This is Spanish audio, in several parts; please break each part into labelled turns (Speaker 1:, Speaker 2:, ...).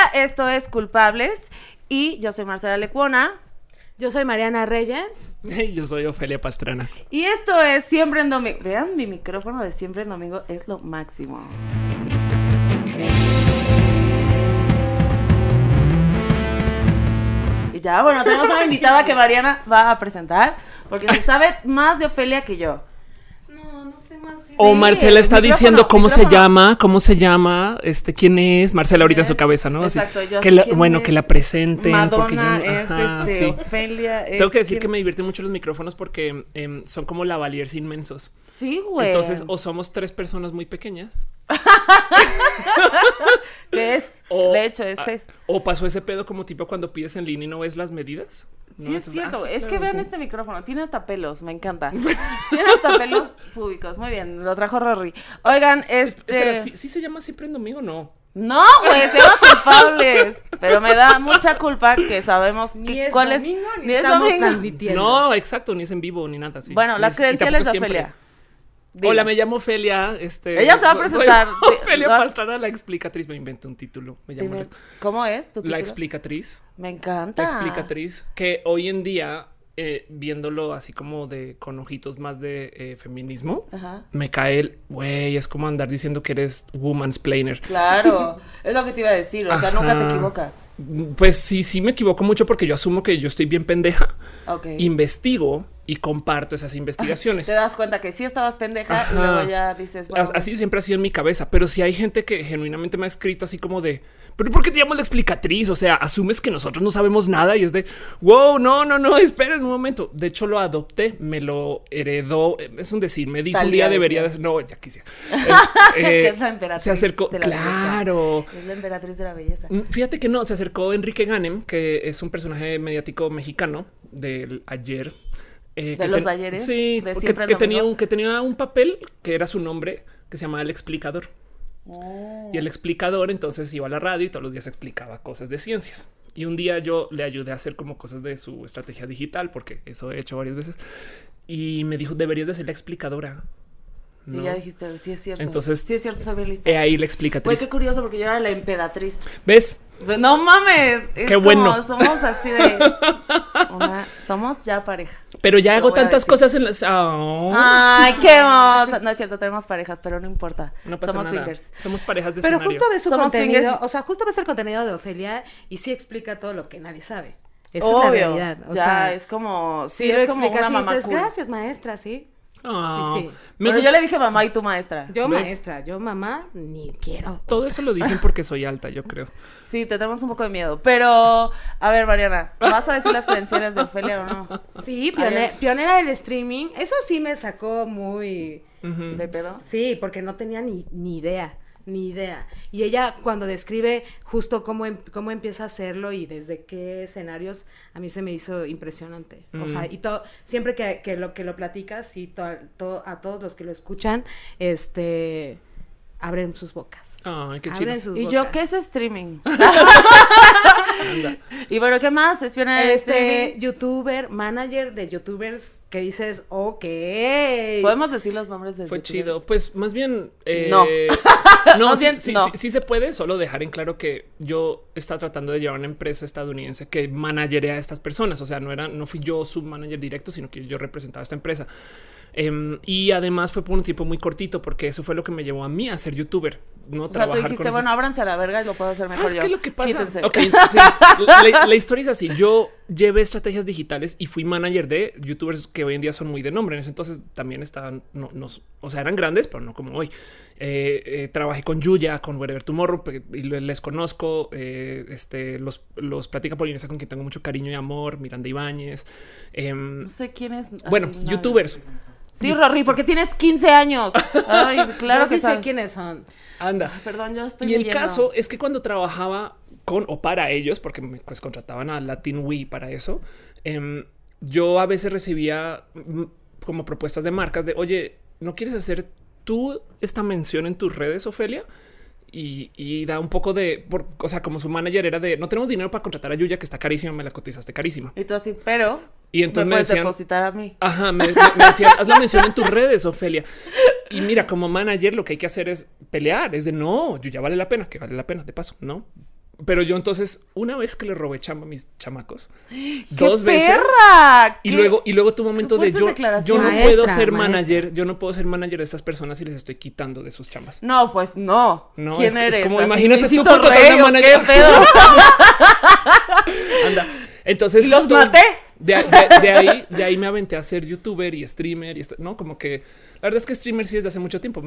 Speaker 1: esto es Culpables y yo soy Marcela Lecuona.
Speaker 2: Yo soy Mariana Reyes.
Speaker 3: Yo soy Ofelia Pastrana.
Speaker 1: Y esto es Siempre en Domingo. Vean, mi micrófono de Siempre en Domingo es lo máximo. Y ya, bueno, tenemos una invitada que Mariana va a presentar porque se sabe más de Ofelia que yo.
Speaker 2: No sé más.
Speaker 3: O Marcela está diciendo cómo se llama, quién es. Marcela ahorita en su cabeza, ¿no?
Speaker 1: Exacto,
Speaker 3: así,
Speaker 1: yo
Speaker 3: que que la presenten.
Speaker 1: Madonna
Speaker 3: porque
Speaker 1: es Ofelia.
Speaker 3: Tengo que decir que me divierten mucho los micrófonos porque son como lavaliers inmensos.
Speaker 1: Sí, güey.
Speaker 3: Entonces, o somos tres personas muy pequeñas.
Speaker 1: ¿Qué es? De hecho, es.
Speaker 3: O pasó ese pedo como tipo cuando pides en línea y no ves las medidas. ¿No?
Speaker 1: Sí, es cierto. Es
Speaker 3: claro,
Speaker 1: que vean este micrófono. Tiene hasta pelos. Me encanta. Tiene hasta pelos públicos. Muy bien. Lo trajo Rory. Oigan,
Speaker 3: Espera, ¿sí se llama Siempre en Domingo? No.
Speaker 1: No, güey, se llama Culpables. Pero me da mucha culpa que sabemos
Speaker 2: Ni es
Speaker 1: cuál
Speaker 2: domingo,
Speaker 1: es.
Speaker 2: ni estamos transmitiendo.
Speaker 3: No, exacto, ni es en vivo ni nada así.
Speaker 1: Bueno, las credenciales de Ofelia. Dime.
Speaker 3: Hola, me llamo Ofelia.
Speaker 1: Ella se va a presentar.
Speaker 3: Soy Ofelia Pastrana, la explicatriz. Me inventé un título. Me llamo
Speaker 1: Dime, ¿cómo es tu título?
Speaker 3: La explicatriz.
Speaker 1: Me encanta.
Speaker 3: La explicatriz. Que hoy en día, viéndolo así como con ojitos más de feminismo,
Speaker 1: Ajá.
Speaker 3: me cae güey, es como andar diciendo que eres womansplainer.
Speaker 1: Claro, es lo que te iba a decir. O sea, nunca te equivocas.
Speaker 3: Pues sí me equivoco mucho porque yo asumo que yo estoy bien pendeja.
Speaker 1: Ok.
Speaker 3: Investigo y comparto esas investigaciones.
Speaker 1: Te das cuenta que sí estabas pendeja. Ajá. Y luego ya dices, bueno.
Speaker 3: Así siempre ha sido en mi cabeza, pero si hay gente que genuinamente me ha escrito así como de, pero ¿por qué te llamo la explicatriz? O sea, asumes que nosotros no sabemos nada y es de, wow, no, esperen un momento. De hecho, lo adopté, me lo heredó, es un decir, me dijo un día debería de... No, ya quisiera.
Speaker 1: Que es la emperatriz.
Speaker 3: Se acercó,
Speaker 1: de la
Speaker 3: claro.
Speaker 1: belleza. Es la emperatriz de la belleza.
Speaker 3: Fíjate que no, se acercó Enrique Ganem, que es un personaje mediático mexicano del ayer.
Speaker 1: De los ayeres.
Speaker 3: Sí, que tenía un papel que era su nombre, que se llamaba El Explicador. Oh. Y El Explicador entonces iba a la radio y todos los días explicaba cosas de ciencias. Y un día yo le ayudé a hacer como cosas de su estrategia digital, porque eso he hecho varias veces. Y me dijo, deberías de ser la explicadora. ¿No?
Speaker 1: Y ya dijiste, sí es cierto.
Speaker 3: Entonces,
Speaker 1: sí es cierto, soy bien lista.
Speaker 3: Ahí la explicatriz.
Speaker 1: Pues qué curioso, porque yo era la emperatriz.
Speaker 3: ¿Ves?
Speaker 1: No mames.
Speaker 3: Qué bueno.
Speaker 1: Somos así de... somos ya pareja.
Speaker 3: Pero ya hago tantas cosas en las...
Speaker 1: Oh. Ay, qué hermoso. No es cierto, tenemos parejas, pero no importa.
Speaker 3: No pasa
Speaker 1: somos
Speaker 3: nada.
Speaker 1: Fingers.
Speaker 3: Somos parejas de
Speaker 2: Pero
Speaker 3: escenario.
Speaker 2: justo ves su
Speaker 1: somos
Speaker 2: contenido,
Speaker 1: fingers.
Speaker 2: o sea, justo ves el contenido de Ofelia y sí explica todo lo que nadie sabe. Esa
Speaker 1: Obvio,
Speaker 2: es la realidad. O
Speaker 1: ya
Speaker 2: sea,
Speaker 1: es como...
Speaker 2: Sí,
Speaker 1: es
Speaker 2: lo
Speaker 1: como
Speaker 2: explicas
Speaker 1: una
Speaker 2: y
Speaker 1: mamá
Speaker 2: dices,
Speaker 1: cool.
Speaker 2: gracias, maestra, sí.
Speaker 3: Oh,
Speaker 2: sí.
Speaker 1: Pero yo le dije mamá y tu maestra.
Speaker 2: Yo
Speaker 3: ¿ves?
Speaker 2: maestra, yo mamá, ni quiero.
Speaker 3: Todo eso lo dicen porque soy alta, yo creo.
Speaker 1: Sí, te tenemos un poco de miedo. Pero, a ver, Mariana, ¿vas a decir las credenciales de Ofelia o no?
Speaker 2: Sí, pionera del streaming. Eso sí me sacó muy...
Speaker 1: ¿De pedo?
Speaker 2: Sí, porque no tenía ni idea. Ni idea. Y ella cuando describe justo cómo empieza a hacerlo y desde qué escenarios, a mí se me hizo impresionante. O sea, y todo, siempre que lo platicas y a todos los que lo escuchan, abren sus bocas.
Speaker 3: Ay, qué
Speaker 1: chido.
Speaker 3: chido.
Speaker 1: ¿Y yo qué es streaming? Y bueno, ¿qué más? Es pionera de streaming.
Speaker 2: Youtuber, manager de youtubers que dices, ok.
Speaker 1: ¿Podemos decir los nombres de
Speaker 3: Fue
Speaker 1: youtubers?
Speaker 3: chido. Pues más bien...
Speaker 1: No.
Speaker 3: No,
Speaker 1: bien,
Speaker 3: sí,
Speaker 1: no.
Speaker 3: Sí se puede, solo dejar en claro que yo estaba tratando de llevar una empresa estadounidense que managerea a estas personas. O sea, no fui yo su manager directo, sino que yo representaba a esta empresa. Y además fue por un tiempo muy cortito porque eso fue lo que me llevó a mí a ser youtuber. No trabajar
Speaker 1: tú dijiste,
Speaker 3: con
Speaker 1: bueno, ábranse a la verga y lo puedo hacer mejor.
Speaker 3: ¿Sabes
Speaker 1: yo.
Speaker 3: qué es lo que pasa?
Speaker 1: Quítense.
Speaker 3: Okay, sí, la historia es así. Yo llevé estrategias digitales y fui manager de youtubers que hoy en día son muy de nombre. En ese entonces también estaban, o sea, eran grandes, pero no como hoy. Trabajé con Yuya, con Wherever Tomorrow, y les conozco. Los Plática Polinesia, con quien tengo mucho cariño y amor. Miranda Ibáñez.
Speaker 1: No sé quién es.
Speaker 3: Bueno, youtubers.
Speaker 1: Sí, Rory, porque tienes 15 años. Ay, claro que
Speaker 2: sí sé quiénes son.
Speaker 3: Anda.
Speaker 1: Ay, perdón, yo estoy
Speaker 3: Y el
Speaker 1: leyendo.
Speaker 3: caso es que cuando trabajaba con o para ellos, porque me contrataban a Latin We para eso, yo a veces recibía como propuestas de marcas de, oye, ¿no quieres hacer tú esta mención en tus redes, Ofelia? Y da un poco de, o sea, como su manager era de, no tenemos dinero para contratar a Yuya, que está carísima, me la cotizaste carísima.
Speaker 1: Y tú así, pero
Speaker 3: y entonces
Speaker 1: me puedes
Speaker 3: decían,
Speaker 1: depositar a mí.
Speaker 3: Ajá, me decían, haz la mención en tus redes, Ofelia. Y mira, como manager lo que hay que hacer es pelear, es de no, Yuya vale la pena, que vale la pena, de paso, ¿no? Pero yo entonces, una vez que le robé chamba a mis chamacos,
Speaker 1: ¡Qué
Speaker 3: 2 veces.
Speaker 1: perra!
Speaker 3: Y luego tu momento de yo no
Speaker 2: Maestra,
Speaker 3: puedo ser
Speaker 2: maestra.
Speaker 3: manager, yo no puedo ser manager de estas personas y les estoy quitando de sus chambas.
Speaker 1: No, pues no.
Speaker 3: No,
Speaker 1: ¿Quién
Speaker 3: es
Speaker 1: eres?
Speaker 3: como,
Speaker 1: ¿Así
Speaker 3: imagínate tú
Speaker 1: Luisito
Speaker 3: contratar
Speaker 1: Rey
Speaker 3: una
Speaker 1: o
Speaker 3: manager.
Speaker 1: ¿Qué pedo?
Speaker 3: Anda. Entonces
Speaker 1: ¿Y los
Speaker 3: justo
Speaker 1: maté?
Speaker 3: de ahí me aventé a ser youtuber y streamer y no, como que la verdad es que streamer sí desde hace mucho tiempo.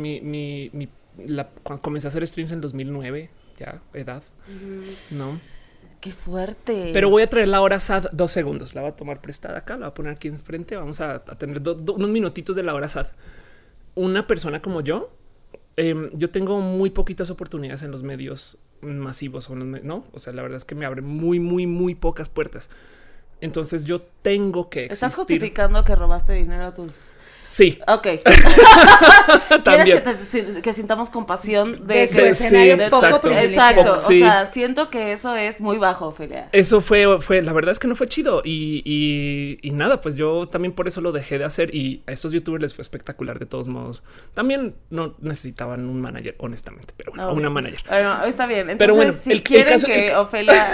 Speaker 3: Cuando comencé a hacer streams en 2009, ya edad, no.
Speaker 1: Qué fuerte.
Speaker 3: Pero voy a traer la hora sad 2 segundos. La voy a tomar prestada acá, la voy a poner aquí enfrente. Vamos a tener unos minutitos de la hora sad. Una persona como yo tengo muy poquitas oportunidades en los medios masivos, ¿no? O sea, la verdad es que me abren muy pocas puertas. Entonces yo tengo que existir.
Speaker 1: ¿Estás justificando que robaste dinero a tus...?
Speaker 3: Sí.
Speaker 1: Ok.
Speaker 3: También.
Speaker 1: ¿Quieres que sintamos compasión
Speaker 2: De su escenario poco privilegiado.
Speaker 1: Exacto.
Speaker 3: Sí.
Speaker 1: O sea, siento que eso es muy bajo, Ofelia.
Speaker 3: Eso fue, la verdad es que no fue chido y nada, pues yo también por eso lo dejé de hacer y a estos youtubers les fue espectacular de todos modos. También no necesitaban un manager, honestamente, pero bueno, una manager.
Speaker 1: Bueno, está bien. Entonces,
Speaker 3: Pero bueno,
Speaker 1: si quieren que Ofelia...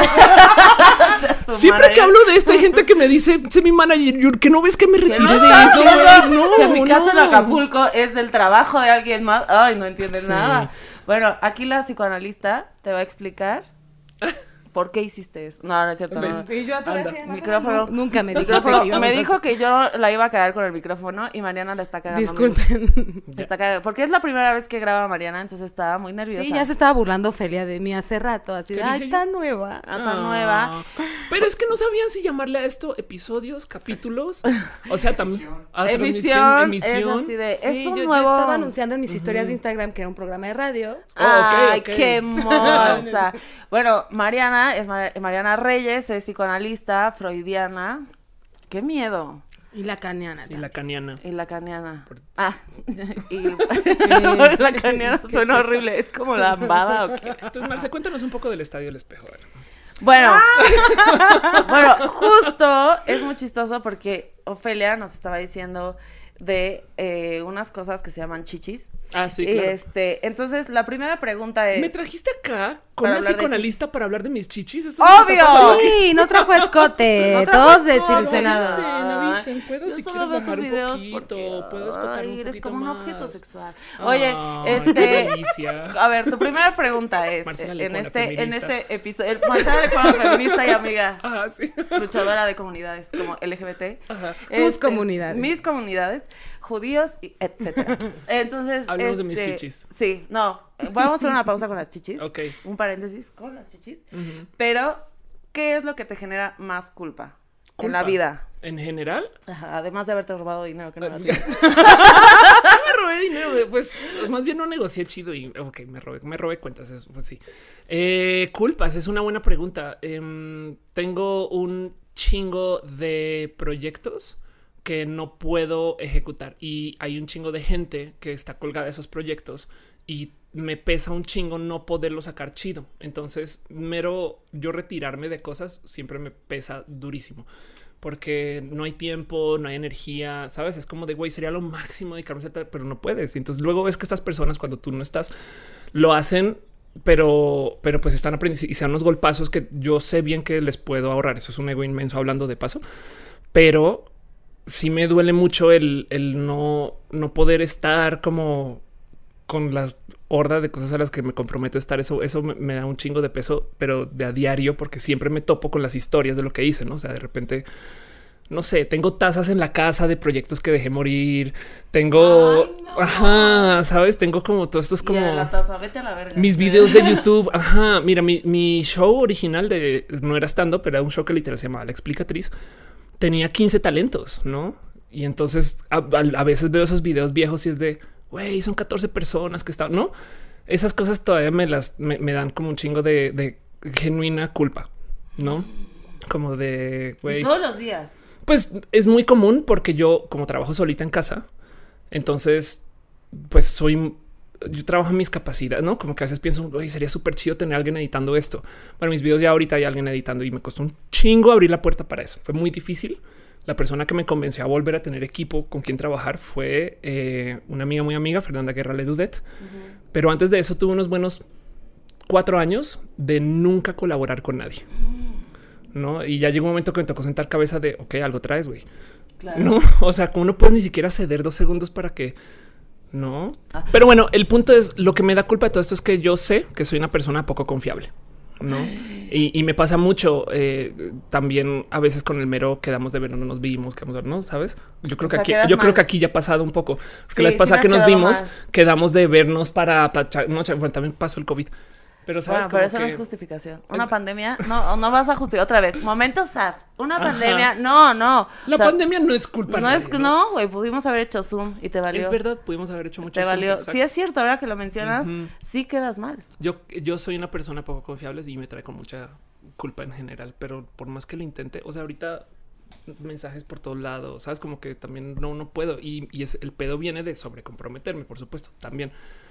Speaker 1: sea su
Speaker 3: Siempre que
Speaker 1: manager.
Speaker 3: hablo de esto hay gente que me dice, sé mi manager, que no ves que me retiré
Speaker 1: no
Speaker 3: de
Speaker 1: estás
Speaker 3: eso,
Speaker 1: viendo
Speaker 3: güey. No,
Speaker 1: que mi casa en
Speaker 3: no.
Speaker 1: Acapulco es del trabajo de alguien más. Ay, no entienden
Speaker 3: Sí.
Speaker 1: nada. Bueno, aquí la psicoanalista te va a explicar por qué hiciste eso. No, no es cierto.
Speaker 3: ¿Ves?
Speaker 1: No.
Speaker 2: Y yo
Speaker 3: Anda.
Speaker 1: Micrófono.
Speaker 2: Nunca me dijiste
Speaker 1: Micrófono.
Speaker 2: que íbamos
Speaker 1: Me
Speaker 2: a-
Speaker 1: dijo que yo la iba a cagar con el micrófono y Mariana la está cagando.
Speaker 2: Disculpen.
Speaker 1: La está cagando. Porque es la primera vez que graba Mariana, entonces estaba muy nerviosa.
Speaker 2: Sí, ya se estaba burlando Ofelia de mí hace rato, así de,
Speaker 3: ¿Qué
Speaker 2: ay,
Speaker 3: dije yo?
Speaker 2: tan nueva.
Speaker 1: Ah, tan nueva.
Speaker 3: Pero es que no sabían si llamarle a esto episodios, capítulos. O sea, también
Speaker 1: Emisión.
Speaker 3: emisión.
Speaker 1: Es así de,
Speaker 2: Sí,
Speaker 1: es un
Speaker 2: yo
Speaker 1: nuevo...
Speaker 2: estaba anunciando en mis historias de Instagram que era un programa de radio.
Speaker 1: Ay,
Speaker 3: ok.
Speaker 1: qué hermosa. Bueno, Mariana es Mariana Reyes, es psicoanalista freudiana. Qué miedo.
Speaker 2: Y la caniana.
Speaker 3: Y la caniana.
Speaker 1: Y lacaniana.
Speaker 3: Por-
Speaker 1: Ah, y la caniana suena horrible. ¿Es como lambada o qué?
Speaker 3: Entonces, Marce, cuéntanos un poco del Estadio del Espejo. A ver.
Speaker 1: Bueno, bueno, justo es muy chistoso porque Ofelia nos estaba diciendo de unas cosas que se llaman chichis.
Speaker 3: Ah, sí,
Speaker 1: Y
Speaker 3: claro.
Speaker 1: entonces la primera pregunta es...
Speaker 3: ¿Me trajiste acá con
Speaker 1: Para
Speaker 3: una
Speaker 1: hablar de
Speaker 3: psicoanalista para hablar de mis chichis? ¿Esto es lo que
Speaker 1: ¡Obvio!
Speaker 3: está pasando aquí?
Speaker 2: Sí, no trajo escote.
Speaker 1: No trajo
Speaker 2: Todos
Speaker 1: escote.
Speaker 2: desilusionados.
Speaker 3: Avisen, puedo
Speaker 1: Yo
Speaker 3: si
Speaker 1: solo
Speaker 3: quieres
Speaker 1: veo tus
Speaker 3: bajar un
Speaker 1: videos
Speaker 3: poquito,
Speaker 1: porque,
Speaker 3: puedo escotar
Speaker 1: ay,
Speaker 3: un
Speaker 1: eres
Speaker 3: poquito
Speaker 1: como un
Speaker 3: más.
Speaker 1: objeto sexual. Oye,
Speaker 3: Ay, qué delicia.
Speaker 1: a ver, tu primera pregunta es
Speaker 3: Marcela
Speaker 1: en
Speaker 3: Lecona,
Speaker 1: este
Speaker 3: feminista.
Speaker 1: episodio, Marcela Lecona, feminista y amiga,
Speaker 3: Ajá, sí.
Speaker 1: luchadora de comunidades como LGBT.
Speaker 3: Ajá.
Speaker 2: Tus comunidades.
Speaker 1: Mis comunidades, judíos, etcétera. Entonces,
Speaker 3: Hablemos de mis chichis.
Speaker 1: Sí, no, vamos a hacer una pausa con las chichis.
Speaker 3: Ok.
Speaker 1: Un paréntesis con las chichis.
Speaker 3: Ujú.
Speaker 1: Pero, ¿qué es lo que te genera más culpa en la
Speaker 3: ¿Culpa?
Speaker 1: vida?
Speaker 3: ¿En general?
Speaker 1: Ajá, además de haberte robado dinero que no era
Speaker 3: Me
Speaker 1: tuyo.
Speaker 3: robé dinero, pues más bien no negocié chido y ok, me robé cuentas, eso, pues sí. Culpas, es una buena pregunta. Tengo un chingo de proyectos que no puedo ejecutar y hay un chingo de gente que está colgada de esos proyectos y me pesa un chingo no poderlo sacar chido. Entonces, mero yo retirarme de cosas siempre me pesa durísimo. Porque no hay tiempo, no hay energía, ¿sabes? Es como de, güey, sería lo máximo dedicarme a hacer, pero no puedes. Y entonces luego ves que estas personas, cuando tú no estás, lo hacen, pero pues están aprendiendo y sean unos golpazos que yo sé bien que les puedo ahorrar. Eso es un ego inmenso hablando de paso. Pero sí me duele mucho el no poder estar como con las horda de cosas a las que me comprometo a estar. Eso me da un chingo de peso, pero de a diario, porque siempre me topo con las historias de lo que hice, ¿no? O sea, de repente, no sé, tengo tazas en la casa de proyectos que dejé morir. Tengo,
Speaker 1: Ay, no.
Speaker 3: ajá, ¿sabes? Tengo como todo esto es como
Speaker 1: Y a la taza, vete a la verga.
Speaker 3: mis videos de YouTube. Ajá, mira, mi show original no era stand-up, pero era un show que literal se llamaba La Explicatriz. Tenía 15 talentos, ¿no? Y entonces a veces veo esos videos viejos y es de, güey, son 14 personas que están, ¿no? Esas cosas todavía me dan como un chingo de genuina culpa, ¿no? Como de,
Speaker 1: Y
Speaker 3: güey.
Speaker 1: todos los días.
Speaker 3: Pues es muy común porque yo como trabajo solita en casa, entonces pues yo trabajo en mis capacidades, ¿no? Como que a veces pienso, güey, sería súper chido tener a alguien editando esto. Bueno, mis videos ya ahorita hay alguien editando y me costó un chingo abrir la puerta para eso. Fue muy difícil. La persona que me convenció a volver a tener equipo con quien trabajar fue una amiga muy amiga, Fernanda Guerra Ledudet. Pero antes de eso tuve unos buenos 4 años de nunca colaborar con nadie, ¿no? Y ya llegó un momento que me tocó sentar cabeza de, ok, algo traes, güey. Claro. No, o sea, como no puedes ni siquiera ceder 2 segundos para que... No. Pero bueno, el punto es, lo que me da culpa de todo esto es que yo sé que soy una persona poco confiable, ¿no? Y me pasa mucho también a veces con el mero quedamos de ver, no nos vimos, quedamos de ver, ¿no? ¿Sabes? Yo creo creo que aquí ya ha pasado un poco. Porque la vez pasada que nos vimos, quedamos de vernos para no, bueno, también pasó el COVID. Pero sabes,
Speaker 1: bueno, pero eso no es justificación. Una pandemia, no vas a justificar otra vez. Momento sad. Una pandemia, no.
Speaker 3: La pandemia no es culpa.
Speaker 1: No, güey, pudimos haber hecho Zoom y te valió.
Speaker 3: Es verdad, pudimos haber hecho mucho
Speaker 1: Zoom. Te valió. Sí es cierto, ahora que lo mencionas, sí quedas mal.
Speaker 3: Yo soy una persona poco confiable y me trae con mucha culpa en general, pero por más que lo intente, o sea, ahorita mensajes por todos lados, sabes, como que también no puedo y el pedo viene de sobrecomprometerme, por supuesto, también.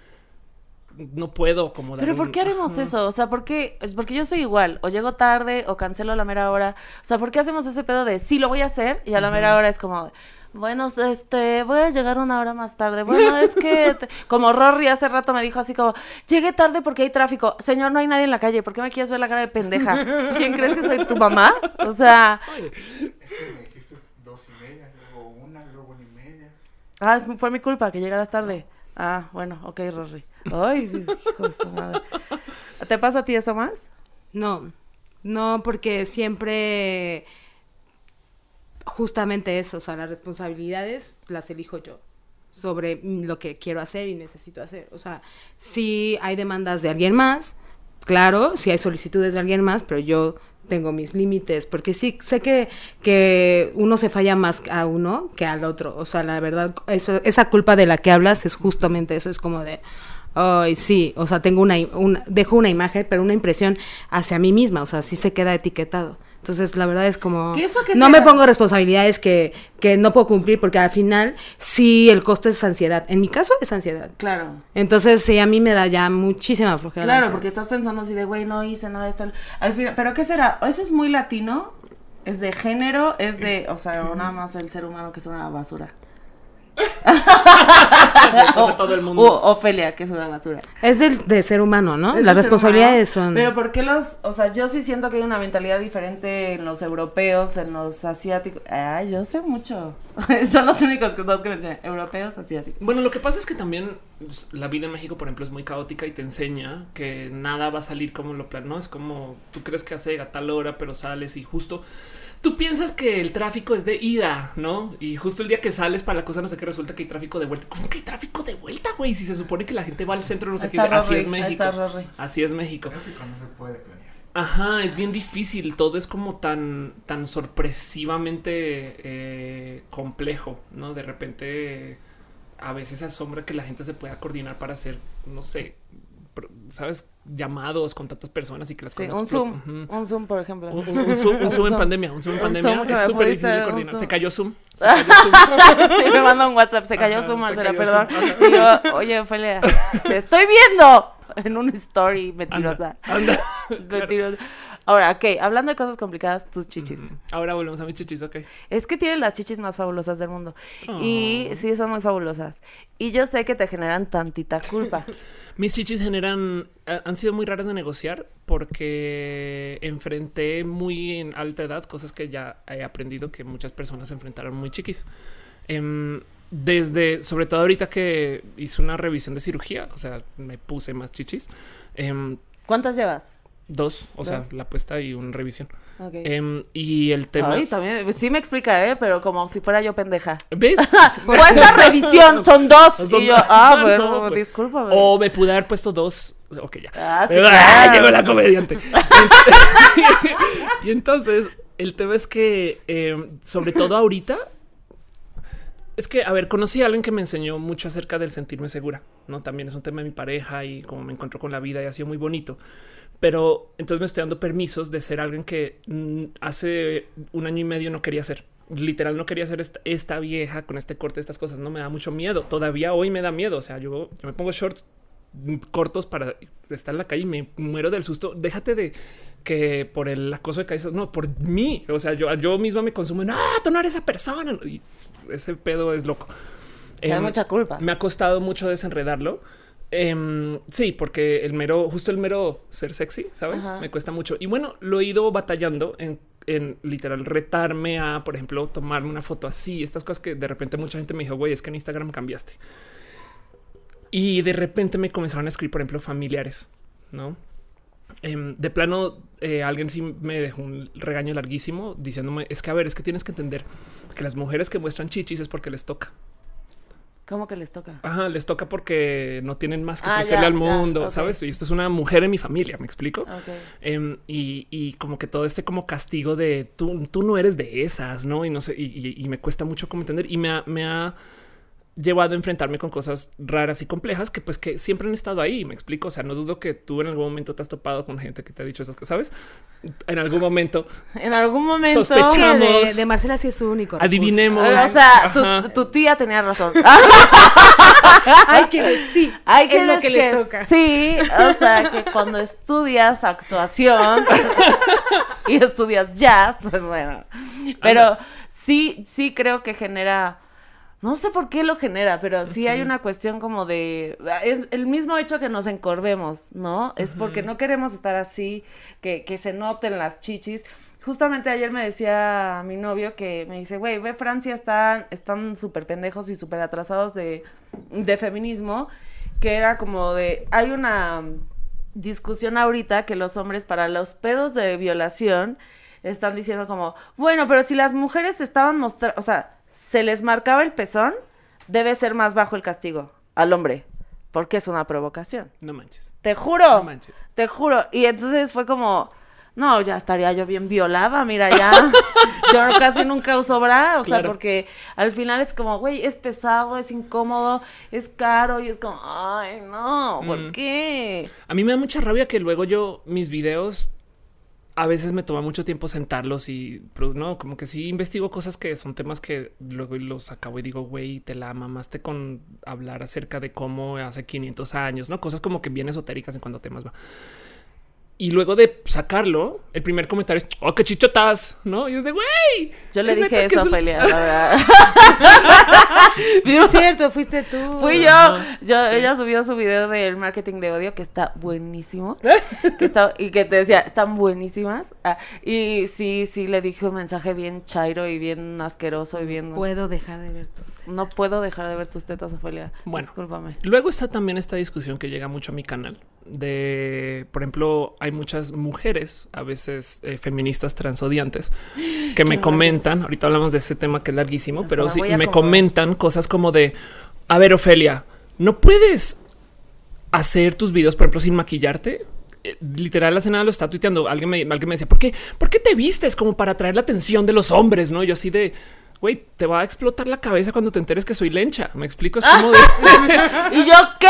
Speaker 3: No puedo como
Speaker 1: pero ¿por qué haremos eso? O sea, porque yo soy igual, o llego tarde o cancelo a la mera hora. O sea, ¿por qué hacemos ese pedo de sí lo voy a hacer y a la mera hora es como, bueno, voy a llegar 1 hora más tarde? Bueno, es que como Rory hace rato me dijo así como, llegué tarde porque hay tráfico. Señor, no hay nadie en la calle, ¿por qué me quieres ver la cara de pendeja? ¿Quién crees que soy, tu mamá? O sea,
Speaker 4: es que me dijiste 2:30, luego 1, luego 1:30.
Speaker 1: Ah, fue mi culpa que llegaras tarde. Ah, bueno, ok, Rory. Ay, hijo de su madre. ¿Te pasa a ti eso más?
Speaker 2: No, porque siempre justamente eso, o sea, las responsabilidades las elijo yo sobre lo que quiero hacer y necesito hacer. O sea, si hay demandas de alguien más, claro, si hay solicitudes de alguien más, pero yo tengo mis límites, porque sí, sé que uno se falla más a uno que al otro. O sea, la verdad, esa culpa de la que hablas es justamente eso, es como de... Ay, sí, o sea, tengo dejo una imagen, pero una impresión hacia mí misma, o sea, sí se queda etiquetado. Entonces, la verdad es como... No me pongo responsabilidades que no puedo cumplir, porque al final, sí, el costo es ansiedad. En mi caso, es ansiedad.
Speaker 1: Claro.
Speaker 2: Entonces, sí, a mí me da ya muchísima flojera.
Speaker 1: Claro, porque estás pensando así de, güey, no hice, no esto. Al final, ¿pero qué será? ¿Eso es muy latino? ¿Es de género? ¿Es de, o sea, o nada más el ser humano que es una basura?
Speaker 3: Todo el mundo.
Speaker 1: Ofelia, que es una basura.
Speaker 2: Es de ser humano, ¿no? Las responsabilidades son...
Speaker 1: Pero ¿por qué o sea, yo sí siento que hay una mentalidad diferente en los europeos, en los asiáticos. Ay, yo sé mucho. Son los únicos dos que mencioné, europeos, asiáticos.
Speaker 3: Bueno, lo que pasa es que también la vida en México, por ejemplo, es muy caótica y te enseña que nada va a salir como lo planeó. Es como tú crees que hace a tal hora, pero sales y justo tú piensas que el tráfico es de ida, ¿no? Y justo el día que sales para la cosa, no sé qué, resulta que hay tráfico de vuelta. ¿Cómo que hay tráfico de vuelta, güey? Si se supone que la gente va al centro, no sé qué. Así es México. Así es México.
Speaker 4: El tráfico no se puede planear.
Speaker 3: Ajá, es bien difícil. Todo es como tan sorpresivamente complejo, ¿no? De repente a veces asombra que la gente se pueda coordinar para hacer, no sé, ¿sabes? Llamados con tantas personas y que las cosas...
Speaker 1: Un Zoom, por ejemplo.
Speaker 3: Un Zoom en pandemia. Un Zoom en pandemia es súper difícil de coordinar. Se cayó Zoom.
Speaker 1: Sí, me manda un WhatsApp. Se cayó Zoom, perdón. Y yo, oye, Ophelia, te estoy viendo en un story mentirosa.
Speaker 3: Anda.
Speaker 1: Mentirosa. Ahora, ok, hablando de cosas complicadas, tus chichis.
Speaker 3: Ahora volvemos a mis chichis, ok.
Speaker 1: Es que tienen las chichis más fabulosas del mundo. Y sí, son muy fabulosas. Y yo sé que te generan tantita culpa.
Speaker 3: Mis chichis han sido muy raras de negociar porque enfrenté muy en alta edad cosas que ya he aprendido que muchas personas enfrentaron muy chiquis. Sobre todo ahorita que hice una revisión de cirugía, o sea, me puse más chichis.
Speaker 1: ¿Cuántas llevas?
Speaker 3: 2, o sea, la puesta y una revisión.
Speaker 1: Okay.
Speaker 3: Y el tema...
Speaker 1: Ay, también, sí me explica, pero como si fuera yo pendeja.
Speaker 3: ¿Ves?
Speaker 1: Puesta revisión, son 2. Y yo, bueno,
Speaker 3: no, pues.
Speaker 1: discúlpame.
Speaker 3: O me pude haber puesto 2. Ok, ya.
Speaker 1: Sí, claro.
Speaker 3: Llegó la comediante. Y entonces, el tema es que, sobre todo ahorita, es que, a ver, conocí a alguien que me enseñó mucho acerca del sentirme segura, ¿no? También es un tema de mi pareja y cómo me encontró con la vida y ha sido muy bonito. Pero entonces me estoy dando permisos de ser alguien que hace 1 año y medio no quería ser. Literal no quería ser esta vieja con este corte, estas cosas. No me da mucho miedo. Todavía hoy me da miedo. O sea, yo me pongo shorts cortos para estar en la calle y me muero del susto. Déjate de que por el acoso de calles, no, por mí. O sea, yo misma me consumo. No, tú no eres esa persona. Y ese pedo es loco.
Speaker 1: Hay mucha culpa.
Speaker 3: Me ha costado mucho desenredarlo. Sí, porque justo el mero ser sexy, ¿sabes?
Speaker 1: Ajá.
Speaker 3: Me cuesta mucho. Y bueno, lo he ido batallando en literal retarme a, por ejemplo, tomarme una foto así, estas cosas que de repente mucha gente me dijo, güey, es que en Instagram cambiaste. Y de repente me comenzaron a escribir, por ejemplo, familiares, ¿no? De plano, alguien sí me dejó un regaño larguísimo diciéndome, es que a ver, es que tienes que entender que las mujeres que muestran chichis es porque les toca.
Speaker 1: ¿Cómo que les toca?
Speaker 3: Ajá, les toca porque no tienen más que
Speaker 1: Ah,
Speaker 3: ofrecerle
Speaker 1: ya,
Speaker 3: al mundo,
Speaker 1: ya, ok.
Speaker 3: ¿sabes? Y esto es una mujer en mi familia, ¿me explico?
Speaker 1: Ok.
Speaker 3: Y como que todo este como castigo de tú no eres de esas, ¿no? Y no sé, y me cuesta mucho como entender y me ha llevado a enfrentarme con cosas raras y complejas que pues que siempre han estado ahí, me explico. O sea, no dudo que tú en algún momento te has topado con gente que te ha dicho esas cosas, ¿sabes? En algún momento.
Speaker 1: En algún momento.
Speaker 3: Sospecha-
Speaker 2: Que
Speaker 3: Vamos.
Speaker 2: de Marcela sí es su único.
Speaker 3: Adivinemos.
Speaker 1: O sea,
Speaker 3: Ajá.
Speaker 1: tu tía tenía razón.
Speaker 2: Hay quienes sí.
Speaker 1: Hay
Speaker 2: es lo
Speaker 1: quienes
Speaker 2: que les toca.
Speaker 1: Sí, o sea, que cuando estudias actuación y estudias jazz, pues bueno. Pero sí creo que genera. No sé por qué lo genera, pero sí hay una cuestión como de... Es el mismo hecho que nos encorvemos, ¿no? Es porque no queremos estar así, que se noten las chichis. Justamente ayer me decía mi novio que me dice, güey, ve Francia, están súper pendejos y súper atrasados de feminismo, que era como de... Hay una discusión ahorita que los hombres para los pedos de violación están diciendo como, bueno, pero si las mujeres estaban mostrando, o sea... se les marcaba el pezón, debe ser más bajo el castigo al hombre, porque es una provocación.
Speaker 3: No manches.
Speaker 1: Te juro,
Speaker 3: No manches.
Speaker 1: te juro. Y entonces fue como, no, ya estaría yo bien violada, mira, ya. Yo casi nunca uso bra, o sea,
Speaker 3: Claro.
Speaker 1: porque al final es como, güey, es pesado, es incómodo, es caro, y es como, ay, no, ¿por qué?
Speaker 3: A mí me da mucha rabia que luego mis videos a veces me toma mucho tiempo sentarlos y no, como que sí investigo cosas que son temas que luego los acabo y digo, güey, te la mamaste con hablar acerca de cómo hace 500 años, no cosas como que bien esotéricas en cuanto a temas va. Y luego de sacarlo, el primer comentario es, oh, qué chichotas, ¿no? Y es de, güey.
Speaker 1: Yo le
Speaker 3: es
Speaker 1: dije
Speaker 3: neta que
Speaker 1: eso a
Speaker 3: es-
Speaker 1: Ophelia, la verdad.
Speaker 2: Sí, es cierto, fuiste tú.
Speaker 1: Fui yo.
Speaker 3: Ajá, sí.
Speaker 1: Ella subió su video del marketing de odio, que está buenísimo. Y que te decía, están buenísimas. Y sí, le dije un mensaje bien chairo y bien asqueroso y bien...
Speaker 2: Puedo dejar de ver tus tetas.
Speaker 1: No puedo dejar de ver tus tetas, Ophelia.
Speaker 3: Bueno.
Speaker 1: Discúlpame.
Speaker 3: Luego está también esta discusión que llega mucho a mi canal de, por ejemplo, hay muchas mujeres, a veces feministas transodiantes, que me comentan, ahorita hablamos de ese tema que es larguísimo, pero
Speaker 1: Me
Speaker 3: sí
Speaker 1: voy a
Speaker 3: me
Speaker 1: acomodar.
Speaker 3: comentan cosas como de, a ver, Ofelia, ¿no puedes hacer tus videos, por ejemplo, sin maquillarte? Literal, la cena lo está tuiteando. Alguien me decía, ¿por qué te vistes como para atraer la atención de los hombres? No, yo así de, güey, te va a explotar la cabeza cuando te enteres que soy lencha. Me explico, es como de
Speaker 1: ¿Y yo qué?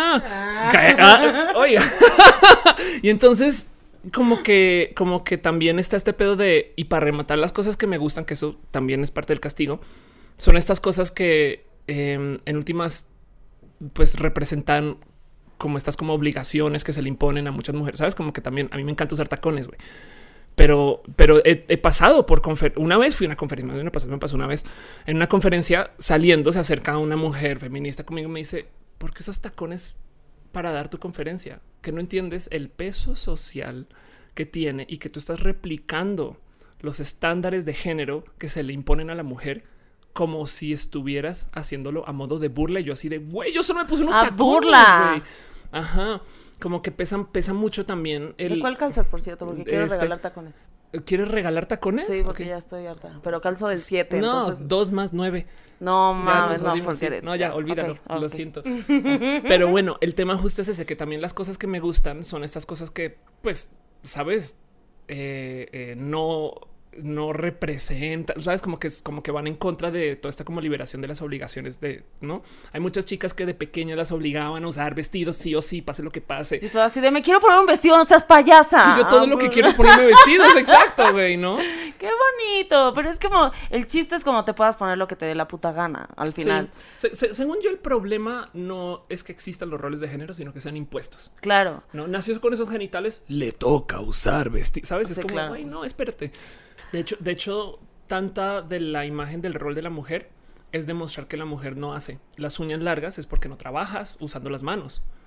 Speaker 3: ajá. Oiga. Y entonces como que también está este pedo de, y para rematar las cosas que me gustan, que eso también es parte del castigo, son estas cosas que en últimas pues representan como estas como obligaciones que se le imponen a muchas mujeres, ¿sabes? Como que también a mí me encanta usar tacones, güey. Pero he pasado por una vez fui a una conferencia, me pasó una vez en una conferencia saliendo, se acerca a una mujer feminista conmigo y me dice, ¿por qué usas tacones para dar tu conferencia? Que no entiendes el peso social que tiene y que tú estás replicando los estándares de género que se le imponen a la mujer como si estuvieras haciéndolo a modo de burla. Y yo así de, güey, yo solo me puse unos
Speaker 1: ¡A
Speaker 3: tacones,
Speaker 1: burla!
Speaker 3: güey. Ajá. Como que pesa mucho también.
Speaker 1: ¿De cuál calzas, por cierto? Porque quiero
Speaker 3: este-
Speaker 1: regalar tacones.
Speaker 3: ¿Quieres regalar tacones?
Speaker 1: Sí, porque
Speaker 3: Ok.
Speaker 1: ya estoy harta. Pero calzo del 7,
Speaker 3: No,
Speaker 1: entonces...
Speaker 3: 2 más 9.
Speaker 1: No,
Speaker 3: Ya
Speaker 1: mames,
Speaker 3: nos
Speaker 1: no,
Speaker 3: jodimos, sí.
Speaker 1: forget it.
Speaker 3: No, ya, olvídalo.
Speaker 1: Ok,
Speaker 3: Lo
Speaker 1: ok.
Speaker 3: siento. Pero bueno, el tema justo es ese, que también las cosas que me gustan son estas cosas que, pues, sabes, no representan, sabes, como que van en contra de toda esta como liberación de las obligaciones de, ¿no? Hay muchas chicas que de pequeñas las obligaban a usar vestidos sí o sí, pase lo que pase.
Speaker 1: Y tú así de, me quiero poner un vestido, no seas payasa.
Speaker 3: Y yo todo lo que quiero es ponerme vestidos, exacto, güey, ¿no?
Speaker 1: Qué bonito, pero es como, el chiste es como te puedas poner lo que te dé la puta gana al final.
Speaker 3: Sí. Según yo, el problema no es que existan los roles de género, sino que sean impuestos.
Speaker 1: Claro.
Speaker 3: No nació con esos genitales, le toca usar vestir, ¿sabes? Es
Speaker 1: Sí,
Speaker 3: como,
Speaker 1: claro.
Speaker 3: güey, no, espérate. De hecho, tanta de la imagen del rol de la mujer es demostrar que la mujer no hace las uñas largas, es porque no trabajas usando las manos.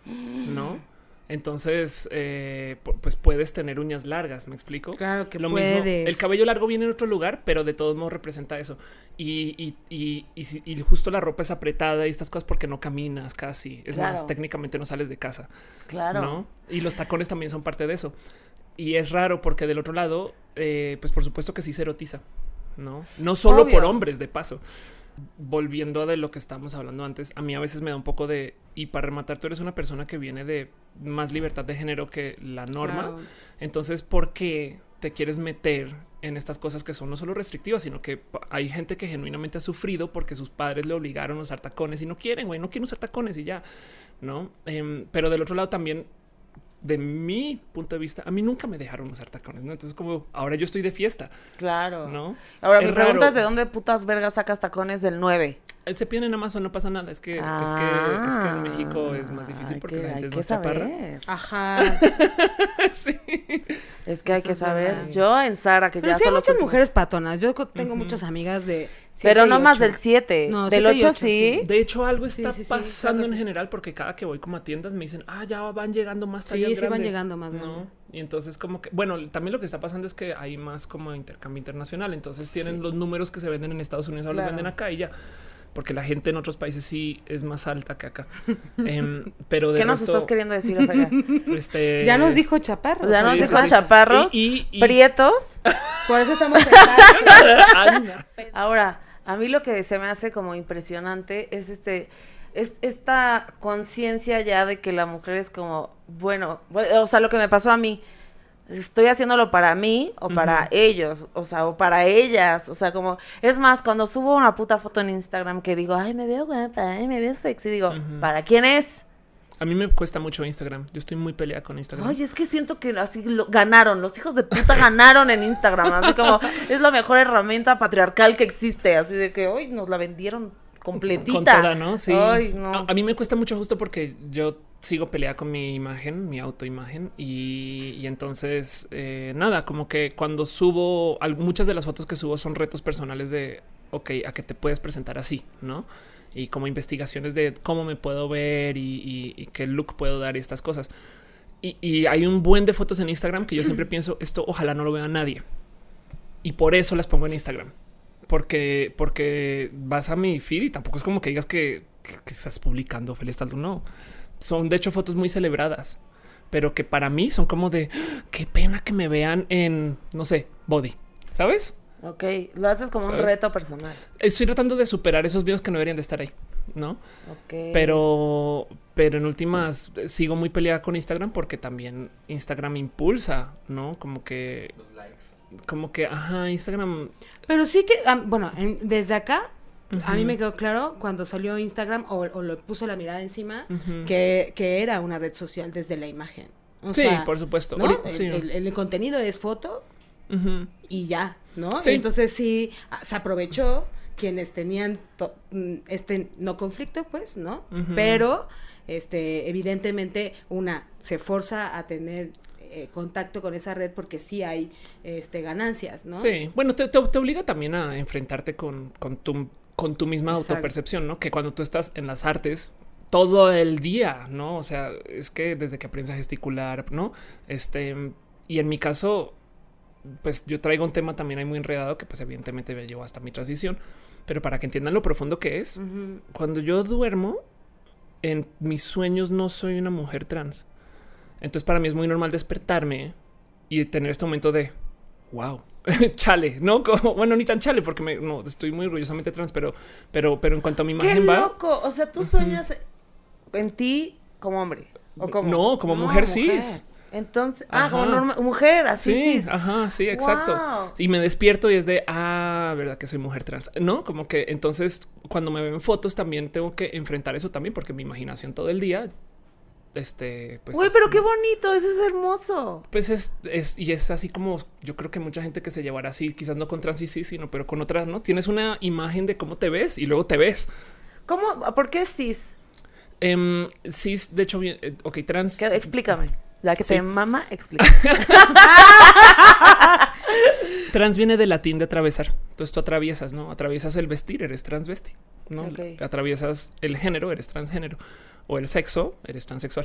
Speaker 3: ¿no? Entonces, pues puedes tener uñas largas, ¿me explico?
Speaker 2: Claro que
Speaker 3: Lo
Speaker 2: puedes.
Speaker 3: mismo, el cabello largo viene en otro lugar, pero de todos modos representa eso. Y justo la ropa es apretada y estas cosas porque no caminas casi. Es
Speaker 1: Claro.
Speaker 3: más, técnicamente no sales de casa.
Speaker 1: Claro.
Speaker 3: ¿No? Y los tacones también son parte de eso. Y es raro porque del otro lado, pues por supuesto que sí se erotiza, ¿no? No solo
Speaker 1: Obvio.
Speaker 3: por hombres, de paso. Volviendo a de lo que estábamos hablando antes, a mí a veces me da un poco de... Y para rematar, tú eres una persona que viene de más libertad de género que la norma.
Speaker 2: Claro.
Speaker 3: Entonces, ¿por qué te quieres meter en estas cosas que son no solo restrictivas, sino que hay gente que genuinamente ha sufrido porque sus padres le obligaron a usar tacones y no quieren, güey, no quieren usar tacones y ya, ¿no? Pero del otro lado también, de mi punto de vista, a mí nunca me dejaron usar tacones, ¿no? Entonces, como ahora yo estoy de fiesta,
Speaker 1: Claro.
Speaker 3: ¿no?
Speaker 1: Ahora,
Speaker 3: Es
Speaker 1: mi pregunta
Speaker 3: raro.
Speaker 1: es ¿de dónde putas vergas sacas tacones del 9?
Speaker 3: Se piden en Amazon, no pasa nada. Es que en México es más difícil porque la gente es más chaparra.
Speaker 2: Ajá.
Speaker 3: Sí.
Speaker 1: Es que hay
Speaker 2: Eso
Speaker 1: que
Speaker 2: es
Speaker 1: saber.
Speaker 2: verdad.
Speaker 1: Yo en Sara, que
Speaker 2: Pero
Speaker 1: ya
Speaker 2: sí hay
Speaker 1: solo
Speaker 2: muchas
Speaker 1: fui-
Speaker 2: mujeres patonas. Yo tengo muchas amigas de 7
Speaker 1: Pero no
Speaker 2: y
Speaker 1: más
Speaker 2: 8.
Speaker 1: del 7.
Speaker 2: No,
Speaker 1: del
Speaker 2: 7 y
Speaker 1: 8
Speaker 2: 8,
Speaker 1: sí.
Speaker 2: sí.
Speaker 3: De hecho, algo está
Speaker 2: sí,
Speaker 3: pasando
Speaker 2: algo
Speaker 3: en
Speaker 2: sí.
Speaker 3: general porque cada que voy como a tiendas me dicen, ya van llegando más tallas
Speaker 2: Sí,
Speaker 3: grandes.
Speaker 2: sí van llegando más
Speaker 3: ¿no?
Speaker 2: grandes.
Speaker 3: Y entonces como que, bueno, también lo que está pasando es que hay más como intercambio internacional. Entonces tienen los números que se venden en Estados Unidos, ahora los
Speaker 1: Claro.
Speaker 3: venden acá y ya. Porque la gente en otros países sí es más alta que acá. Pero de
Speaker 1: ¿Qué nos
Speaker 3: resto,
Speaker 1: estás queriendo decir, Ofelia?
Speaker 2: Ya nos dijo chaparro.
Speaker 1: Ya nos
Speaker 3: sí,
Speaker 1: dijo
Speaker 3: sí.
Speaker 1: chaparros,
Speaker 3: Y-
Speaker 1: prietos.
Speaker 2: Por eso estamos pensando.
Speaker 3: Anda.
Speaker 1: Ahora, a mí lo que se me hace como impresionante es esta conciencia ya de que la mujer es como, bueno, o sea, lo que me pasó a mí, estoy haciéndolo para mí o para ellos, o sea, o para ellas, o sea, como, es más, cuando subo una puta foto en Instagram que digo, ay, me veo guapa, ay, me veo sexy, digo, ¿para quién es?
Speaker 3: A mí me cuesta mucho Instagram. Yo estoy muy peleada con Instagram.
Speaker 1: Ay, es que siento que así ganaron, los hijos de puta ganaron en Instagram, así como, es la mejor herramienta patriarcal que existe, así de que hoy nos la vendieron completita.
Speaker 3: Con toda, ¿no? Sí.
Speaker 1: Ay, no.
Speaker 3: A mí me cuesta mucho justo porque yo sigo peleada con mi imagen, mi autoimagen y entonces nada, como que cuando subo, muchas de las fotos que subo son retos personales de, ok, a que te puedes presentar así, ¿no? Y como investigaciones de cómo me puedo ver y qué look puedo dar y estas cosas. Y hay un buen de fotos en Instagram que yo siempre pienso, esto ojalá no lo vea nadie. Y por eso las pongo en Instagram. Porque vas a mi feed y tampoco es como que digas que estás publicando Feliz Taldo. No, son de hecho fotos muy celebradas, pero que para mí son como de qué pena que me vean en, no sé, body, ¿sabes?
Speaker 1: Ok, lo haces como un
Speaker 3: ¿Sabes?
Speaker 1: reto personal.
Speaker 3: Estoy tratando de superar esos videos que no deberían de estar ahí, ¿no?
Speaker 1: Ok.
Speaker 3: Pero en últimas sigo muy peleada con Instagram porque también Instagram impulsa, ¿no? Como que, Instagram.
Speaker 2: Pero sí que, bueno, desde acá, a mí me quedó claro cuando salió Instagram o le puso la mirada encima que era una red social desde la imagen. O
Speaker 3: Sí,
Speaker 2: sea,
Speaker 3: por supuesto.
Speaker 2: ¿no?
Speaker 3: Sí.
Speaker 2: El contenido es foto
Speaker 3: Ujú.
Speaker 2: y ya, ¿no?
Speaker 3: Sí.
Speaker 2: Entonces sí, se aprovechó quienes tenían este no conflicto, pues, ¿no?
Speaker 3: Ujú.
Speaker 2: Pero, evidentemente, una se forza a tener contacto con esa red porque sí hay ganancias, ¿no?
Speaker 3: Sí, bueno, te obliga también a enfrentarte con tu misma
Speaker 2: Exacto.
Speaker 3: autopercepción, ¿no? Que cuando tú estás en las artes todo el día, ¿no? O sea, es que desde que aprendes a gesticular, ¿no? Y en mi caso, pues yo traigo un tema también ahí muy enredado que pues evidentemente me llevó hasta mi transición, pero para que entiendan lo profundo que es, cuando yo duermo, en mis sueños no soy una mujer trans. Entonces para mí es muy normal despertarme y tener este momento de wow, chale, ¿no? Como, bueno, ni tan chale porque no estoy muy orgullosamente trans, pero en cuanto a mi
Speaker 1: ¡Qué
Speaker 3: imagen va.
Speaker 1: loco! O sea, tú sueñas en ti como hombre. ¿O como?
Speaker 3: No, como
Speaker 2: No,
Speaker 3: mujer
Speaker 2: mujer.
Speaker 3: cis.
Speaker 1: Entonces,
Speaker 3: Ajá.
Speaker 1: como mujer, así
Speaker 3: Sí,
Speaker 1: sí.
Speaker 3: ajá, sí, exacto.
Speaker 1: Wow.
Speaker 3: Y me despierto y es de, verdad que soy mujer trans, ¿no? Como que entonces cuando me ven fotos también tengo que enfrentar eso también porque mi imaginación todo el día, pues...
Speaker 1: Uy, pero qué bonito, eso es hermoso.
Speaker 3: Pues es así como yo creo que mucha gente que se llevará así, quizás no con trans y cis, sino pero con otras, ¿no? Tienes una imagen de cómo te ves y luego te ves.
Speaker 1: ¿Cómo? ¿Por qué cis?
Speaker 3: Cis, de hecho, ok, trans.
Speaker 1: Explícame. La que
Speaker 3: Sí.
Speaker 1: te mama, explica.
Speaker 3: Trans viene del latín de atravesar. Entonces tú atraviesas, ¿no? Atraviesas el vestir, eres transvesti, ¿no?
Speaker 1: Ok.
Speaker 3: Atraviesas el género, eres transgénero, o el sexo, eres transexual.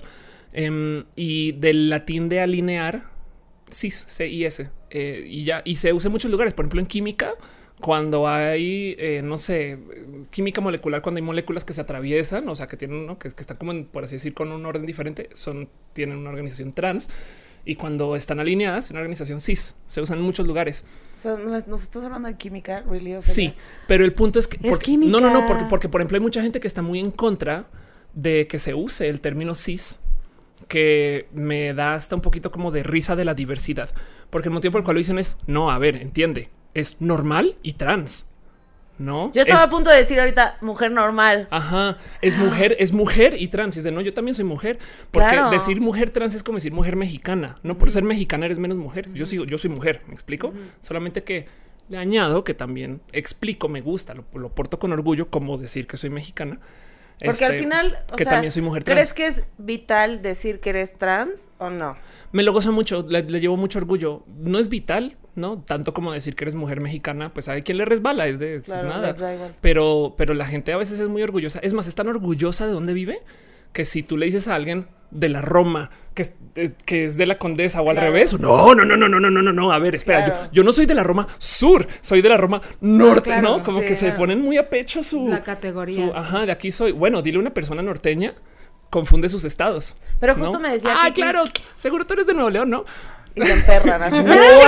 Speaker 3: Y del latín de alinear, cis, C-I-S, y ya, y se usa en muchos lugares, por ejemplo en química, cuando hay, no sé, química molecular, cuando hay moléculas que se atraviesan, o sea, que tienen, ¿no? que están como, por así decir, con un orden diferente, tienen una organización trans, y cuando están alineadas, una organización cis, se usan en muchos lugares.
Speaker 1: ¿Nos estás hablando de química, really? Ophelia?
Speaker 3: Sí, pero el punto es que...
Speaker 2: Es química.
Speaker 3: No, porque, por ejemplo, hay mucha gente que está muy en contra de que se use el término cis, que me da hasta un poquito como de risa de la diversidad, porque el motivo por el cual lo dicen es, no, a ver, entiende, es normal y trans, ¿no?
Speaker 1: Yo estaba a punto de decir ahorita mujer normal.
Speaker 3: Ajá, es mujer y trans. Y es de no, yo también soy mujer. Porque
Speaker 1: Claro.
Speaker 3: decir mujer trans es como decir mujer mexicana. No por ser mexicana eres menos mujer. Yo soy mujer, ¿me explico? Solamente que le añado que también explico, me gusta, lo porto con orgullo como decir que soy mexicana.
Speaker 1: Porque al final, o
Speaker 3: que
Speaker 1: sea,
Speaker 3: también soy mujer
Speaker 1: ¿crees
Speaker 3: trans.
Speaker 1: que es vital decir que eres trans o no?
Speaker 3: Me lo gozo mucho, le llevo mucho orgullo. No es vital, ¿no? Tanto como decir que eres mujer mexicana, pues a quien le resbala, es de pues,
Speaker 1: Claro,
Speaker 3: nada.
Speaker 1: les da igual.
Speaker 3: Pero la gente a veces es muy orgullosa. Es más, es tan orgullosa de dónde vive que si tú le dices a alguien de la Roma que es de la Condesa o al
Speaker 1: Claro.
Speaker 3: revés, no. A ver, espera,
Speaker 1: Claro.
Speaker 3: yo no soy de la Roma Sur, soy de la Roma Norte,
Speaker 2: claro,
Speaker 3: ¿no? Como
Speaker 2: sí,
Speaker 3: que se
Speaker 2: claro.
Speaker 3: ponen muy a pecho
Speaker 2: La categoría, sí.
Speaker 3: Ajá, de aquí soy. Bueno, dile a una persona norteña, confunde sus estados.
Speaker 1: Pero justo
Speaker 3: ¿no?
Speaker 1: me decía
Speaker 3: Ah,
Speaker 1: Kikis-
Speaker 3: claro, seguro tú eres de Nuevo León, ¿no?
Speaker 1: Y se emperran así.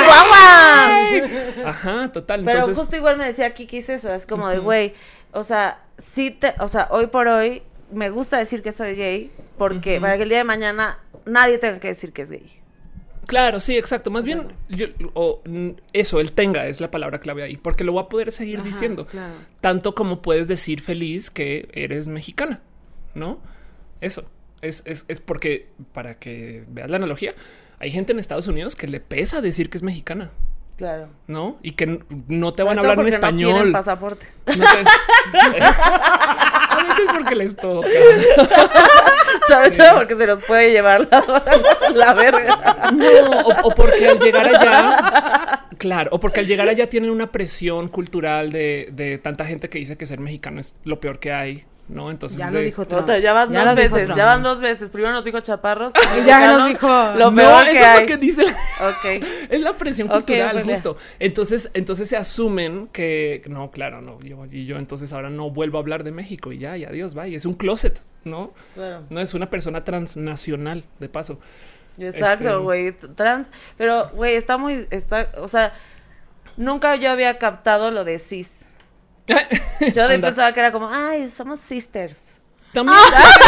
Speaker 1: ¡Chihuahua!
Speaker 3: Ajá, total.
Speaker 1: Pero
Speaker 3: Entonces,
Speaker 1: justo igual me decía Kikis eso, es como de, güey, o sea, hoy por hoy me gusta decir que soy gay porque para que el día de mañana nadie tenga que decir que es gay.
Speaker 3: claro, sí, exacto. Más bien, eso, el tenga es la palabra clave ahí, porque lo voy a poder seguir
Speaker 2: Ajá,
Speaker 3: diciendo.
Speaker 2: claro.
Speaker 3: Tanto como puedes decir feliz que eres mexicana, ¿no? Eso es porque, para que veas la analogía, hay gente en Estados Unidos que le pesa decir que es mexicana,
Speaker 1: Claro.
Speaker 3: ¿no? Y que no te
Speaker 1: Sobre
Speaker 3: van a
Speaker 1: todo
Speaker 3: hablar en
Speaker 1: porque no
Speaker 3: español.
Speaker 1: quieren pasaporte.
Speaker 3: No te- a veces porque les toca.
Speaker 1: Sobre todo porque se los puede llevar la verga.
Speaker 3: No, o porque al llegar allá, claro, o porque al llegar allá tienen una presión cultural de tanta gente que dice que ser mexicano es lo peor que hay, ¿no? Entonces,
Speaker 2: Ya lo dijo Trump.
Speaker 1: Total, ya van
Speaker 2: Ya
Speaker 1: dos
Speaker 2: lo dijo
Speaker 1: veces,
Speaker 2: Trump.
Speaker 1: ya van 2 veces. Primero nos dijo chaparros.
Speaker 2: Y ya nos dijo,
Speaker 1: lo
Speaker 3: no,
Speaker 1: peor que
Speaker 3: eso es
Speaker 1: hay.
Speaker 3: lo que dice.
Speaker 1: Ok.
Speaker 3: Es la presión
Speaker 1: Ok,
Speaker 3: cultural,
Speaker 1: Ophelia.
Speaker 3: justo. Entonces se asumen que no, claro, no. Yo entonces ahora no vuelvo a hablar de México y ya, y adiós, bye. Es un closet, ¿no?
Speaker 1: Claro.
Speaker 3: No es una persona transnacional, de paso.
Speaker 1: Exacto, güey, trans. Pero, güey, o sea, nunca yo había captado lo de cis. Yo
Speaker 3: Anda.
Speaker 1: pensaba que era como, ay, somos sisters.
Speaker 3: También,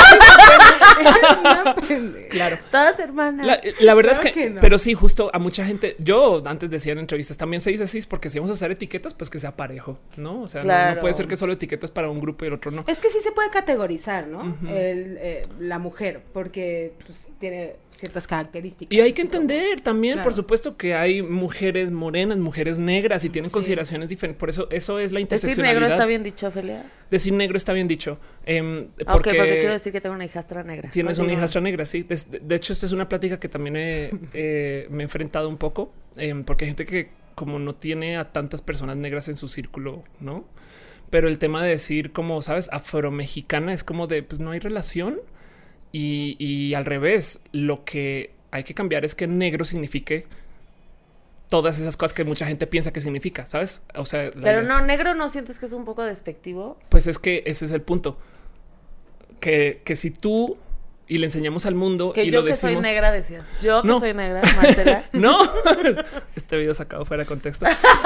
Speaker 2: Una pendeja.
Speaker 3: claro.
Speaker 1: Todas hermanas.
Speaker 3: La verdad
Speaker 2: Claro
Speaker 3: es que
Speaker 2: que no.
Speaker 3: pero sí, justo a mucha gente, yo antes decía en entrevistas, también se dice cis porque si vamos a usar etiquetas, pues que sea parejo, ¿no? O sea,
Speaker 1: Claro.
Speaker 3: no puede ser que solo etiquetas para un grupo y el otro no.
Speaker 2: Es que sí se puede categorizar, ¿no? La mujer, porque pues, tiene ciertas características.
Speaker 3: Y hay que
Speaker 2: así como-
Speaker 3: entender también,
Speaker 2: Claro.
Speaker 3: por supuesto, que hay mujeres morenas, mujeres negras y tienen
Speaker 2: Sí.
Speaker 3: consideraciones diferentes. Por eso es la
Speaker 1: Decir
Speaker 3: interseccionalidad.
Speaker 1: negro está bien dicho, Ophelia.
Speaker 3: Decir negro está bien dicho.
Speaker 1: Porque quiero decir que tengo una hijastra negra.
Speaker 3: Tienes una
Speaker 1: Continúa.
Speaker 3: hijastra negra, sí. De hecho, esta es una plática que también me he enfrentado un poco, porque hay gente que como no tiene a tantas personas negras en su círculo, ¿no? Pero el tema de decir como, ¿sabes? Afromexicana es como de, pues no hay relación y al revés, lo que hay que cambiar es que negro signifique todas esas cosas que mucha gente piensa que significa, ¿sabes? O sea, la
Speaker 1: Pero
Speaker 3: idea-
Speaker 1: no, negro no sientes que es un poco despectivo.
Speaker 3: Pues es que ese es el punto. Que si tú y le enseñamos al mundo
Speaker 1: Que
Speaker 3: y
Speaker 1: yo
Speaker 3: lo
Speaker 1: que
Speaker 3: decimos.
Speaker 1: soy negra decías. Yo que
Speaker 3: No.
Speaker 1: soy negra, Marcela.
Speaker 3: No, este video sacado fuera de contexto.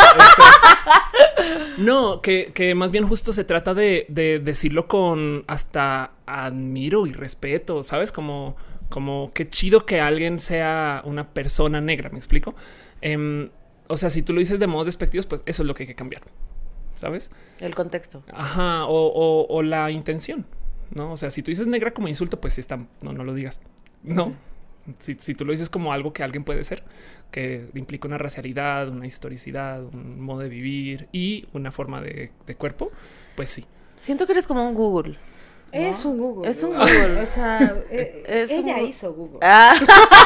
Speaker 3: No, que más bien justo se trata de decirlo con hasta admiro y respeto, ¿sabes? Como qué chido que alguien sea una persona negra, ¿me explico? O sea, si tú lo dices de modos despectivos, pues eso es lo que hay que cambiar, ¿sabes?
Speaker 1: El contexto.
Speaker 3: Ajá, o la intención, ¿no? O sea, si tú dices negra como insulto, pues sí está, no lo digas, ¿no? Si tú lo dices como algo que alguien puede ser, que implica una racialidad, una historicidad, un modo de vivir y una forma de cuerpo, pues sí.
Speaker 1: Siento que eres como un Google.
Speaker 2: Es un Google.
Speaker 1: Es un Google.
Speaker 2: O sea,
Speaker 1: Es un
Speaker 2: ella
Speaker 1: Google.
Speaker 2: hizo Google.
Speaker 1: Ah,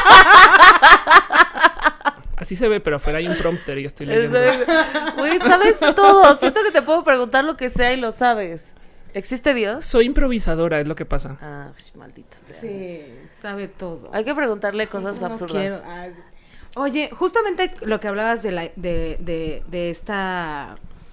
Speaker 3: Así se ve, pero afuera hay un prompter y estoy leyendo.
Speaker 1: güey, sabes todo. Siento que te puedo preguntar lo que sea y lo sabes. ¿Existe Dios?
Speaker 3: Soy improvisadora, es lo que pasa.
Speaker 1: Ah, maldita sea.
Speaker 2: Sí, sabe todo.
Speaker 1: Hay que preguntarle cosas
Speaker 2: Eso no
Speaker 1: absurdas.
Speaker 2: quiero. Ay. Oye, justamente lo que hablabas de esta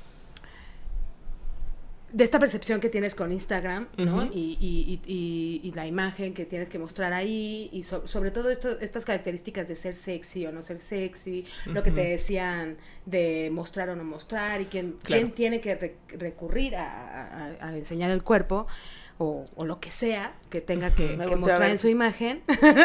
Speaker 2: percepción que tienes con Instagram, ¿no?
Speaker 3: Ujú.
Speaker 2: Y la imagen que tienes que mostrar ahí, y sobre todo estas características de ser sexy o no ser sexy, lo que te decían de mostrar o no mostrar, y quién tiene que recurrir a enseñar el cuerpo, o lo que sea que tenga que mostrar en su imagen.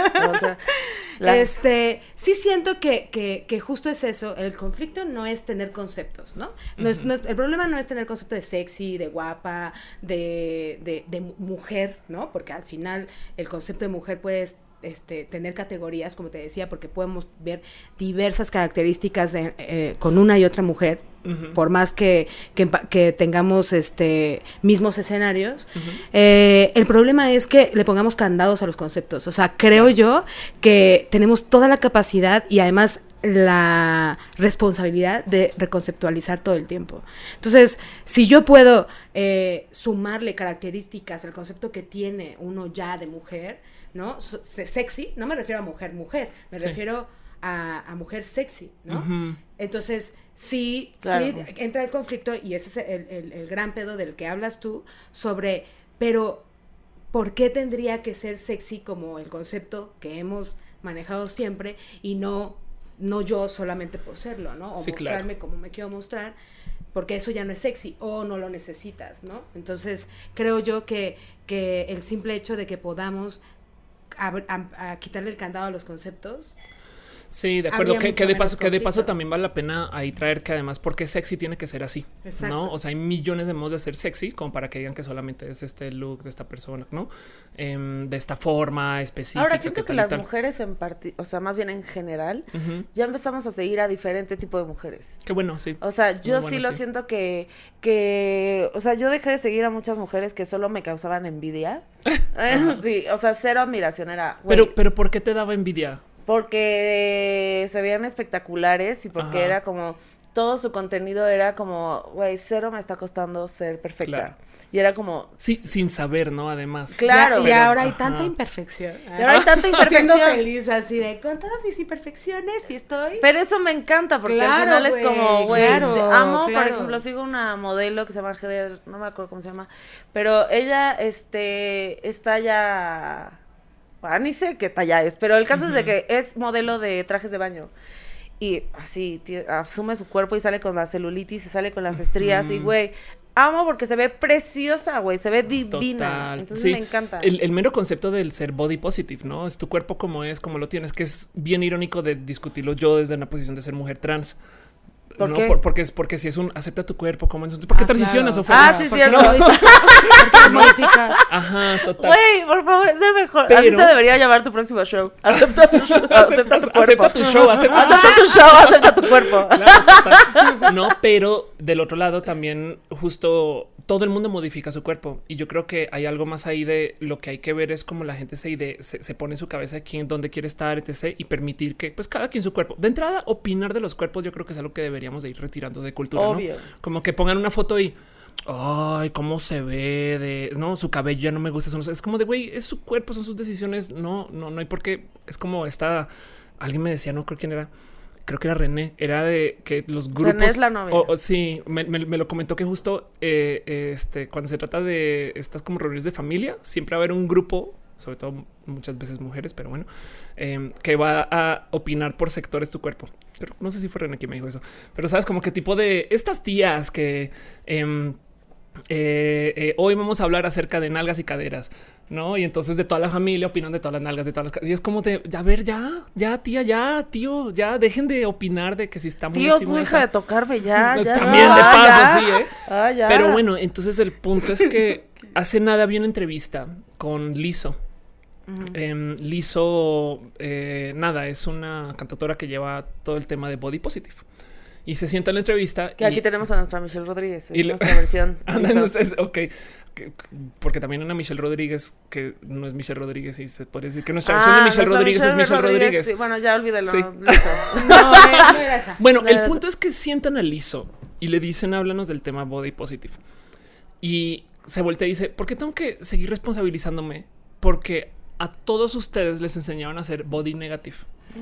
Speaker 2: Sí siento que justo es eso. El conflicto no es tener conceptos, ¿no? El problema no es tener concepto de sexy, de guapa, de mujer, ¿no? Porque al final el concepto de mujer puede tener categorías, como te decía, porque podemos ver diversas características con una y otra mujer. Por más que tengamos mismos escenarios, el problema es que le pongamos candados a los conceptos. O sea, creo yo que tenemos toda la capacidad y además la responsabilidad de reconceptualizar todo el tiempo. Entonces, si yo puedo sumarle características al concepto que tiene uno ya de mujer, ¿no? Sexy, no me refiero a mujer, me refiero a mujer sexy, ¿no? Entonces, sí entra el conflicto, y ese es el gran pedo del que hablas tú, sobre, pero ¿por qué tendría que ser sexy como el concepto que hemos manejado siempre, y no yo solamente por serlo, ¿no? O mostrarme como me quiero mostrar, porque eso ya no es sexy, o no lo necesitas, ¿no? Entonces, creo yo que el simple hecho de que podamos a quitarle el candado a los conceptos.
Speaker 3: Sí, de acuerdo, que de paso también vale la pena ahí traer que además porque sexy tiene que ser así. Exacto. ¿No? O sea, hay millones de modos de ser sexy como para que digan que solamente es este look de esta persona, ¿no? De esta forma específica.
Speaker 1: Ahora siento que las mujeres o sea, más bien en general, ya empezamos a seguir a diferente tipo de mujeres.
Speaker 3: Qué bueno, sí.
Speaker 1: O sea, yo sí lo siento que, o sea, yo dejé de seguir a muchas mujeres que solo me causaban envidia. Sí, o sea, cero admiración era.
Speaker 3: Pero ¿por qué te daba envidia?
Speaker 1: Porque se veían espectaculares y porque era como, todo su contenido era como, güey, cero me está costando ser perfecta. Claro. Y era como...
Speaker 3: Sí, sin saber, ¿no? Además.
Speaker 1: Claro.
Speaker 2: Y ahora hay tanta imperfección.
Speaker 1: Y ahora hay tanta imperfección.
Speaker 2: Siendo feliz así de, con todas mis imperfecciones, y estoy...
Speaker 1: Pero eso me encanta, porque al final es como, güey, amo, por ejemplo, sigo una modelo que se llama Heather, no me acuerdo cómo se llama, pero ella, está ya... ni sé qué talla es, pero el caso es de que es modelo de trajes de baño. Y así, asume su cuerpo y sale con la celulitis, se sale con las estrías. Y, güey, amo porque se ve preciosa, güey, se ve divina. Total. Entonces me encanta.
Speaker 3: El mero concepto del ser body positive, ¿no? Es tu cuerpo como es, como lo tienes, que es bien irónico de discutirlo yo desde una posición de ser mujer trans.
Speaker 1: ¿Por qué?
Speaker 3: Porque si es un acepta tu cuerpo como entonces, ¿por qué transicionas, Ofelia?
Speaker 1: Sí, cierto.
Speaker 2: ¿Por qué modificas?
Speaker 3: Ajá, total.
Speaker 1: Güey, por favor, es el mejor. Pero... así se debería llamar tu próximo show. Acepta tu show, acepta tu cuerpo.
Speaker 3: Acepta tu show, acepta
Speaker 1: tu cuerpo.
Speaker 3: Claro, total. No, pero del otro lado también justo todo el mundo modifica su cuerpo, y yo creo que hay algo más ahí de lo que hay que ver es como la gente se pone en su cabeza de quién, dónde quiere estar, etc. Y permitir que pues cada quien su cuerpo. De entrada, opinar de los cuerpos yo creo que es algo que deberíamos de ir retirando de cultura.
Speaker 1: Obvio.
Speaker 3: ¿No? Como que pongan una foto y ay, cómo se ve no, su cabello ya no me gusta. Es como de güey, es su cuerpo, son sus decisiones. No hay por qué. Es como alguien me decía, no creo quién era. Creo que era René, era de que los grupos...
Speaker 1: René es la novia.
Speaker 3: Sí, me lo comentó que justo cuando se trata de estas como reuniones de familia, siempre va a haber un grupo, sobre todo muchas veces mujeres, pero bueno, que va a opinar por sectores tu cuerpo. Pero no sé si fue René quien me dijo eso, pero sabes, como que tipo de estas tías que... hoy vamos a hablar acerca de nalgas y caderas, ¿no? Y entonces de toda la familia opinan de todas las nalgas, de todas las caderas. Y es como de, a ver, ya, tía, ya, tío, ya, dejen de opinar de que si está muy...
Speaker 1: Tío, tú deja de tocarme, ya.
Speaker 3: También de paso, sí,
Speaker 1: ya.
Speaker 3: Pero bueno, entonces el punto es que hace nada vi una entrevista con Lizzo. Lizzo, nada, es una cantautora que lleva todo el tema de body positive. Y se sienta en la entrevista.
Speaker 1: Que aquí tenemos a nuestra Michelle Rodríguez, nuestra versión.
Speaker 3: Ok. Porque también una Michelle Rodríguez que no es Michelle Rodríguez y se puede decir que nuestra versión de Michelle Rodríguez es Michelle Rodríguez.
Speaker 1: Sí, bueno, ya olvídalo.
Speaker 3: Sí.
Speaker 2: No era esa.
Speaker 3: Bueno, el punto es que sientan a Lizzo y le dicen, háblanos del tema body positive. Y se voltea y dice, ¿por qué tengo que seguir responsabilizándome? Porque a todos ustedes les enseñaron a ser body negative.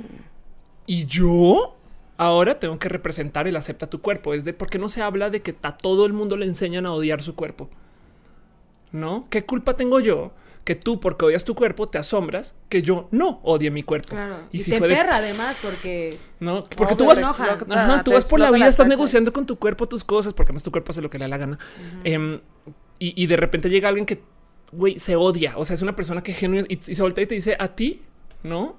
Speaker 3: Y yo ahora tengo que representar el acepta tu cuerpo. Es de por qué no se habla de que a todo el mundo le enseñan a odiar su cuerpo. ¿No? ¿Qué culpa tengo yo? Que tú, porque odias tu cuerpo, te asombras que yo no odie mi cuerpo.
Speaker 2: Claro.
Speaker 3: Y
Speaker 2: si
Speaker 3: te
Speaker 2: te perra además, porque...
Speaker 3: No, porque
Speaker 2: Oh,
Speaker 3: tú
Speaker 2: se
Speaker 3: vas,
Speaker 2: enoja.
Speaker 3: ajá, tú
Speaker 1: Te
Speaker 3: vas por la
Speaker 1: explota
Speaker 3: vida,
Speaker 1: la
Speaker 3: estás
Speaker 1: tacha.
Speaker 3: negociando con tu cuerpo tus cosas, porque además tu cuerpo hace lo que le da la gana. Y de repente llega alguien que, güey, se odia. O sea, es una persona que genuino y se voltea y te dice a ti, ¿no?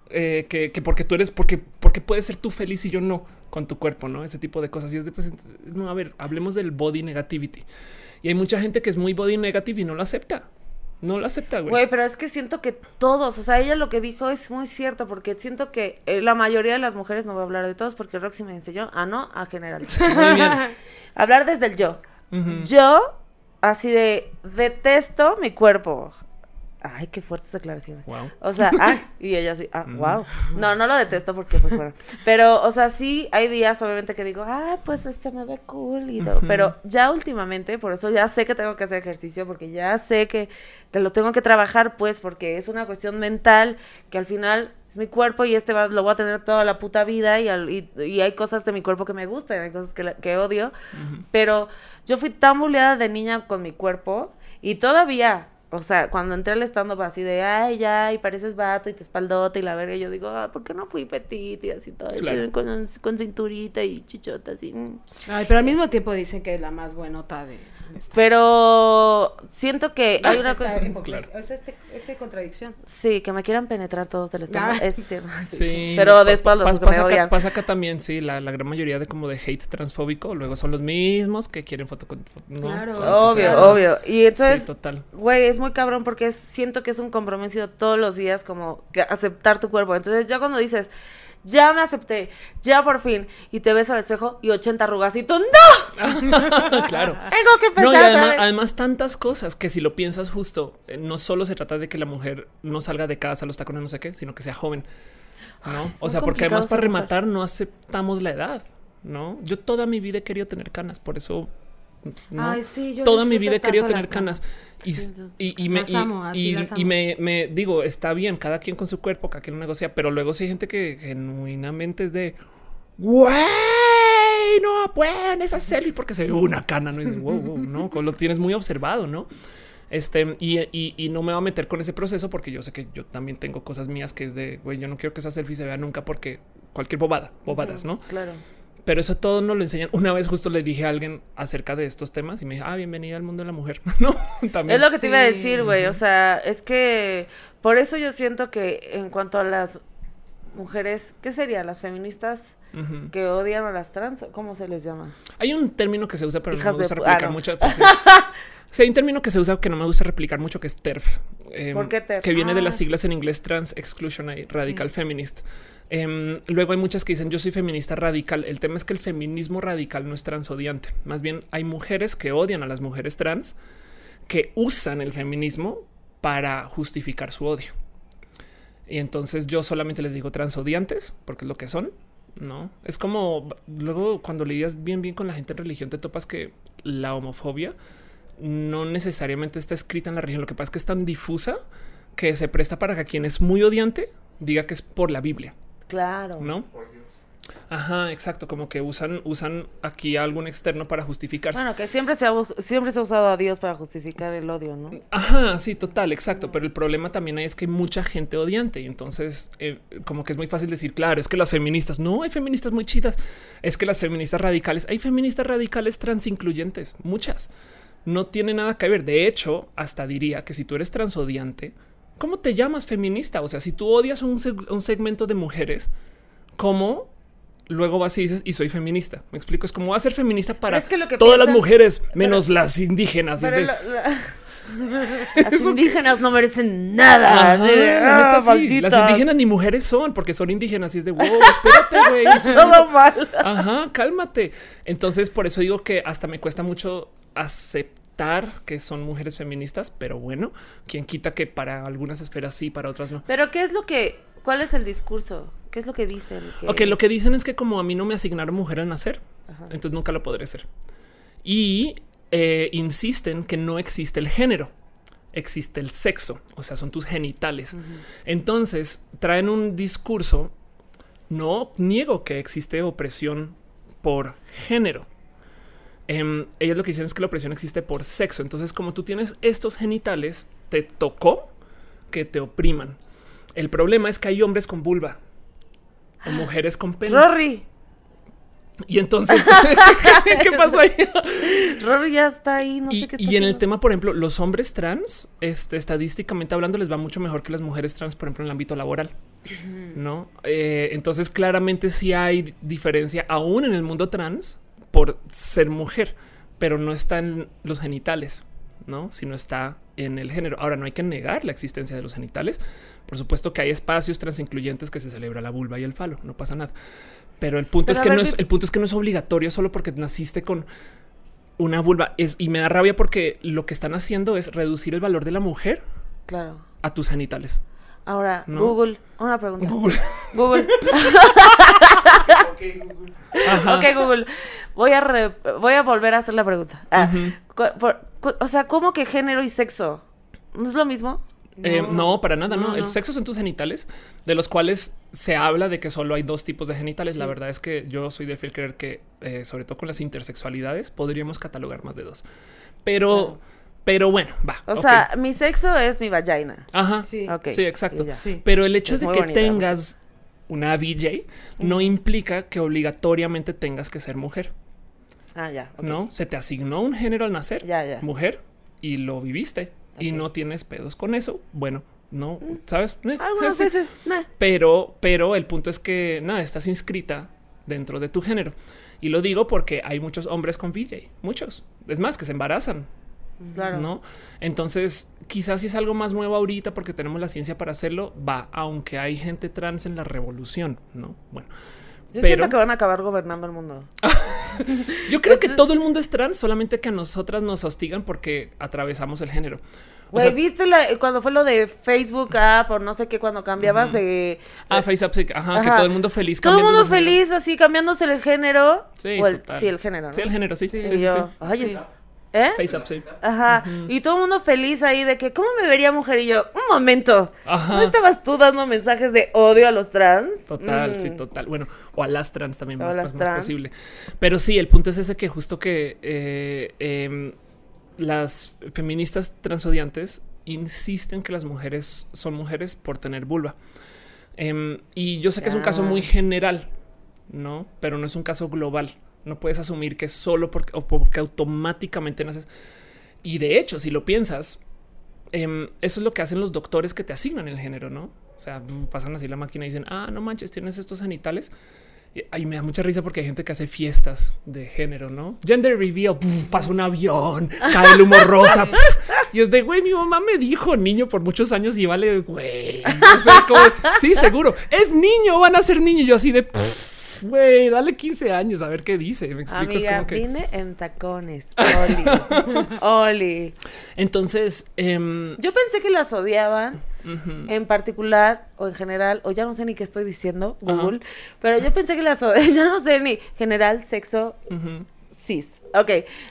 Speaker 3: Que porque tú eres, porque puedes ser tú feliz y yo no con tu cuerpo, ¿no? Ese tipo de cosas. Y es de, pues, no, a ver, hablemos del body negativity. Y hay mucha gente que es muy body negative y no lo acepta. No lo acepta, güey.
Speaker 1: Güey, pero es que siento que todos, o sea, ella lo que dijo es muy cierto, porque siento que la mayoría de las mujeres, no voy a hablar de todos, porque Roxy me enseñó a no a generalizar.
Speaker 3: Muy bien.
Speaker 1: Hablar desde el yo.
Speaker 3: Ujú.
Speaker 1: Yo, así de, detesto mi cuerpo. Ay, qué fuertes declaraciones.
Speaker 3: Wow.
Speaker 1: O sea, y ella así, wow. No, no lo detesto porque, pues bueno. Pero, o sea, sí hay días, obviamente, que digo, pues me ve cool y todo. Pero ya últimamente, por eso ya sé que tengo que hacer ejercicio, porque ya sé que lo tengo que trabajar, pues, porque es una cuestión mental que al final es mi cuerpo y lo voy a tener toda la puta vida y hay cosas de mi cuerpo que me gustan, hay cosas que odio. Pero yo fui tan bulleada de niña con mi cuerpo y todavía... O sea, cuando entré al stand-up así de, y pareces vato y te espaldota y la verga, yo digo, ¿por qué no fui petit y así todo?
Speaker 3: Claro.
Speaker 1: Con cinturita y chichota así.
Speaker 2: Ay, pero al mismo tiempo dicen que es la más buenota de esta.
Speaker 1: Pero siento que hay una
Speaker 2: Esta
Speaker 1: cosa...
Speaker 2: hipocresía, o sea, esta contradicción.
Speaker 1: Sí, que me quieran penetrar todos del stand-up. Es cierto.
Speaker 3: Sí.
Speaker 1: Pero de espaldas, porque me odian.
Speaker 3: Pasa acá también, sí, la gran mayoría de como de hate transfóbico, luego son los mismos que quieren foto con... ¿no?
Speaker 2: Claro.
Speaker 3: Con lo que sea.
Speaker 1: Obvio. Y entonces,
Speaker 3: Sí, total.
Speaker 1: güey, es muy cabrón porque siento que es un compromiso todos los días como que aceptar tu cuerpo. Entonces ya cuando dices, ya me acepté, ya por fin, y te ves al espejo y 80 arrugas y tú, ¡no!
Speaker 3: Claro.
Speaker 1: Tengo que empezar
Speaker 3: No, y
Speaker 1: otra vez.
Speaker 3: además tantas cosas que si lo piensas justo, no solo se trata de que la mujer no salga de casa a los tacones no sé qué, sino que sea joven, ¿no? O sea, porque además para rematar no aceptamos la edad, ¿no? Yo toda mi vida he querido tener canas, por eso... ¿no?
Speaker 2: Ay, sí, yo
Speaker 3: toda mi
Speaker 2: disfruto
Speaker 3: vida he querido
Speaker 2: tanto
Speaker 3: tener
Speaker 2: las
Speaker 3: canas. Y
Speaker 2: Las amo, así las amo.
Speaker 3: me digo, está bien, cada quien con su cuerpo, cada quien lo negocia, pero luego sí hay gente que genuinamente es de, güey, no pueden esa selfie porque se ve una cana, no es de wow, no, lo tienes muy observado, ¿no? Y no me va a meter con ese proceso porque yo sé que yo también tengo cosas mías que es de, güey, yo no quiero que esa selfie se vea nunca porque cualquier bobadas, ¿no?
Speaker 1: Claro.
Speaker 3: Pero eso todo nos lo enseñan. Una vez justo le dije a alguien acerca de estos temas y me dijo, bienvenida al mundo de la mujer. No, también.
Speaker 1: Es lo que te iba a
Speaker 2: Sí.
Speaker 1: decir, güey. O sea, es que por eso yo siento que en cuanto a las mujeres, ¿qué sería? Las feministas
Speaker 3: Ujú.
Speaker 1: que odian a las trans, ¿cómo se les llama?
Speaker 3: Hay un término que se usa, pero no
Speaker 1: Hijas
Speaker 3: me gusta
Speaker 1: de
Speaker 3: replicar
Speaker 1: no.
Speaker 3: mucho. Pues, sí. Sí, hay un término que se usa que no me gusta replicar mucho, que es TERF.
Speaker 1: ¿Por qué TERF?
Speaker 3: Que viene de las
Speaker 2: sí.
Speaker 3: siglas en inglés Trans Exclusionary Radical Feminist. Luego hay muchas que dicen yo soy feminista radical. El tema es que el feminismo radical no es transodiante. Más bien hay mujeres que odian a las mujeres trans que usan el feminismo para justificar su odio. Y entonces yo solamente les digo transodiantes porque es lo que son. No es como luego cuando lidias bien con la gente en religión te topas que la homofobia no necesariamente está escrita en la religión. Lo que pasa es que es tan difusa que se presta para que quien es muy odiante diga que es por la Biblia,
Speaker 1: Claro.
Speaker 3: ¿no?
Speaker 4: Por Dios.
Speaker 3: Ajá, exacto, como que usan aquí a algún externo para justificarse.
Speaker 1: Bueno, que siempre se ha usado a Dios para justificar el odio, ¿no?
Speaker 3: Ajá, sí, total, exacto. Pero el problema también es que hay mucha gente odiante y entonces como que es muy fácil decir, claro, es que las feministas, no hay feministas muy chidas, es que las feministas radicales, hay feministas radicales trans incluyentes, muchas. No tiene nada que ver. De hecho, hasta diría que si tú eres transodiante, ¿cómo te llamas feminista? O sea, si tú odias un segmento de mujeres, ¿cómo luego vas y dices y soy feminista? Me explico, es como va a ser feminista para
Speaker 1: es que lo que
Speaker 3: todas las
Speaker 1: piensan-
Speaker 3: mujeres menos las indígenas. Y es
Speaker 1: Pero
Speaker 3: de,
Speaker 1: las indígenas no merecen nada.
Speaker 3: ajá,
Speaker 1: así de,
Speaker 3: la neta, sí.
Speaker 1: malditas.
Speaker 3: Las indígenas ni mujeres son porque son indígenas y es de wow, espérate, güey.
Speaker 1: Todo mal.
Speaker 3: Ajá, cálmate. Entonces, por eso digo que hasta me cuesta mucho aceptar que son mujeres feministas, pero bueno, quien quita que para algunas esferas sí, para otras no.
Speaker 1: Pero ¿cuál es el discurso? ¿Qué es lo que dicen?
Speaker 3: Ok, lo que dicen es que como a mí no me asignaron mujer al nacer,
Speaker 1: Ajá.
Speaker 3: entonces nunca lo podré ser. Y insisten que no existe el género, existe el sexo, o sea, son tus genitales. Entonces traen un discurso, no niego que existe opresión por género. Ellos lo que dicen es que la opresión existe por sexo. Entonces, como tú tienes estos genitales, te tocó que te opriman. El problema es que hay hombres con vulva o mujeres con pene.
Speaker 1: Rory.
Speaker 3: Y entonces, ¿qué pasó ahí?
Speaker 1: Rory ya está ahí, no sé qué está
Speaker 3: Y en el
Speaker 1: haciendo.
Speaker 3: tema, por ejemplo, los hombres trans, estadísticamente hablando, les va mucho mejor que las mujeres trans, por ejemplo, en el ámbito laboral, ¿no? Entonces, claramente sí hay diferencia aún en el mundo trans por ser mujer, pero no está en los genitales, ¿no? Sino está en el género. Ahora, no hay que negar la existencia de los genitales. Por supuesto que hay espacios transincluyentes que se celebra la vulva y el falo, no pasa nada. Pero el punto es que el punto es que no es obligatorio solo porque naciste con una vulva. Y me da rabia porque lo que están haciendo es reducir el valor de la mujer
Speaker 1: Claro.
Speaker 3: a tus genitales.
Speaker 1: Ahora,
Speaker 3: ¿No?
Speaker 1: Google, una pregunta.
Speaker 3: Google.
Speaker 1: Google.
Speaker 4: Ok, Google.
Speaker 3: Ajá.
Speaker 1: Ok, Google. Voy a volver a hacer la pregunta. O sea, ¿cómo que género y sexo? ¿No es lo mismo?
Speaker 3: No, para nada, no.
Speaker 1: No,
Speaker 3: El
Speaker 1: no.
Speaker 3: sexo son tus genitales, de los cuales se habla de que solo hay dos tipos de genitales. La verdad es que yo soy de fiel creer que, sobre todo con las intersexualidades, podríamos catalogar más de dos. Pero bueno, va.
Speaker 1: O
Speaker 3: ok.
Speaker 1: sea, mi sexo es mi vagina.
Speaker 3: Ajá.
Speaker 2: Sí.
Speaker 1: Ok.
Speaker 3: Sí, exacto.
Speaker 1: Y ya.
Speaker 2: Sí.
Speaker 3: Pero el hecho
Speaker 1: Es
Speaker 3: de
Speaker 1: muy
Speaker 3: que
Speaker 1: bonita,
Speaker 3: tengas una VJ no implica que obligatoriamente tengas que ser mujer,
Speaker 1: Ah, ya. ok.
Speaker 3: ¿no? Se te asignó un género al nacer,
Speaker 1: Ya.
Speaker 3: mujer, y lo viviste. Y
Speaker 1: Ok.
Speaker 3: no tienes pedos con eso. Bueno, no, ¿sabes?
Speaker 1: Algunas
Speaker 3: Sí.
Speaker 1: veces, nah.
Speaker 3: Pero el punto es que nada, estás inscrita dentro de tu género. Y lo digo porque hay muchos hombres con VJ, muchos. Es más, que se embarazan,
Speaker 1: Claro.
Speaker 3: ¿no? Entonces, quizás si es algo más nuevo ahorita porque tenemos la ciencia para hacerlo, va, aunque hay gente trans en la revolución, ¿no? Bueno,
Speaker 1: Yo
Speaker 3: pero
Speaker 1: siento que van a acabar gobernando el mundo.
Speaker 3: yo creo que todo el mundo es trans, solamente que a nosotras nos hostigan porque atravesamos el género. O
Speaker 1: Güey,
Speaker 3: sea,
Speaker 1: ¿viste cuando fue lo de Facebook App o no sé qué, cuando cambiabas de...
Speaker 3: Face Up, sí, ajá, que
Speaker 1: Ajá.
Speaker 3: todo el mundo feliz.
Speaker 1: Todo el
Speaker 3: cambiando
Speaker 1: mundo
Speaker 3: su género.
Speaker 1: feliz, así, cambiándose el género.
Speaker 3: Sí,
Speaker 1: O
Speaker 3: total.
Speaker 1: sí, el género, ¿no?
Speaker 3: Sí, el género, sí.
Speaker 1: Y
Speaker 3: Sí, sí,
Speaker 1: yo,
Speaker 3: sí.
Speaker 1: oye,
Speaker 2: Sí.
Speaker 1: ¿eh?
Speaker 3: Face Up, sí.
Speaker 1: Ajá. Y todo el mundo feliz ahí de que, ¿cómo me vería mujer? Y yo, un momento.
Speaker 3: Ajá.
Speaker 1: ¿No estabas tú dando mensajes de odio a los trans?
Speaker 3: Total, sí, total. Bueno, o a las trans también
Speaker 1: O a
Speaker 3: más,
Speaker 1: las
Speaker 3: más
Speaker 1: trans.
Speaker 3: posible. Pero sí, el punto es ese que justo que las feministas transodiantes insisten que las mujeres son mujeres por tener vulva. Y yo sé que es un caso muy general, ¿no? Pero no es un caso global. No puedes asumir que solo porque automáticamente naces. Y de hecho, si lo piensas, eso es lo que hacen los doctores que te asignan el género, ¿no? O sea, pasan así la máquina y dicen, no manches, tienes estos genitales. Y ahí me da mucha risa porque hay gente que hace fiestas de género, ¿no? Gender reveal, pasa un avión, cae el humo rosa. Y es de, güey, mi mamá me dijo niño por muchos años y vale, güey. O sea, es como, sí, seguro. Es niño, van a ser niño. Y yo así de, güey, dale 15 años a ver qué dice. Me explico.
Speaker 1: Amiga,
Speaker 3: es como que...
Speaker 1: vine en tacones. Oli. Oli.
Speaker 3: Entonces,
Speaker 1: Yo pensé que las odiaban en particular o en general, o ya no sé ni qué estoy diciendo, Google, pero yo pensé que las odiaban, ya no sé ni general, sexo, cis. Ok.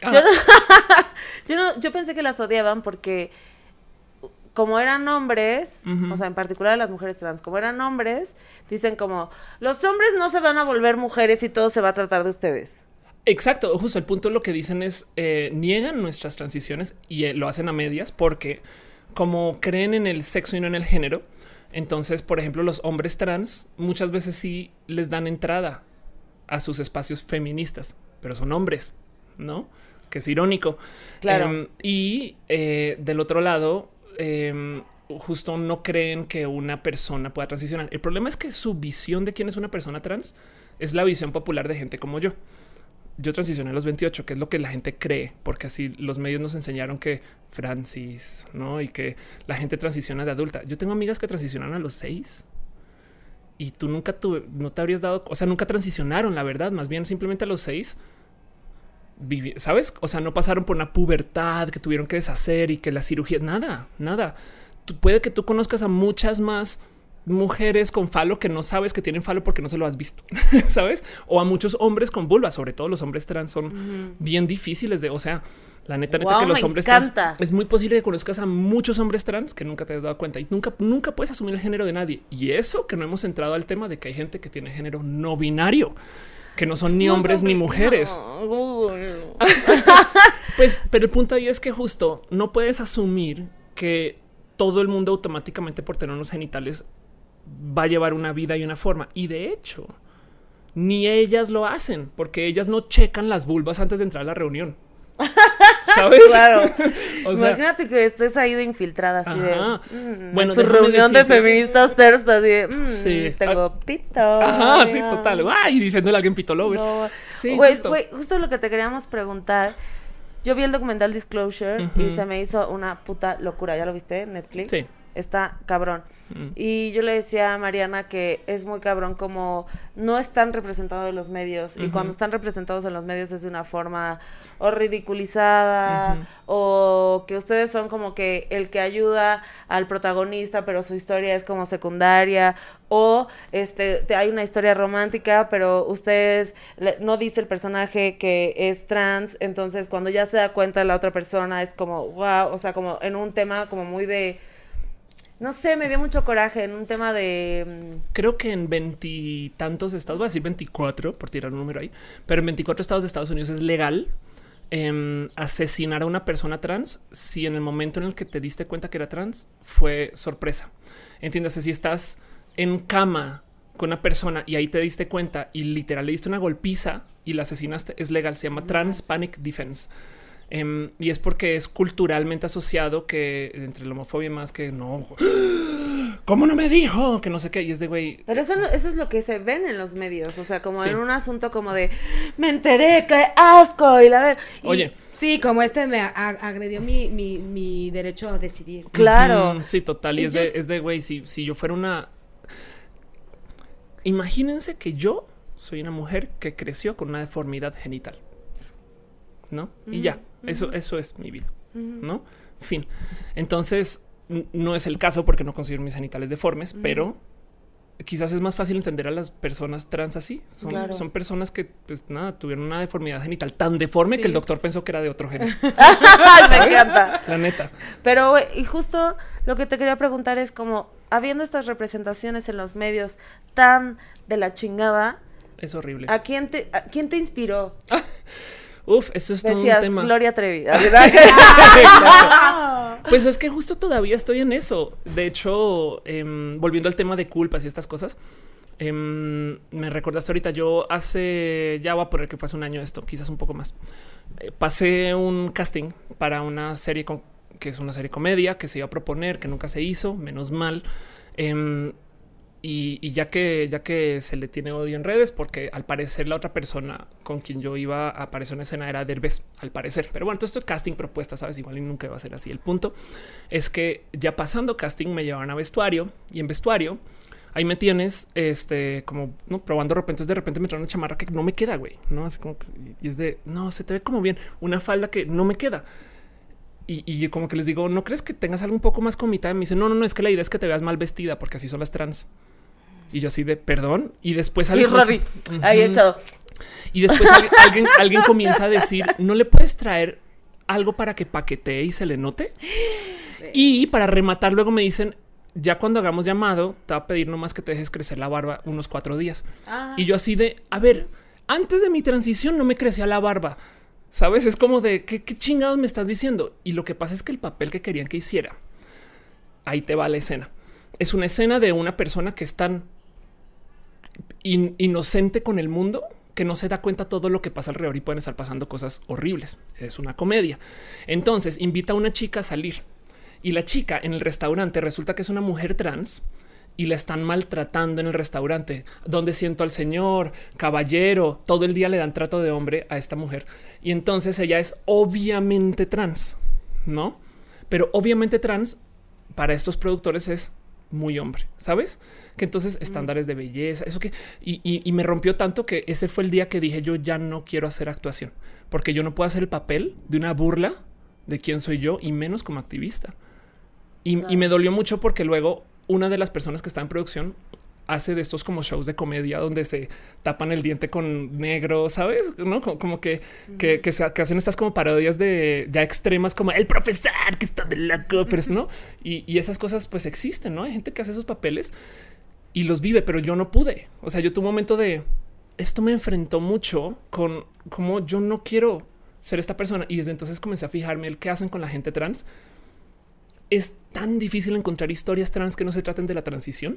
Speaker 1: Yo pensé que las odiaban porque como eran hombres, o sea, en particular las mujeres trans, como eran hombres, dicen como, los hombres no se van a volver mujeres y todo se va a tratar de ustedes.
Speaker 3: exacto, justo el punto lo que dicen es niegan nuestras transiciones y lo hacen a medias porque como creen en el sexo y no en el género, entonces, por ejemplo, los hombres trans muchas veces sí les dan entrada a sus espacios feministas, pero son hombres, ¿no? Que es irónico.
Speaker 1: Claro.
Speaker 3: Y del otro lado, justo no creen que una persona pueda transicionar. El problema es que su visión de quién es una persona trans es la visión popular de gente como yo. Yo transicioné a los 28, que es lo que la gente cree, porque así los medios nos enseñaron que Francis, ¿no? Y que la gente transiciona de adulta. Yo tengo amigas que transicionaron a los 6 y tú no te habrías dado, o sea, nunca transicionaron, la verdad, más bien simplemente a los 6, ¿sabes? O sea, no pasaron por una pubertad que tuvieron que deshacer y que la cirugía, nada. Puede que tú conozcas a muchas más mujeres con falo que no sabes que tienen falo porque no se lo has visto, ¿sabes? O a muchos hombres con vulva, sobre todo los hombres trans son bien difíciles de, o sea, la neta que los hombres trans, es muy posible que conozcas a muchos hombres trans que nunca te has dado cuenta y nunca puedes asumir el género de nadie. Y eso que no hemos entrado al tema de que hay gente que tiene género no binario, que no son ni hombres ni mujeres. Pues, pero el punto ahí es que justo no puedes asumir que todo el mundo automáticamente por tener unos genitales va a llevar una vida y una forma. Y de hecho, ni ellas lo hacen porque ellas no checan las vulvas antes de entrar a la reunión. ¿Sabes?
Speaker 1: Claro.
Speaker 3: O sea,
Speaker 1: imagínate que estés ahí de infiltrada así
Speaker 3: bueno,
Speaker 1: su reunión de feministas TERFs así de
Speaker 3: sí.
Speaker 1: tengo pito.
Speaker 3: Ajá, sí, total. Ay, diciéndole a alguien pito lover.
Speaker 1: No.
Speaker 3: Sí,
Speaker 1: Güey,
Speaker 3: justo.
Speaker 1: justo lo que te queríamos preguntar. Yo vi el documental Disclosure y se me hizo una puta locura. ¿Ya lo viste en Netflix?
Speaker 3: Sí.
Speaker 1: Está cabrón. Y yo le decía a Mariana que es muy cabrón como no están representados en los medios. Y cuando están representados en los medios es de una forma o ridiculizada o que ustedes son como que el que ayuda al protagonista pero su historia es como secundaria o hay una historia romántica pero ustedes no dice el personaje que es trans, entonces cuando ya se da cuenta la otra persona es como wow, o sea, como en un tema como muy de no sé, me dio mucho coraje en un tema de...
Speaker 3: Creo que en 20 y tantos estados, voy a decir 24 por tirar un número ahí, pero en 24 estados de Estados Unidos es legal asesinar a una persona trans si en el momento en el que te diste cuenta que era trans fue sorpresa. Entiéndase, si estás en cama con una persona y ahí te diste cuenta y literal le diste una golpiza y la asesinaste, es legal, se llama Trans Panic Defense. Y es porque es culturalmente asociado que entre la homofobia más que no, ¿cómo no me dijo? Que no sé qué. Y es de güey.
Speaker 1: Pero eso es lo que se ven en los medios. O sea, como en un asunto como de me enteré, qué asco. Y la ver.
Speaker 3: Oye.
Speaker 2: Sí, como me agredió mi derecho a decidir.
Speaker 1: Claro.
Speaker 3: Sí, total. Y es de güey, si yo fuera una. Imagínense que yo soy una mujer que creció con una deformidad genital. ¿No? Y ya, eso es mi vida, ¿no? Fin. Entonces, no es el caso porque no considero mis genitales deformes, pero quizás es más fácil entender a las personas trans así. Son personas que, pues nada, tuvieron una deformidad genital tan deforme que el doctor pensó que era de otro género.
Speaker 1: Me encanta.
Speaker 3: La neta.
Speaker 1: Pero, güey, y justo lo que te quería preguntar es como, habiendo estas representaciones en los medios tan de la chingada...
Speaker 3: Es horrible.
Speaker 1: ¿A quién te inspiró?
Speaker 3: Uf, eso es todo un tema.
Speaker 1: Gloria Trevi.
Speaker 3: Pues es que justo todavía estoy en eso. De hecho, volviendo al tema de culpas y estas cosas, me recordaste ahorita, yo ya voy a poner que fue hace un año esto, quizás un poco más. Pasé un casting para una serie que es una serie comedia que se iba a proponer, que nunca se hizo, menos mal. Y ya que se le tiene odio en redes, porque al parecer la otra persona con quien yo iba a aparecer en una escena era Derbez, al parecer. Pero bueno, todo esto es casting propuesta, sabes, igual y nunca va a ser así. El punto es que ya pasando casting me llevaban a vestuario y en vestuario ahí me tienes como no probando ropa. Entonces de repente me traen una chamarra que no me queda, güey, no así como y es de no se te ve como bien, una falda que no me queda. Y yo como que les digo, ¿no crees que tengas algo un poco más con mitad? Y me dicen, no, es que la idea es que te veas mal vestida porque así son las trans. Y yo así de perdón. Y después
Speaker 1: ahí echado.
Speaker 3: Y después alguien comienza a decir, ¿no le puedes traer algo para que paquetee y se le note? Y para rematar luego me dicen, ya cuando hagamos llamado, te va a pedir nomás que te dejes crecer la barba unos 4 días. Y yo así de, a ver, antes de mi transición no me crecía la barba. ¿Sabes? Es como de, ¿qué chingados me estás diciendo? Y lo que pasa es que el papel que querían que hiciera, ahí te va la escena. Es una escena de una persona que es tan inocente con el mundo que no se da cuenta todo lo que pasa alrededor y pueden estar pasando cosas horribles. Es una comedia. Entonces invita a una chica a salir y la chica en el restaurante resulta que es una mujer trans y la están maltratando en el restaurante. ¿Dónde siento al señor? Caballero. Todo el día le dan trato de hombre a esta mujer. Y entonces ella es obviamente trans, ¿no? Pero obviamente trans para estos productores es muy hombre, ¿sabes? Que entonces estándares de belleza, eso que... Y me rompió tanto que ese fue el día que dije yo ya no quiero hacer actuación. Porque yo no puedo hacer el papel de una burla de quién soy yo y menos como activista. Y me dolió mucho porque luego una de las personas que está en producción hace de estos como shows de comedia donde se tapan el diente con negro, ¿sabes? ¿No? Como que hacen estas como parodias de ya extremas, como el profesor que está de loco, pero no. Y esas cosas pues existen, ¿no? Hay gente que hace esos papeles y los vive, pero yo no pude. O sea, yo tuve un momento de esto me enfrentó mucho con cómo yo no quiero ser esta persona. Y desde entonces comencé a fijarme el qué hacen con la gente trans. Es tan difícil encontrar historias trans que no se traten de la transición.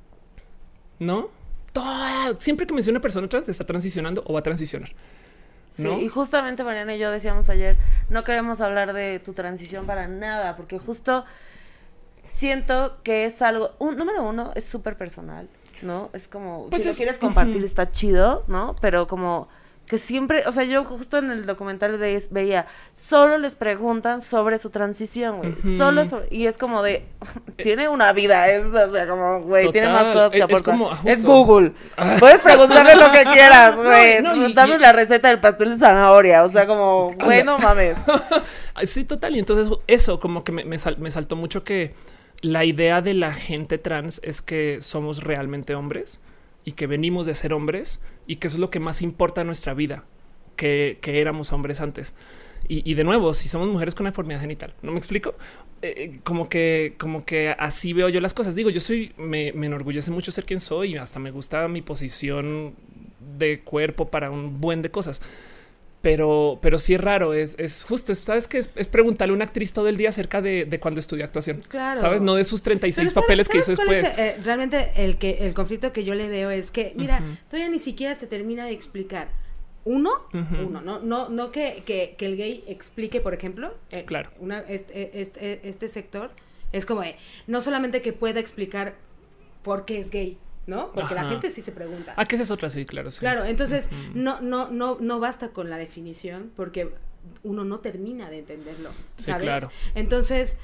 Speaker 3: No, siempre que menciona una persona trans está transicionando o va a transicionar. ¿No?
Speaker 1: Sí, y justamente Mariana y yo decíamos ayer, no queremos hablar de tu transición para nada, porque justo siento que es algo, número uno, es súper personal, ¿no? Es como,
Speaker 3: pues
Speaker 1: si lo quieres compartir está chido, ¿no? Pero como que siempre, o sea, yo justo en el documental veía, solo les preguntan sobre su transición, güey, y es como de, tiene una vida, o sea, como, güey, tiene más cosas que aportar. Es Google, puedes preguntarle lo que quieras, güey, dame la receta del pastel de zanahoria, o sea, como, güey, no mames.
Speaker 3: Sí, total, y entonces eso como que me saltó mucho que la idea de la gente trans es que somos realmente hombres y que venimos de ser hombres y que eso es lo que más importa en nuestra vida, que éramos hombres antes. Y de nuevo, si somos mujeres con deformidad genital, ¿no me explico? Como que así veo yo las cosas. Digo, me enorgullece mucho ser quien soy y hasta me gusta mi posición de cuerpo para un buen de cosas. Pero sí es raro, es justo, ¿sabes qué? Es preguntarle a una actriz todo el día acerca de cuando estudió actuación.
Speaker 2: Claro.
Speaker 3: ¿Sabes? No de sus 36 papeles que hizo después.
Speaker 2: Realmente el conflicto que yo le veo es que, mira, todavía ni siquiera se termina de explicar. Uno, no que el gay explique, por ejemplo,
Speaker 3: claro.
Speaker 2: Este sector, es como, no solamente que pueda explicar por qué es gay, ¿no? Porque la gente sí se pregunta.
Speaker 3: Que esa es otra, sí, claro. Sí.
Speaker 2: Claro, entonces no basta con la definición porque uno no termina de entenderlo, ¿sabes?
Speaker 3: Sí, claro.
Speaker 2: Entonces,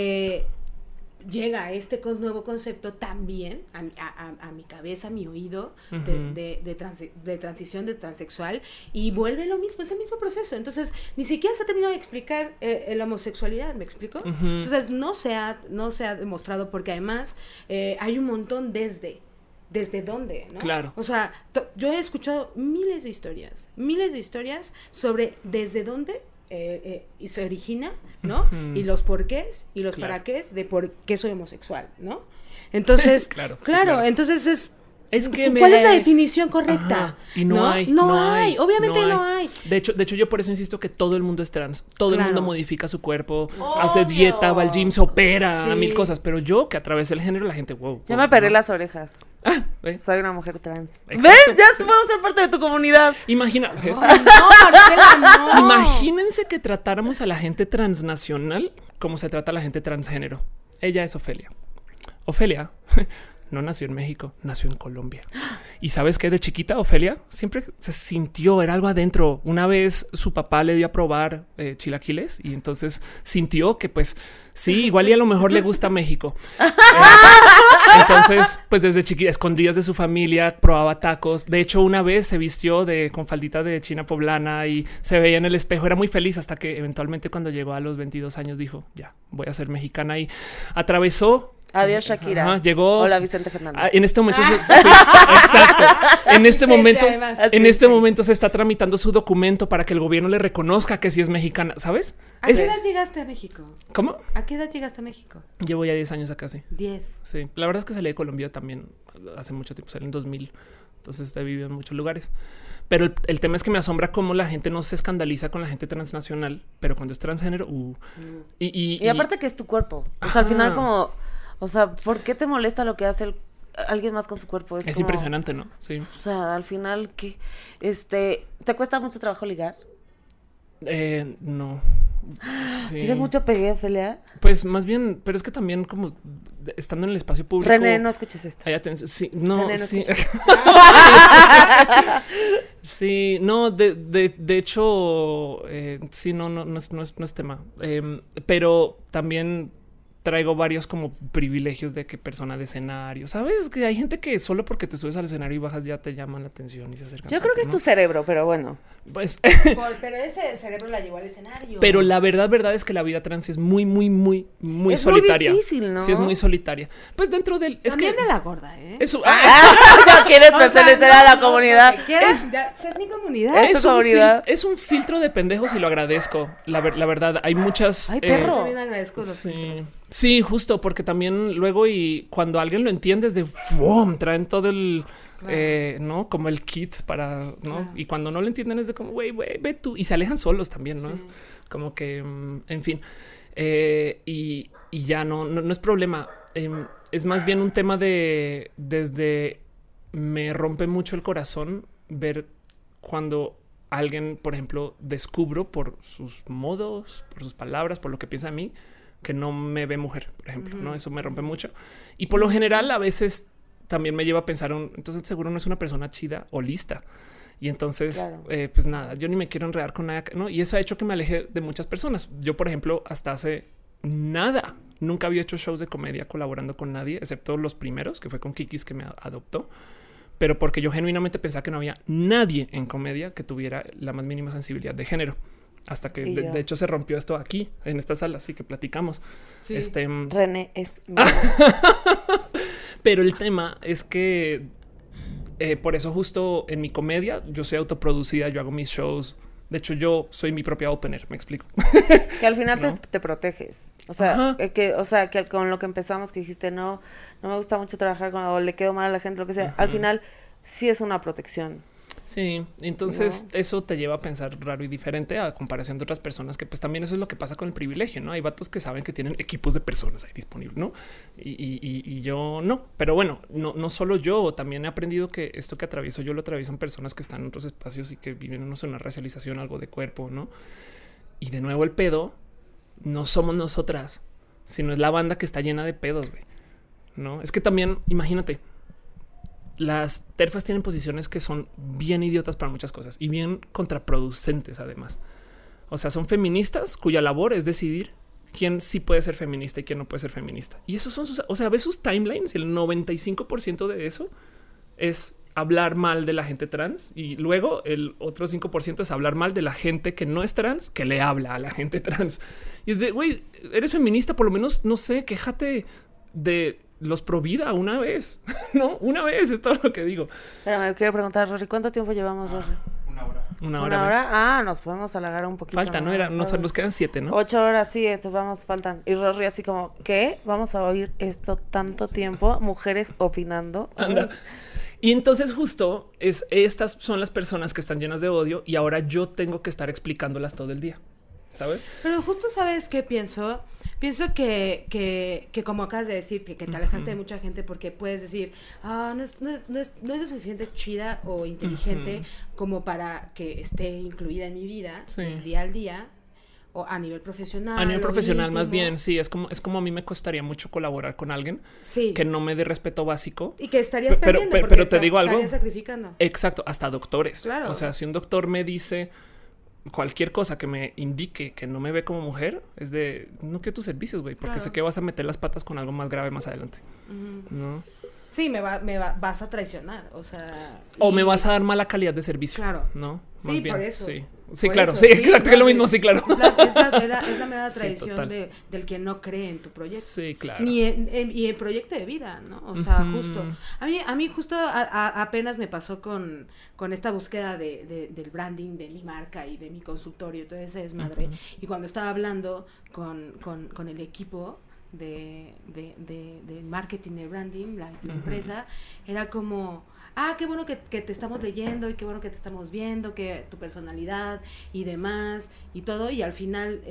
Speaker 2: llega este nuevo concepto también a mi cabeza, a mi oído de transición, de transexual, y vuelve lo mismo, es el mismo proceso. Entonces, ni siquiera se ha terminado de explicar la homosexualidad, ¿me explico? Entonces, no se ha demostrado porque además hay un montón desde dónde, ¿no?
Speaker 3: Claro.
Speaker 2: O sea, yo he escuchado miles de historias sobre desde dónde se origina, ¿no? Y los porqués y los para qué de por qué soy homosexual, ¿no? Entonces, claro, entonces es que ¿cuál es la definición correcta?
Speaker 3: Y no hay,
Speaker 2: obviamente no hay.
Speaker 3: De hecho, yo por eso insisto que todo el mundo es trans. Todo el mundo modifica su cuerpo, hace dieta, va al gym, se opera, mil cosas. Pero yo que atravesé el género, la gente,
Speaker 1: yo me operé las orejas. Soy una mujer trans.
Speaker 3: Exacto.
Speaker 1: ¿Ves? Ya puedo ser parte de tu comunidad.
Speaker 2: No.
Speaker 3: Imagínense que tratáramos a la gente transnacional como se trata a la gente transgénero. Ella es Ofelia. Ofelia no nació en México, nació en Colombia. Y sabes que de chiquita Ofelia siempre se sintió, era algo adentro. Una vez su papá le dio a probar chilaquiles y entonces sintió que pues sí, igual y a lo mejor le gusta México. Entonces pues desde chiquita, escondidas de su familia, probaba tacos. De hecho una vez se vistió con faldita de china poblana y se veía en el espejo. Era muy feliz hasta que eventualmente cuando llegó a los 22 años dijo ya, voy a ser mexicana y atravesó.
Speaker 1: Adiós Shakira.
Speaker 3: Llegó.
Speaker 1: Hola Vicente Fernández.
Speaker 3: En este momento, sí, exacto. En este momento se está tramitando su documento para que el gobierno le reconozca que sí es mexicana, ¿sabes?
Speaker 2: ¿A qué edad llegaste a México?
Speaker 3: ¿Cómo?
Speaker 2: ¿A qué edad llegaste a México?
Speaker 3: Llevo ya 10 años acá, sí.
Speaker 2: 10.
Speaker 3: Sí, la verdad es que salí de Colombia también hace mucho tiempo, salí en 2000. Entonces he vivido en muchos lugares. Pero el tema es que me asombra cómo la gente no se escandaliza con la gente transnacional, pero cuando es transgénero,
Speaker 1: Y aparte que es tu cuerpo. O sea, al final como... O sea, ¿por qué te molesta lo que hace alguien más con su cuerpo? Es como,
Speaker 3: impresionante, ¿no? Sí.
Speaker 1: O sea, al final, ¿qué? ¿Te cuesta mucho trabajo ligar?
Speaker 3: No. Sí.
Speaker 1: ¿Tienes mucho pegue, Ofelia?
Speaker 3: Pues más bien, pero es que también como estando en el espacio público.
Speaker 1: René, no escuches esto.
Speaker 3: Hay atención. Sí, no,
Speaker 1: René,
Speaker 3: sí. Sí, no, de hecho, sí, no es tema. Pero también traigo varios como privilegios de que persona de escenario, ¿sabes? Que hay gente que solo porque te subes al escenario y bajas ya te llaman la atención y se acercan.
Speaker 1: Yo creo que es tu cerebro, pero bueno.
Speaker 3: Pues,
Speaker 2: Pero ese cerebro la llevó al escenario.
Speaker 3: pero la verdad es que la vida trans es muy
Speaker 1: Es
Speaker 3: solitaria.
Speaker 1: muy difícil, ¿no?
Speaker 3: Sí, es muy solitaria. Pues dentro del... Es
Speaker 2: También
Speaker 3: que
Speaker 2: de la gorda, ¿eh?
Speaker 3: eso,
Speaker 1: No quieres
Speaker 2: O sea,
Speaker 1: pertenecer a la
Speaker 2: no,
Speaker 1: comunidad.
Speaker 2: porque quieras, es mi comunidad.
Speaker 1: Es tu comunidad.
Speaker 3: es un filtro de pendejos y lo agradezco. La verdad, hay muchas...
Speaker 1: Ay, perro.
Speaker 2: También agradezco los
Speaker 3: Sí,
Speaker 2: filtros.
Speaker 3: sí, justo, porque también luego y cuando alguien lo entiende es de ¡fum! Traen todo el... no, como el kit para, ¿no?
Speaker 2: Claro.
Speaker 3: Y cuando no lo entienden es de como, güey, ve tú. Y se alejan solos también, ¿no?
Speaker 2: Sí.
Speaker 3: Como que, en fin. Y ya no es problema. Es más bien un tema de desde me rompe mucho el corazón ver cuando alguien, por ejemplo, descubro por sus modos, por sus palabras, por lo que piensa de mí, que no me ve mujer, por ejemplo, ¿no? Eso me rompe mucho. Y por lo general a veces también me lleva a pensar, entonces seguro no es una persona chida o lista. Y entonces,
Speaker 1: Claro.
Speaker 3: pues nada, yo ni me quiero enredar con nada, ¿no? Y eso ha hecho que me aleje de muchas personas. Yo, por ejemplo, hasta hace nada, nunca había hecho shows de comedia colaborando con nadie, excepto los primeros, que fue con Kikis que me adoptó. Pero porque yo genuinamente pensaba que no había nadie en comedia que tuviera la más mínima sensibilidad de género. Hasta que de hecho se rompió esto aquí, en esta sala, así que platicamos.
Speaker 2: Sí.
Speaker 1: René es...
Speaker 3: Pero el tema es que por eso justo en mi comedia yo soy autoproducida, yo hago mis shows. De hecho, yo soy mi propia opener, me explico.
Speaker 1: Que al final
Speaker 3: ¿No?
Speaker 1: te proteges. O sea, que con lo que empezamos, que dijiste, no me gusta mucho trabajar con, o le quedo mal a la gente, lo que sea. Al final sí es una protección.
Speaker 3: Sí, entonces eso te lleva a pensar raro y diferente a comparación de otras personas, que pues también eso es lo que pasa con el privilegio, ¿no? Hay vatos que saben que tienen equipos de personas ahí disponibles, ¿no? Y yo no, pero bueno, no solo yo, también he aprendido que esto que atravieso yo lo atraviesan personas que están en otros espacios y que viven en una racialización, algo de cuerpo, ¿no? Y de nuevo el pedo no somos nosotras, sino es la banda que está llena de pedos, güey, ¿no? Es que también, imagínate, las terfas tienen posiciones que son bien idiotas para muchas cosas y bien contraproducentes además. O sea, son feministas cuya labor es decidir quién sí puede ser feminista y quién no puede ser feminista. Y esos son sus... O sea, ves sus timelines y el 95% de eso es hablar mal de la gente trans y luego el otro 5% es hablar mal de la gente que no es trans, que le habla a la gente trans. Y es de, güey, eres feminista, por lo menos, no sé, quéjate de... los pro vida una vez, ¿no? Una vez es todo lo que digo.
Speaker 1: Pero me quiero preguntar, Rory, ¿cuánto tiempo llevamos, Rory?
Speaker 4: Una hora.
Speaker 1: ¿Una hora? Ah, nos podemos alargar un poquito.
Speaker 3: Falta, ¿no? Nos quedan 7, ¿no?
Speaker 1: 8 horas, sí, entonces faltan. Y Rory así como, ¿qué? Vamos a oír esto tanto tiempo, mujeres opinando.
Speaker 3: Anda. Y entonces justo estas son las personas que están llenas de odio y ahora yo tengo que estar explicándolas todo el día, ¿sabes?
Speaker 2: Pero justo sabes qué pienso. Pienso que como acabas de decir, que te alejaste de mucha gente porque puedes decir, no es lo suficiente chida o inteligente como para que esté incluida en mi vida día al día o a nivel profesional.
Speaker 3: A nivel profesional, más
Speaker 2: íntimo.
Speaker 3: bien, sí, es como a mí me costaría mucho colaborar con alguien
Speaker 2: Sí.
Speaker 3: que no me dé respeto básico.
Speaker 2: Y que estarías perdiendo porque
Speaker 3: pero te digo algo.
Speaker 2: estarías sacrificando.
Speaker 3: Exacto, hasta doctores.
Speaker 2: Claro.
Speaker 3: O sea, si un doctor me dice cualquier cosa que me indique que no me ve como mujer, es de no quiero tus servicios, güey, porque
Speaker 2: Claro.
Speaker 3: sé que vas a meter las patas con algo más grave más adelante. ¿No?
Speaker 2: Sí, vas a traicionar, o sea...
Speaker 3: O me vas a dar mala calidad de servicio.
Speaker 2: Claro.
Speaker 3: ¿No?
Speaker 2: Sí,
Speaker 3: Más bien,
Speaker 2: por eso.
Speaker 3: Sí,
Speaker 2: Por
Speaker 3: claro.
Speaker 2: eso,
Speaker 3: Sí, exacto, que es lo mismo, sí, claro.
Speaker 2: Es la mera
Speaker 3: Sí,
Speaker 2: traición
Speaker 3: total.
Speaker 2: del que no cree en tu proyecto.
Speaker 3: Sí, claro.
Speaker 2: Ni y en proyecto de vida, ¿no? O sea, justo. A mí justo apenas me pasó con esta búsqueda del branding de mi marca y de mi consultorio y todo ese desmadre. Y cuando estaba hablando con el equipo de marketing y branding, la empresa, era como... qué bueno que te estamos leyendo y qué bueno que te estamos viendo, que tu personalidad y demás y todo, y al final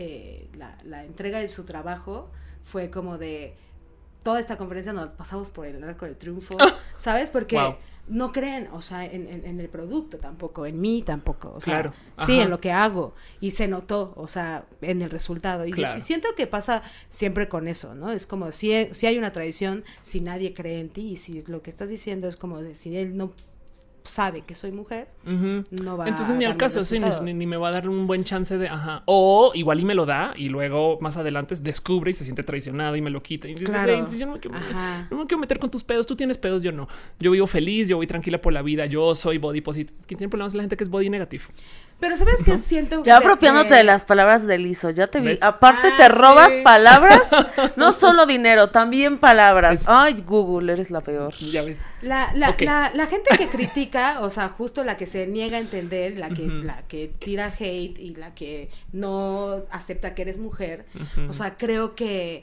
Speaker 2: la entrega de su trabajo fue como de toda esta conferencia nos pasamos por el arco del triunfo, ¿sabes? Porque
Speaker 3: Wow.
Speaker 2: no creen, o sea, en el producto tampoco, en mí tampoco, o sea,
Speaker 3: Claro.
Speaker 2: sí,
Speaker 3: Ajá.
Speaker 2: en lo que hago, y se notó, o sea, en el resultado, y
Speaker 3: Claro.
Speaker 2: siento que pasa siempre con eso, ¿no? Es como si hay una tradición, si nadie cree en ti, y si lo que estás diciendo es como de, si él no sabe que soy mujer, no va
Speaker 3: Entonces ni
Speaker 2: a
Speaker 3: al
Speaker 2: darme
Speaker 3: caso, sí,
Speaker 2: resultado.
Speaker 3: ni me va a dar un buen chance de o igual y me lo da y luego más adelante descubre y se siente traicionado y me lo quita y dice,
Speaker 2: Claro.
Speaker 3: "Güey, yo no me
Speaker 2: Ajá.
Speaker 3: quiero meter con tus pedos, tú tienes pedos, yo no, yo vivo feliz, yo voy tranquila por la vida, yo soy body positive". ¿Quién tiene problemas? La gente que es body negativo.
Speaker 2: Pero ¿sabes qué siento?
Speaker 1: Ya apropiándote de las palabras de Lizo, ya te vi.
Speaker 3: ¿Ves?
Speaker 1: Aparte te robas
Speaker 2: sí.
Speaker 1: palabras, no solo dinero, también palabras.
Speaker 3: Es-
Speaker 1: Ay, Google, eres la peor.
Speaker 3: Ya ves.
Speaker 2: La
Speaker 3: Ok.
Speaker 2: gente que critica, o sea, justo la que se niega a entender, la que tira hate y la que no acepta que eres mujer, o sea, creo que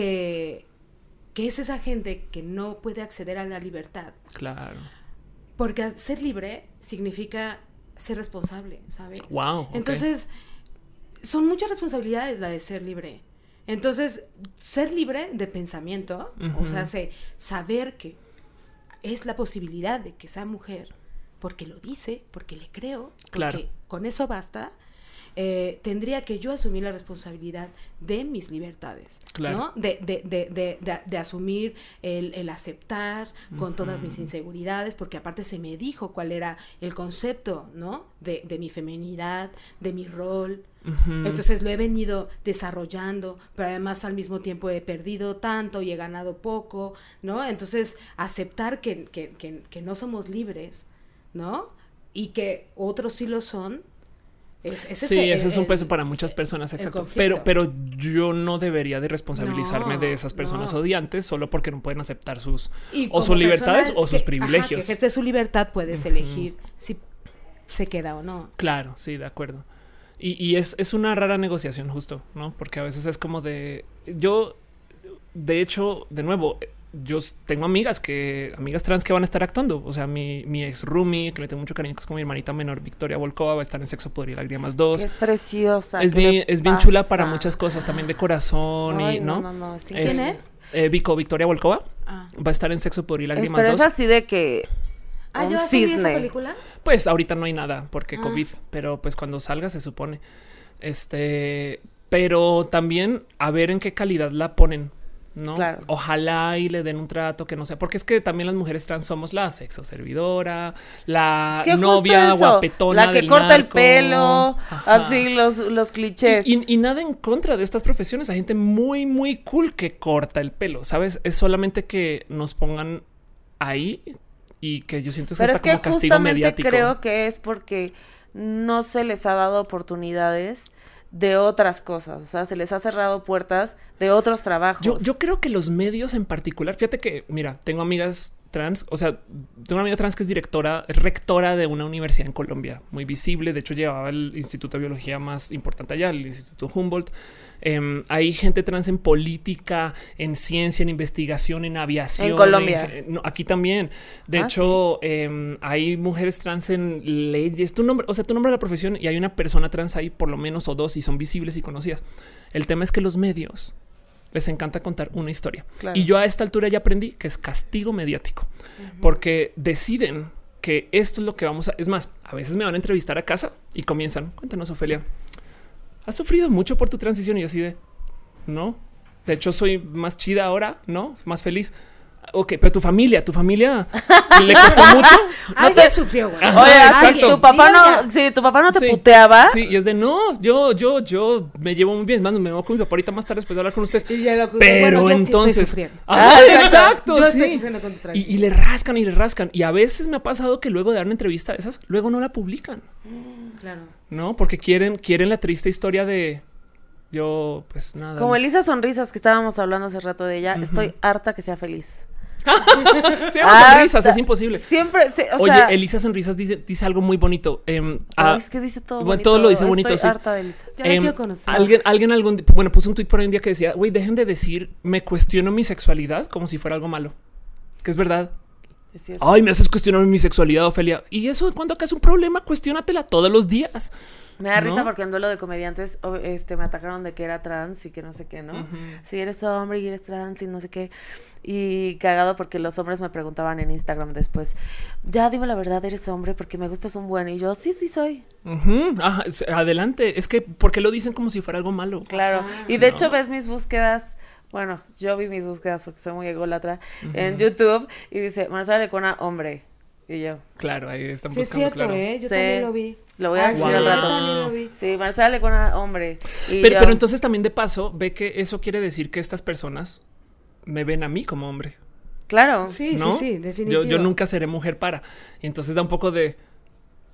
Speaker 2: es esa gente que no puede acceder a la libertad.
Speaker 3: Claro.
Speaker 2: Porque ser libre significa ser responsable, ¿sabes?
Speaker 3: Wow, ok.
Speaker 2: Entonces, son muchas responsabilidades la de ser libre. Entonces, ser libre de pensamiento, o sea, saber que es la posibilidad de que sea mujer, porque lo dice, porque le creo, porque
Speaker 3: Claro.
Speaker 2: con eso basta, tendría que yo asumir la responsabilidad de mis libertades,
Speaker 3: Claro.
Speaker 2: ¿no? De asumir el aceptar con todas mis inseguridades, porque aparte se me dijo cuál era el concepto, ¿no? De mi feminidad, de mi rol. Entonces lo he venido desarrollando, pero además al mismo tiempo he perdido tanto y he ganado poco, ¿no? Entonces aceptar que no somos libres, ¿no? Y que otros sí lo son.
Speaker 3: Sí, eso es un peso para muchas personas, exacto.
Speaker 2: conflicto.
Speaker 3: Pero yo no debería de responsabilizarme
Speaker 2: No,
Speaker 3: de esas personas
Speaker 2: no.
Speaker 3: odiantes solo porque no pueden aceptar sus
Speaker 2: Y
Speaker 3: o
Speaker 2: como
Speaker 3: sus libertades
Speaker 2: persona
Speaker 3: o sus
Speaker 2: que
Speaker 3: privilegios.
Speaker 2: ejerce su libertad, puedes elegir si se queda o no.
Speaker 3: Claro, sí, de acuerdo. Y es una rara negociación justo, ¿no? Porque a veces es como de... Yo, de hecho, de nuevo, yo tengo amigas trans que van a estar actuando. O sea, mi ex roomie, que le tengo mucho cariño, que es como mi hermanita menor, Victoria Volkova, va a estar en Sexo, Poder y Lágrimas 2.
Speaker 1: Que es preciosa.
Speaker 3: Es
Speaker 1: ¿qué le
Speaker 3: bien
Speaker 1: pasa?
Speaker 3: chula para muchas cosas, también de corazón.
Speaker 1: Ay,
Speaker 3: y no.
Speaker 1: no, es
Speaker 2: ¿Quién
Speaker 1: increíble.
Speaker 2: es?
Speaker 3: Victoria Volkova
Speaker 2: Ah.
Speaker 3: va a estar en Sexo, Poder y Lágrimas
Speaker 1: Pero
Speaker 3: 2.
Speaker 1: es así de que un
Speaker 2: ¿yo asumí esa
Speaker 1: cisne.
Speaker 2: película?
Speaker 3: Pues ahorita no hay nada porque
Speaker 2: Ah.
Speaker 3: COVID, pero pues cuando salga se supone. Pero también a ver en qué calidad la ponen, ¿no?
Speaker 1: Claro.
Speaker 3: Ojalá y le den un trato que no sea, porque es que también las mujeres trans somos la sexo servidora, la
Speaker 1: Es que justo
Speaker 3: novia
Speaker 1: eso,
Speaker 3: guapetona
Speaker 1: la que
Speaker 3: del
Speaker 1: corta el
Speaker 3: narco.
Speaker 1: pelo,
Speaker 3: Ajá.
Speaker 1: así los clichés.
Speaker 3: Y nada en contra de estas profesiones. Hay gente muy, muy cool que corta el pelo, ¿sabes? Es solamente que nos pongan ahí y que yo siento que
Speaker 1: Pero
Speaker 3: está
Speaker 1: es que
Speaker 3: como castigo
Speaker 1: justamente
Speaker 3: mediático.
Speaker 1: creo que es porque no se les ha dado oportunidades de otras cosas, o sea, se les ha cerrado puertas de otros trabajos.
Speaker 3: Yo creo que los medios en particular, fíjate que, mira, tengo amigas trans, o sea, tengo una amiga trans que es rectora de una universidad en Colombia, muy visible, de hecho llevaba el Instituto de Biología más importante allá, el Instituto Humboldt. Hay gente trans en política, en ciencia, en investigación, en aviación.
Speaker 1: En Colombia.
Speaker 3: No, aquí también. De
Speaker 1: Ah,
Speaker 3: hecho, hay mujeres trans en leyes. Tu nombras la profesión y hay una persona trans ahí, por lo menos, o dos, y son visibles y conocidas. El tema es que los medios les encanta contar una historia.
Speaker 1: Claro.
Speaker 3: Y yo a esta altura ya aprendí que es castigo mediático, porque deciden que esto es lo que vamos a... Es más, a veces me van a entrevistar a casa y comienzan, cuéntanos, Ofelia, ¿has sufrido mucho por tu transición? Y yo así de, no. De hecho, soy más chida ahora, ¿no? Más feliz. Ok, pero tu familia le costó mucho.
Speaker 2: Alguien sufrió, güey.
Speaker 3: Ajá,
Speaker 1: Oye, así,
Speaker 3: exacto.
Speaker 1: tu papá
Speaker 2: Diga
Speaker 1: no, sí, tu papá no te
Speaker 3: Sí,
Speaker 1: puteaba.
Speaker 3: Sí, y es de no, yo me llevo muy bien. Es más, me voy con mi papá ahorita más tarde después de hablar con ustedes.
Speaker 2: Y ya lo-
Speaker 3: Pero
Speaker 2: bueno, yo sí
Speaker 3: entonces,
Speaker 2: estoy sufriendo.
Speaker 3: Ah, exacto,
Speaker 2: Yo
Speaker 3: sí.
Speaker 2: estoy sufriendo con tu
Speaker 3: Y
Speaker 2: transición.
Speaker 3: le rascan y le rascan. Y a veces me ha pasado que luego de dar una entrevista de esas, luego no la publican,
Speaker 2: Claro.
Speaker 3: ¿no? Porque quieren la triste historia de yo, pues nada.
Speaker 1: Como Elisa Sonrisas, que estábamos hablando hace rato de ella, estoy harta que sea feliz.
Speaker 3: Se llama Sonrisas,
Speaker 1: Harta.
Speaker 3: es imposible.
Speaker 1: Siempre, o
Speaker 3: Oye,
Speaker 1: sea,
Speaker 3: Elisa Sonrisas dice algo muy bonito.
Speaker 1: ay, es que dice todo
Speaker 3: bueno,
Speaker 1: bonito.
Speaker 3: todo lo dice bonito,
Speaker 1: Estoy
Speaker 3: sí.
Speaker 1: harta de Elisa.
Speaker 2: Ya la quiero conocer.
Speaker 3: Alguien bueno, puso un tweet por ahí un día que decía, güey, dejen de decir, me cuestiono mi sexualidad como si fuera algo malo. Que es verdad.
Speaker 1: Es cierto.
Speaker 3: Ay, me haces cuestionar mi sexualidad, Ofelia. Y eso, cuando acá es un problema, cuestiónatela todos los días.
Speaker 1: Me da
Speaker 3: ¿no?
Speaker 1: risa porque en duelo de comediantes me atacaron de que era trans y que no sé qué, ¿no? Si eres hombre y eres trans y no sé qué. Y cagado porque los hombres me preguntaban en Instagram después, ya dime la verdad, ¿eres hombre? Porque me gustas un buen. Y yo, sí soy.
Speaker 3: Ajá, adelante. Es que, ¿por qué lo dicen como si fuera algo malo?
Speaker 1: Claro. Y de hecho ves mis búsquedas. Bueno, yo vi mis búsquedas porque soy muy ególatra en YouTube y dice Marcela Lecona, hombre. Y yo,
Speaker 3: Claro, ahí están
Speaker 2: Sí, es
Speaker 3: buscando,
Speaker 2: cierto,
Speaker 3: claro.
Speaker 2: Yo
Speaker 1: Sí.
Speaker 2: también lo vi.
Speaker 1: Lo voy a
Speaker 2: sí,
Speaker 1: decir al
Speaker 2: yo
Speaker 1: rato.
Speaker 2: también lo vi.
Speaker 1: sí, Marcela Lecona, hombre. Y
Speaker 3: Pero,
Speaker 1: yo,
Speaker 3: pero entonces también de paso ve que eso quiere decir que estas personas me ven a mí como hombre.
Speaker 1: claro.
Speaker 2: Sí,
Speaker 3: ¿no?
Speaker 2: sí, definitivo.
Speaker 3: Yo nunca seré mujer para. Y entonces da un poco de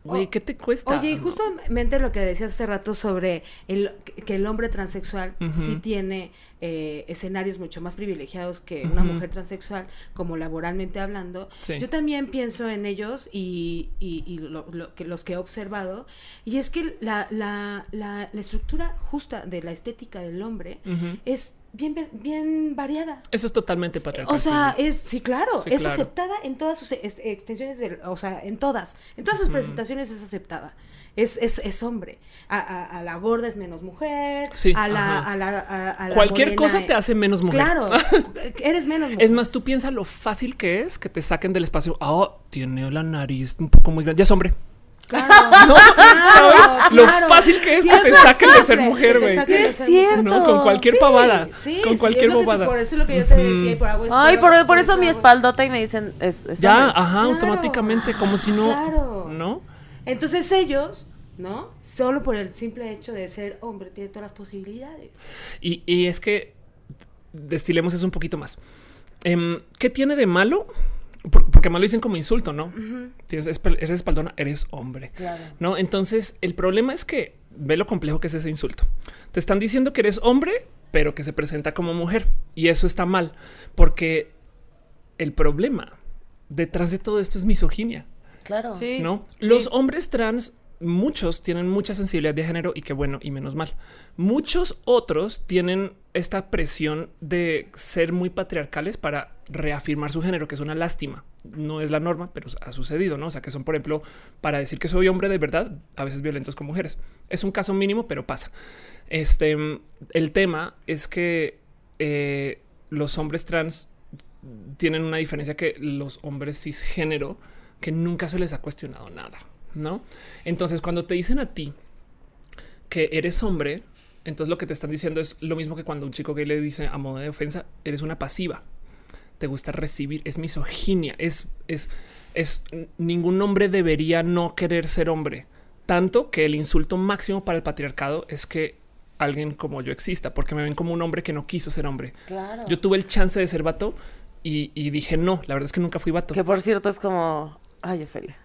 Speaker 3: güey, ¿qué te cuesta?
Speaker 2: Oye, y justamente lo que decías hace rato sobre que el hombre transexual sí tiene escenarios mucho más privilegiados que una mujer transexual, como laboralmente hablando.
Speaker 3: Sí.
Speaker 2: Yo también pienso en ellos y los que he observado, y es que la estructura justa de la estética del hombre es bien variada.
Speaker 3: Eso es totalmente patriarcal.
Speaker 2: O sea,
Speaker 3: sí.
Speaker 2: sí, claro,
Speaker 3: Sí,
Speaker 2: es
Speaker 3: claro.
Speaker 2: aceptada en todas sus extensiones, o sea, en todas sus presentaciones es aceptada. Es hombre. A la gorda es menos mujer.
Speaker 3: Sí,
Speaker 2: a la
Speaker 3: cualquier
Speaker 2: morena
Speaker 3: cosa te hace menos mujer.
Speaker 2: Claro, eres menos mujer.
Speaker 3: Es más, tú piensas lo fácil que es que te saquen del espacio. Ah, tiene la nariz un poco muy grande. Ya es hombre.
Speaker 2: Claro,
Speaker 3: ¿No? ¿Sabes? Lo fácil que es que te saquen de ser mujer, güey.
Speaker 1: Es cierto.
Speaker 3: No, con cualquier pavada.
Speaker 2: Sí,
Speaker 3: con cualquier
Speaker 2: es lo que
Speaker 3: bobada.
Speaker 2: por eso es lo que yo te decía y por algo
Speaker 1: Ay, por eso mi espaldota y me dicen es
Speaker 3: Ya,
Speaker 1: hombre.
Speaker 3: ajá,
Speaker 2: Claro,
Speaker 3: automáticamente, como si no.
Speaker 2: claro.
Speaker 3: ¿No?
Speaker 2: Entonces ellos, ¿no? Solo por el simple hecho de ser hombre tienen todas las posibilidades.
Speaker 3: Y es que destilemos eso un poquito más. ¿Qué tiene de malo? Porque malo dicen como insulto, ¿no? Eres espaldona, eres hombre.
Speaker 2: Claro.
Speaker 3: ¿No? Entonces, el problema es que ve lo complejo que es ese insulto. Te están diciendo que eres hombre, pero que se presenta como mujer. Y eso está mal, porque el problema detrás de todo esto es misoginia.
Speaker 1: Claro.
Speaker 2: Sí.
Speaker 3: ¿No?
Speaker 2: Sí.
Speaker 3: Los hombres trans, muchos tienen mucha sensibilidad de género y qué bueno y menos mal. Muchos otros tienen esta presión de ser muy patriarcales para reafirmar su género, que es una lástima. No es la norma, pero ha sucedido, ¿no? O sea, que son, por ejemplo, para decir que soy hombre de verdad, a veces violentos con mujeres. Es un caso mínimo, pero pasa. El tema es que los hombres trans tienen una diferencia que los hombres cisgénero, que nunca se les ha cuestionado nada, ¿no? Entonces, cuando te dicen a ti que eres hombre, entonces lo que te están diciendo es lo mismo que cuando un chico gay le dice a modo de ofensa, eres una pasiva, te gusta recibir, es misoginia, es ningún hombre debería no querer ser hombre, tanto que el insulto máximo para el patriarcado es que alguien como yo exista, porque me ven como un hombre que no quiso ser hombre.
Speaker 1: Claro.
Speaker 3: Yo tuve el chance de ser vato y dije no, la verdad es que nunca fui vato.
Speaker 1: Que por cierto es como, ay, Ofelia.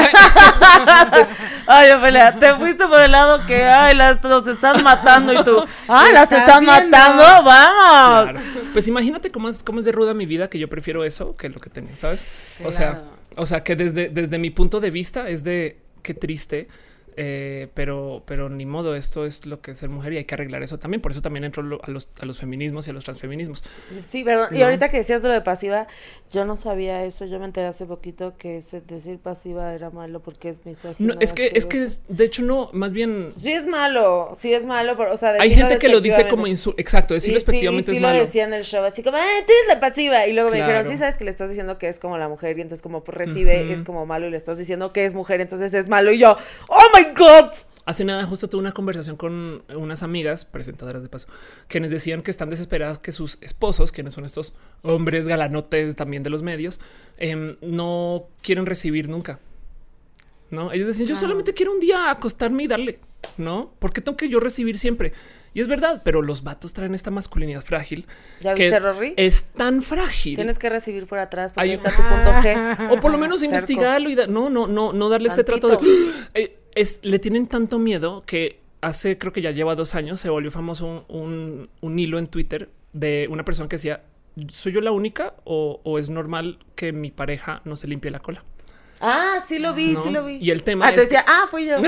Speaker 1: Ay, Ofelia, te fuiste por el lado que, ay, los están matando y tú, ay, las están matando, vamos.
Speaker 3: Claro. Pues imagínate cómo es de ruda mi vida, que yo prefiero eso que lo que tenía, ¿sabes?
Speaker 2: Claro.
Speaker 3: O sea, que desde mi punto de vista es de qué triste, pero ni modo, esto es lo que es ser mujer y hay que arreglar eso también. Por eso también entro a los feminismos y a los transfeminismos.
Speaker 1: Sí, perdón. Y
Speaker 3: No.
Speaker 1: ahorita que decías de lo de pasiva, yo no sabía eso. Yo me enteré hace poquito que decir pasiva era malo porque es misógino.
Speaker 3: No, es que de hecho no, más bien
Speaker 1: Sí es malo, pero, o sea,
Speaker 3: hay
Speaker 1: decirlo
Speaker 3: gente que lo dice como
Speaker 1: despectivamente.
Speaker 3: insulto. Exacto, decirlo
Speaker 1: Sí,
Speaker 3: despectivamente
Speaker 1: sí,
Speaker 3: es
Speaker 1: lo
Speaker 3: malo.
Speaker 1: decía en el show, así como, tú eres la pasiva. Y luego me
Speaker 3: Claro.
Speaker 1: dijeron, sí, sabes que le estás diciendo que es como la mujer. Y entonces como pues, recibe, es como malo. Y le estás diciendo que es mujer, entonces es malo. Y yo, oh my God.
Speaker 3: Hace nada justo tuve una conversación con unas amigas, presentadoras de paso, quienes decían que están desesperadas que sus esposos, quienes son estos hombres galanotes también de los medios, no quieren recibir nunca. ¿No? Ellos decían, yo solamente quiero un día acostarme y darle, ¿no? ¿Por qué tengo que yo recibir siempre? Y es verdad, pero los vatos traen esta masculinidad frágil.
Speaker 1: ¿Ya
Speaker 3: que
Speaker 1: viste, Rory?
Speaker 3: es tan frágil.
Speaker 1: Tienes que recibir por atrás porque
Speaker 3: Hay
Speaker 1: ahí está tu punto G.
Speaker 3: O por lo menos
Speaker 1: Terco.
Speaker 3: investigarlo y no darle este trato de le tienen tanto miedo que creo que ya lleva 2 años, se volvió famoso un hilo en Twitter de una persona que decía, ¿soy yo la única o es normal que mi pareja no se limpie la cola?
Speaker 1: Ah, sí lo vi,
Speaker 3: ¿No?
Speaker 1: sí lo vi.
Speaker 3: Y el tema
Speaker 1: te
Speaker 3: es
Speaker 1: decía, fui yo.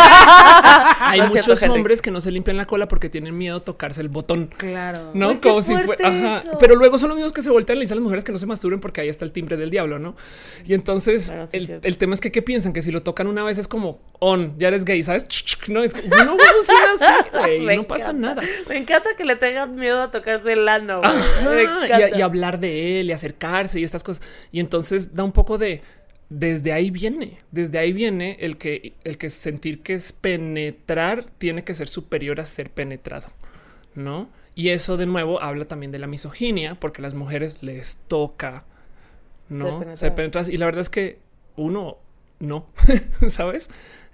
Speaker 3: Hay
Speaker 1: No es cierto,
Speaker 3: muchos
Speaker 1: gente.
Speaker 3: hombres que no se limpian la cola porque tienen miedo a tocarse el botón.
Speaker 2: Claro.
Speaker 3: No,
Speaker 1: Uy, qué
Speaker 3: como si fuera.
Speaker 1: fuerte
Speaker 3: Ajá.
Speaker 1: eso.
Speaker 3: Pero luego son los mismos que se voltean y le dicen a las mujeres que no se masturben porque ahí está el timbre del diablo, ¿no? Y entonces
Speaker 1: Bueno, sí, es cierto.
Speaker 3: el tema es que ¿qué piensan? Que si lo tocan una vez es como ya eres gay, ¿sabes? No, no funciona así, güey.
Speaker 1: Me
Speaker 3: No pasa
Speaker 1: encanta.
Speaker 3: nada.
Speaker 1: Me encanta que le tengan miedo a tocarse el ano. güey.
Speaker 3: Ajá,
Speaker 1: Me encanta.
Speaker 3: y hablar de él y acercarse y estas cosas. Y entonces da un poco de. Desde ahí viene el que sentir que es penetrar tiene que ser superior a ser penetrado, ¿no? Y eso de nuevo habla también de la misoginia, porque a las mujeres les toca, ¿no? Ser penetradas. Y la verdad es que uno, no, ¿sabes?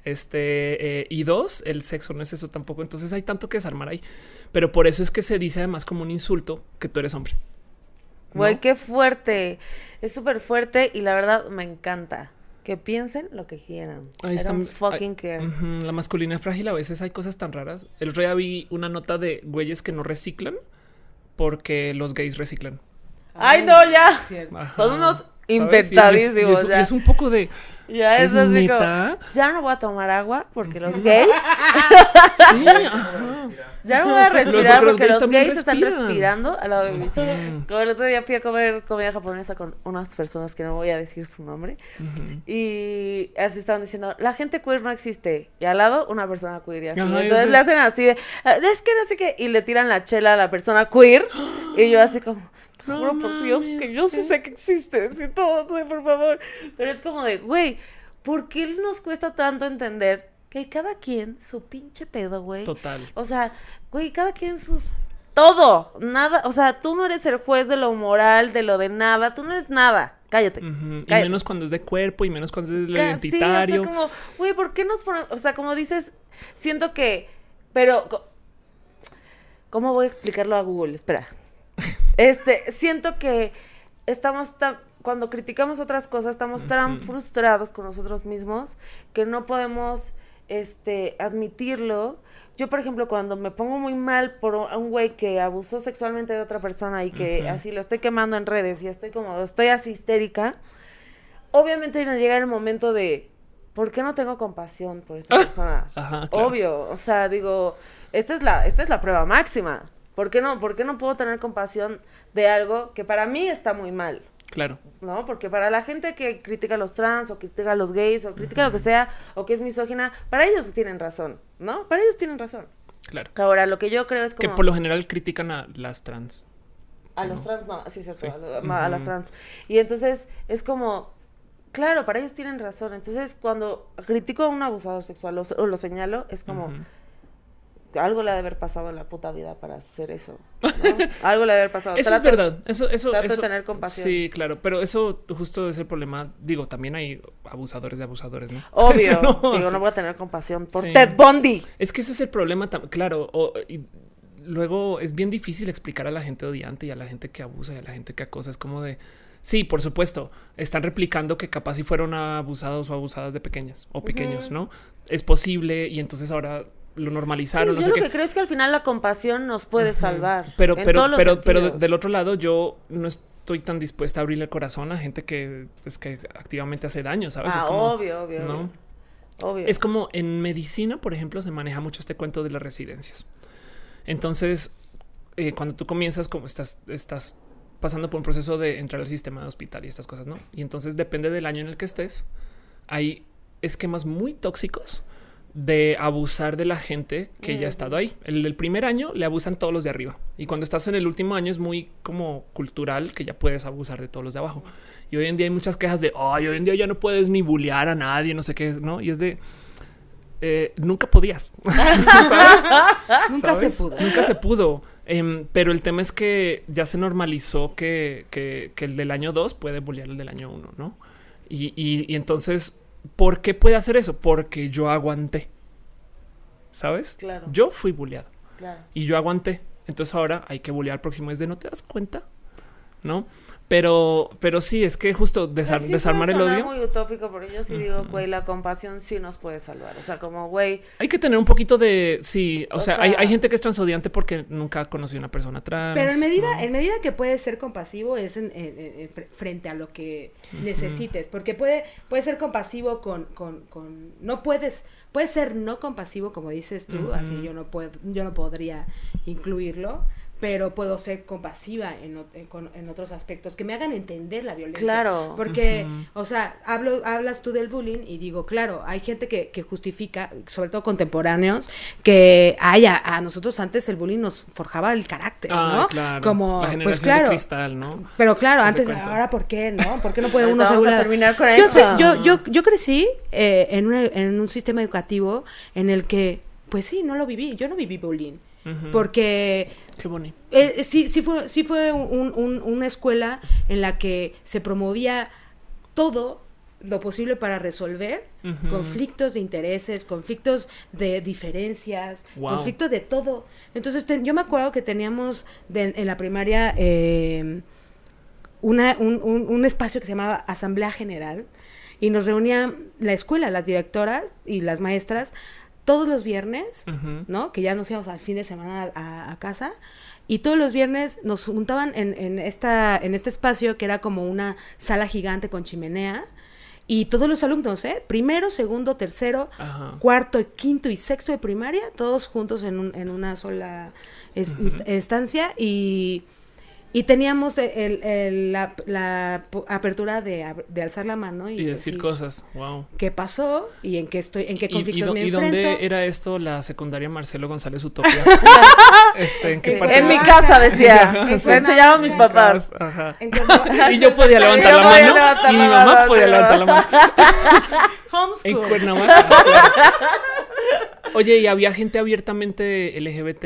Speaker 3: Y 2, el sexo no es eso tampoco. Entonces hay tanto que desarmar ahí. Pero por eso es que se dice además como un insulto que tú eres hombre.
Speaker 1: Güey,
Speaker 3: ¿no?
Speaker 1: qué fuerte. Es súper fuerte y la verdad me encanta. que piensen lo que quieran.
Speaker 3: Ahí
Speaker 1: I
Speaker 3: está,
Speaker 1: don't fucking care.
Speaker 3: La masculinidad frágil, a veces hay cosas tan raras. El otro día vi una nota de güeyes que no reciclan porque los gays reciclan.
Speaker 1: ¡Ay, no, ya!
Speaker 2: Cierto.
Speaker 3: Ajá.
Speaker 1: Son unos
Speaker 3: ¿Sabes?
Speaker 1: inventadísimos.
Speaker 3: Y es un poco de...
Speaker 1: Ya
Speaker 3: ¿es
Speaker 1: es así
Speaker 3: neta?
Speaker 1: como, ya no voy a tomar agua porque los gays,
Speaker 3: Sí, ajá.
Speaker 1: ya no voy a respirar
Speaker 3: Porque los
Speaker 1: porque
Speaker 3: gays
Speaker 1: los
Speaker 3: también
Speaker 1: gays están
Speaker 3: respiran.
Speaker 1: respirando al lado de mí. Como el otro día fui a comer comida japonesa con unas personas que no voy a decir su nombre y así estaban diciendo, la gente queer no existe, y al lado una persona queer y así.
Speaker 3: Ajá,
Speaker 1: Entonces le hacen así de, es que no sé qué, y le tiran la chela a la persona queer y yo así como...
Speaker 3: No
Speaker 1: Juro por Dios
Speaker 3: mames,
Speaker 1: que yo sí sé que existe, sí, todo, sí, por favor. Pero es como de, güey, ¿por qué nos cuesta tanto entender que cada quien su pinche pedo, güey?
Speaker 3: Total.
Speaker 1: O sea, güey, cada quien sus... Todo, nada, o sea, tú no eres el juez de lo moral, de lo de nada, tú no eres nada, cállate.
Speaker 3: Y
Speaker 1: cállate.
Speaker 3: menos cuando es de cuerpo y menos cuando es de lo
Speaker 1: Sí,
Speaker 3: identitario.
Speaker 1: o sea, como, güey, ¿por qué nos ponemos? O sea, como dices, siento que, pero, ¿cómo voy a explicarlo a Google? Espera. Siento que estamos cuando criticamos otras cosas, estamos tan frustrados con nosotros mismos que no podemos, admitirlo. Yo, por ejemplo, cuando me pongo muy mal por un güey que abusó sexualmente de otra persona y que así lo estoy quemando en redes y estoy así histérica, obviamente me llega el momento de, ¿por qué no tengo compasión por esta persona?
Speaker 3: Ajá, claro.
Speaker 1: Obvio, o sea, digo, esta es la prueba máxima. ¿Por qué no puedo tener compasión de algo que para mí está muy mal?
Speaker 3: Claro.
Speaker 1: ¿No? Porque para la gente que critica a los trans, o critica a los gays, o critica lo que sea, o que es misógina, para ellos tienen razón, ¿no? Para ellos tienen razón.
Speaker 3: Claro.
Speaker 1: Ahora, lo que yo creo es como...
Speaker 3: Que por lo general critican a las trans.
Speaker 1: A los trans no, sí, cierto,
Speaker 3: Sí.
Speaker 1: a las trans. Y entonces es como... Claro, para ellos tienen razón. Entonces, cuando critico a un abusador sexual o lo señalo, es como... Algo le ha de haber pasado en la puta vida para hacer eso, ¿no? Algo le ha de haber pasado.
Speaker 3: Eso es verdad. Eso,
Speaker 1: trato
Speaker 3: eso,
Speaker 1: de tener compasión.
Speaker 3: Sí, claro. Pero eso justo es el problema. Digo, también hay abusadores de abusadores, ¿no?
Speaker 1: Obvio.
Speaker 3: Eso
Speaker 1: Digo,
Speaker 3: sí.
Speaker 1: no voy a tener compasión por
Speaker 3: Sí.
Speaker 1: Ted Bundy.
Speaker 3: Es que ese es el problema, claro. Y luego es bien difícil explicar a la gente odiante y a la gente que abusa y a la gente que acosa. Es como de... Sí, por supuesto, están replicando que capaz si fueron abusados o abusadas de pequeñas o pequeños, ¿no? Es posible y entonces ahora lo normalizaron,
Speaker 1: Sí,
Speaker 3: no
Speaker 1: yo
Speaker 3: sé
Speaker 1: lo
Speaker 3: qué.
Speaker 1: que creo es que al final la compasión nos puede salvar.
Speaker 3: Pero
Speaker 1: sentidos.
Speaker 3: del otro lado, yo no estoy tan dispuesta a abrirle el corazón a gente que activamente hace daño, ¿sabes? Es como,
Speaker 1: obvio,
Speaker 3: ¿no?
Speaker 1: obvio.
Speaker 3: Es como en medicina, por ejemplo, se maneja mucho este cuento de las residencias. Entonces, cuando tú comienzas, como estás pasando por un proceso de entrar al sistema de hospital y estas cosas, ¿no? Y entonces depende del año en el que estés, hay esquemas muy tóxicos de abusar de la gente que ya ha estado ahí. El primer año le abusan todos los de arriba y cuando estás en el último año es muy como cultural que ya puedes abusar de todos los de abajo. Y hoy en día hay muchas quejas de ay, hoy en día ya no puedes ni bullear a nadie, no sé qué, ¿no? Y es de nunca podías. ¿Sabes?
Speaker 2: Nunca se pudo.
Speaker 3: Nunca se pudo. Pero el tema es que ya se normalizó que el del año 2 puede bullear el del año 1, ¿no? Y entonces, ¿por qué puede hacer eso? Porque yo aguanté. ¿Sabes?
Speaker 1: Claro.
Speaker 3: Yo fui bulleado.
Speaker 1: Claro.
Speaker 3: Y yo aguanté. Entonces ahora hay que bullear al próximo. Es de no te das cuenta, ¿no? Pero sí, es que justo
Speaker 1: Sí
Speaker 3: desarmar
Speaker 1: puede
Speaker 3: el
Speaker 1: sonar
Speaker 3: odio.
Speaker 1: muy utópico, pero yo sí digo, güey, la compasión sí nos puede salvar. O sea, como, güey,
Speaker 3: Hay que tener un poquito de sí. O sea,
Speaker 1: sea,
Speaker 3: hay gente que es transodiante porque nunca ha conocido a una persona trans.
Speaker 2: Pero en
Speaker 3: ¿no?
Speaker 2: medida que puedes ser compasivo es frente a lo que necesites, porque puede ser compasivo con no puedes ser no compasivo como dices tú, así yo no podría incluirlo, pero puedo ser compasiva en otros aspectos que me hagan entender la violencia.
Speaker 1: Claro.
Speaker 2: Porque, o sea, hablas tú del bullying y digo, claro, hay gente que justifica, sobre todo contemporáneos, que a nosotros antes el bullying nos forjaba el carácter, ¿no?
Speaker 3: Claro.
Speaker 2: Como,
Speaker 3: La generación
Speaker 2: pues claro.
Speaker 3: de cristal, ¿no?
Speaker 2: Pero claro,
Speaker 3: Haz de
Speaker 2: antes,
Speaker 3: cuenta.
Speaker 2: ahora, ¿por qué, no? ¿Por qué no puede
Speaker 1: Ahorita
Speaker 2: uno ser
Speaker 1: vamos a
Speaker 2: burlado?
Speaker 1: terminar con
Speaker 2: Yo
Speaker 1: eso.
Speaker 2: sé, yo crecí en un sistema educativo en el que, pues sí, yo no viví bullying. Porque
Speaker 3: Qué bonito.
Speaker 2: sí fue una escuela en la que se promovía todo lo posible para resolver conflictos de intereses, conflictos de diferencias,
Speaker 3: Wow.
Speaker 2: conflictos de todo. Entonces yo me acuerdo que teníamos en la primaria un espacio que se llamaba Asamblea General, y nos reunían la escuela, las directoras y las maestras, todos los viernes, ¿no? Que ya nos íbamos al fin de semana a casa. Y todos los viernes nos juntaban en este espacio que era como una sala gigante con chimenea. Y todos los alumnos, primero, segundo, tercero, cuarto, quinto y sexto de primaria, todos juntos en una sola estancia. Y teníamos la apertura de alzar la mano y
Speaker 3: decir cosas. Wow.
Speaker 2: ¿Qué pasó? ¿Y en qué conflictos me
Speaker 3: enfrento? ¿Y dónde era esto la secundaria Marcelo González Utopía? ¿En qué parte?
Speaker 1: En mi casa, decía. Me enseñaban mis papás.
Speaker 3: Ajá. Y yo podía levantar la mano y mi mamá podía levantar la mano.
Speaker 2: Homeschool.
Speaker 3: En Cuernavaca. Oye, ¿y había gente abiertamente LGBT?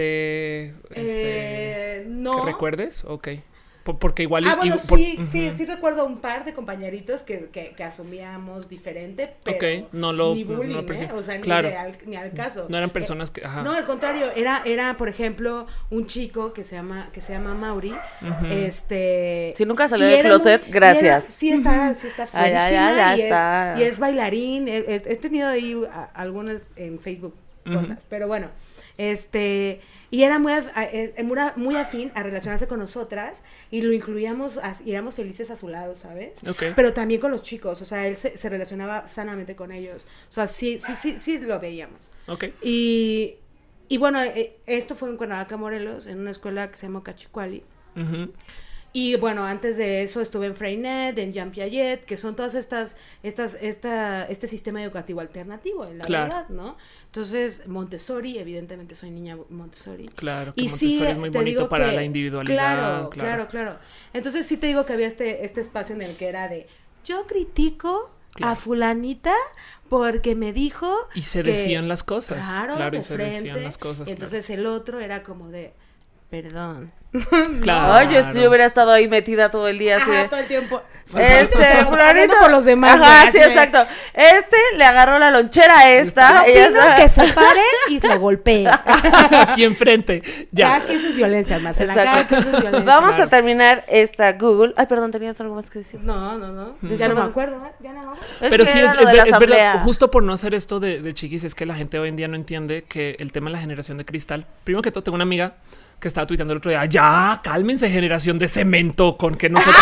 Speaker 2: No.
Speaker 3: ¿Que recuerdes? Ok. Porque igual...
Speaker 2: bueno, sí recuerdo un par de compañeritos que asumíamos diferente, pero ni bullying, o sea,
Speaker 3: claro.
Speaker 2: ni al caso.
Speaker 3: No eran personas que... Ajá.
Speaker 2: No, al contrario, era, por ejemplo, un chico que se llama Mauri,
Speaker 1: Si nunca salió del closet, gracias.
Speaker 2: Sí está fuerísima
Speaker 1: ya
Speaker 2: y es bailarín. He tenido ahí algunas en Facebook cosas, pero bueno, y era muy afín a relacionarse con nosotras y lo incluíamos y éramos felices a su lado, ¿sabes?
Speaker 3: Okay.
Speaker 2: Pero también con los chicos, o sea, él se relacionaba sanamente con ellos, o sea, sí lo veíamos.
Speaker 3: Okay.
Speaker 2: Y bueno, esto fue en Cuernavaca, Morelos, en una escuela que se llama Cachicuali. Y bueno, antes de eso estuve en Freinet, en Jean Piaget, que son todas este sistema educativo alternativo, en la verdad, ¿no? Entonces, Montessori, evidentemente soy niña Montessori.
Speaker 3: Claro, que Montessori es muy bonito para la individualidad.
Speaker 2: Claro. Entonces sí te digo que había este espacio en el que era de, yo critico a fulanita porque me dijo
Speaker 3: y se decían las cosas.
Speaker 2: Claro,
Speaker 3: y se decían las cosas.
Speaker 2: Y entonces el otro era como de, perdón.
Speaker 3: Claro.
Speaker 1: Yo hubiera estado ahí metida todo el día.
Speaker 2: Ajá, todo el tiempo.
Speaker 1: Fulanito
Speaker 2: por los demás.
Speaker 1: Ajá, sí, exacto. Le agarró la lonchera a esta.
Speaker 2: Que se pare y lo golpee.
Speaker 3: Aquí enfrente. Ya.
Speaker 2: Cada quien sus violencias, Marcela. Cada quien sus violencias.
Speaker 1: Vamos a terminar esta Google. Ay, perdón, ¿tenías algo más que decir?
Speaker 2: No. Ya no me acuerdo.
Speaker 3: Pero sí, es verdad. Justo por no hacer esto de chiquis, es que la gente hoy en día no entiende que el tema de la generación de cristal. Primero que todo, tengo una amiga que estaba tuiteando el otro día, ya, cálmense, generación de cemento, con que nosotros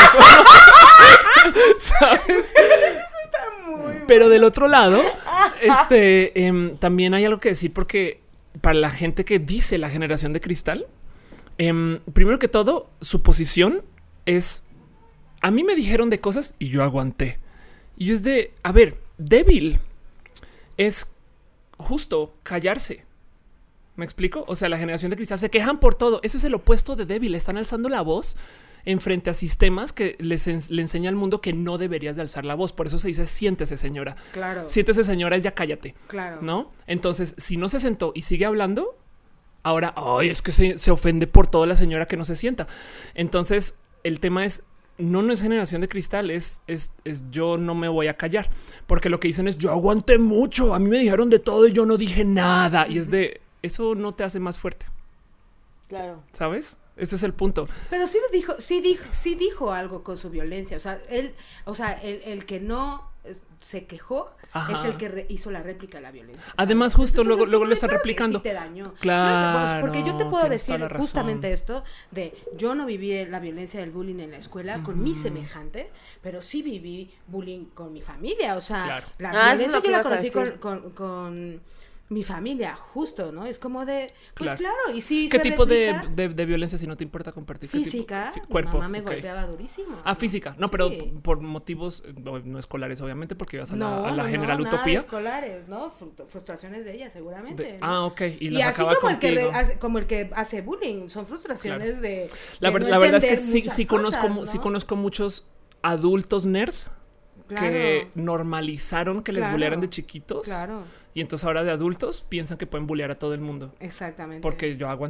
Speaker 3: ¿sabes? Pero del otro lado, también hay algo que decir, porque para la gente que dice la generación de cristal, primero que todo, su posición es, a mí me dijeron de cosas y yo aguanté. Y es de, a ver, débil es justo callarse. ¿Me explico? O sea, la generación de cristal se quejan por todo. Eso es el opuesto de débil. Están alzando la voz en frente a sistemas que le enseña al mundo que no deberías de alzar la voz. Por eso se dice siéntese, señora.
Speaker 2: Claro.
Speaker 3: Siéntese, señora, es ya cállate.
Speaker 2: Claro.
Speaker 3: ¿No? Entonces, si no se sentó y sigue hablando, ahora, es que se ofende por toda la señora que no se sienta. Entonces, el tema es, no es generación de cristal, es yo no me voy a callar. Porque lo que dicen es, yo aguanté mucho, a mí me dijeron de todo y yo no dije nada. Y es de, eso no te hace más fuerte.
Speaker 1: Claro.
Speaker 3: ¿Sabes? Ese es el punto.
Speaker 2: Pero sí dijo algo con su violencia. O sea, el que no se quejó. Ajá. Es el que hizo la réplica de la violencia. ¿Sabes?
Speaker 3: Además, justo
Speaker 2: entonces,
Speaker 3: luego lo está replicando.
Speaker 2: Sí te dañó.
Speaker 3: Claro.
Speaker 2: Porque yo te puedo decir justamente esto de yo no viví la violencia del bullying en la escuela con mi semejante, pero sí viví bullying con mi familia. O sea, la violencia yo la conocí con mi familia, justo, ¿no? Es como de, pues claro, y sí.
Speaker 3: ¿Qué tipo de violencia, si no te importa compartir?
Speaker 2: Física.
Speaker 3: Cuerpo.
Speaker 2: Mi mamá me golpeaba durísimo.
Speaker 3: Física. No, sí. Pero por motivos no escolares, obviamente, porque ibas a la General Utopía.
Speaker 2: No, escolares, ¿no? Frustraciones de ella, seguramente.
Speaker 3: Ok.
Speaker 2: Y así como el que hace bullying, son frustraciones de
Speaker 3: la verdad es que sí conozco muchos adultos nerd. Claro. Que normalizaron que les bullearan de chiquitos.
Speaker 2: Claro.
Speaker 3: Y entonces ahora de adultos piensan que pueden bullear a todo el mundo.
Speaker 2: Exactamente.
Speaker 3: Porque yo aguanté.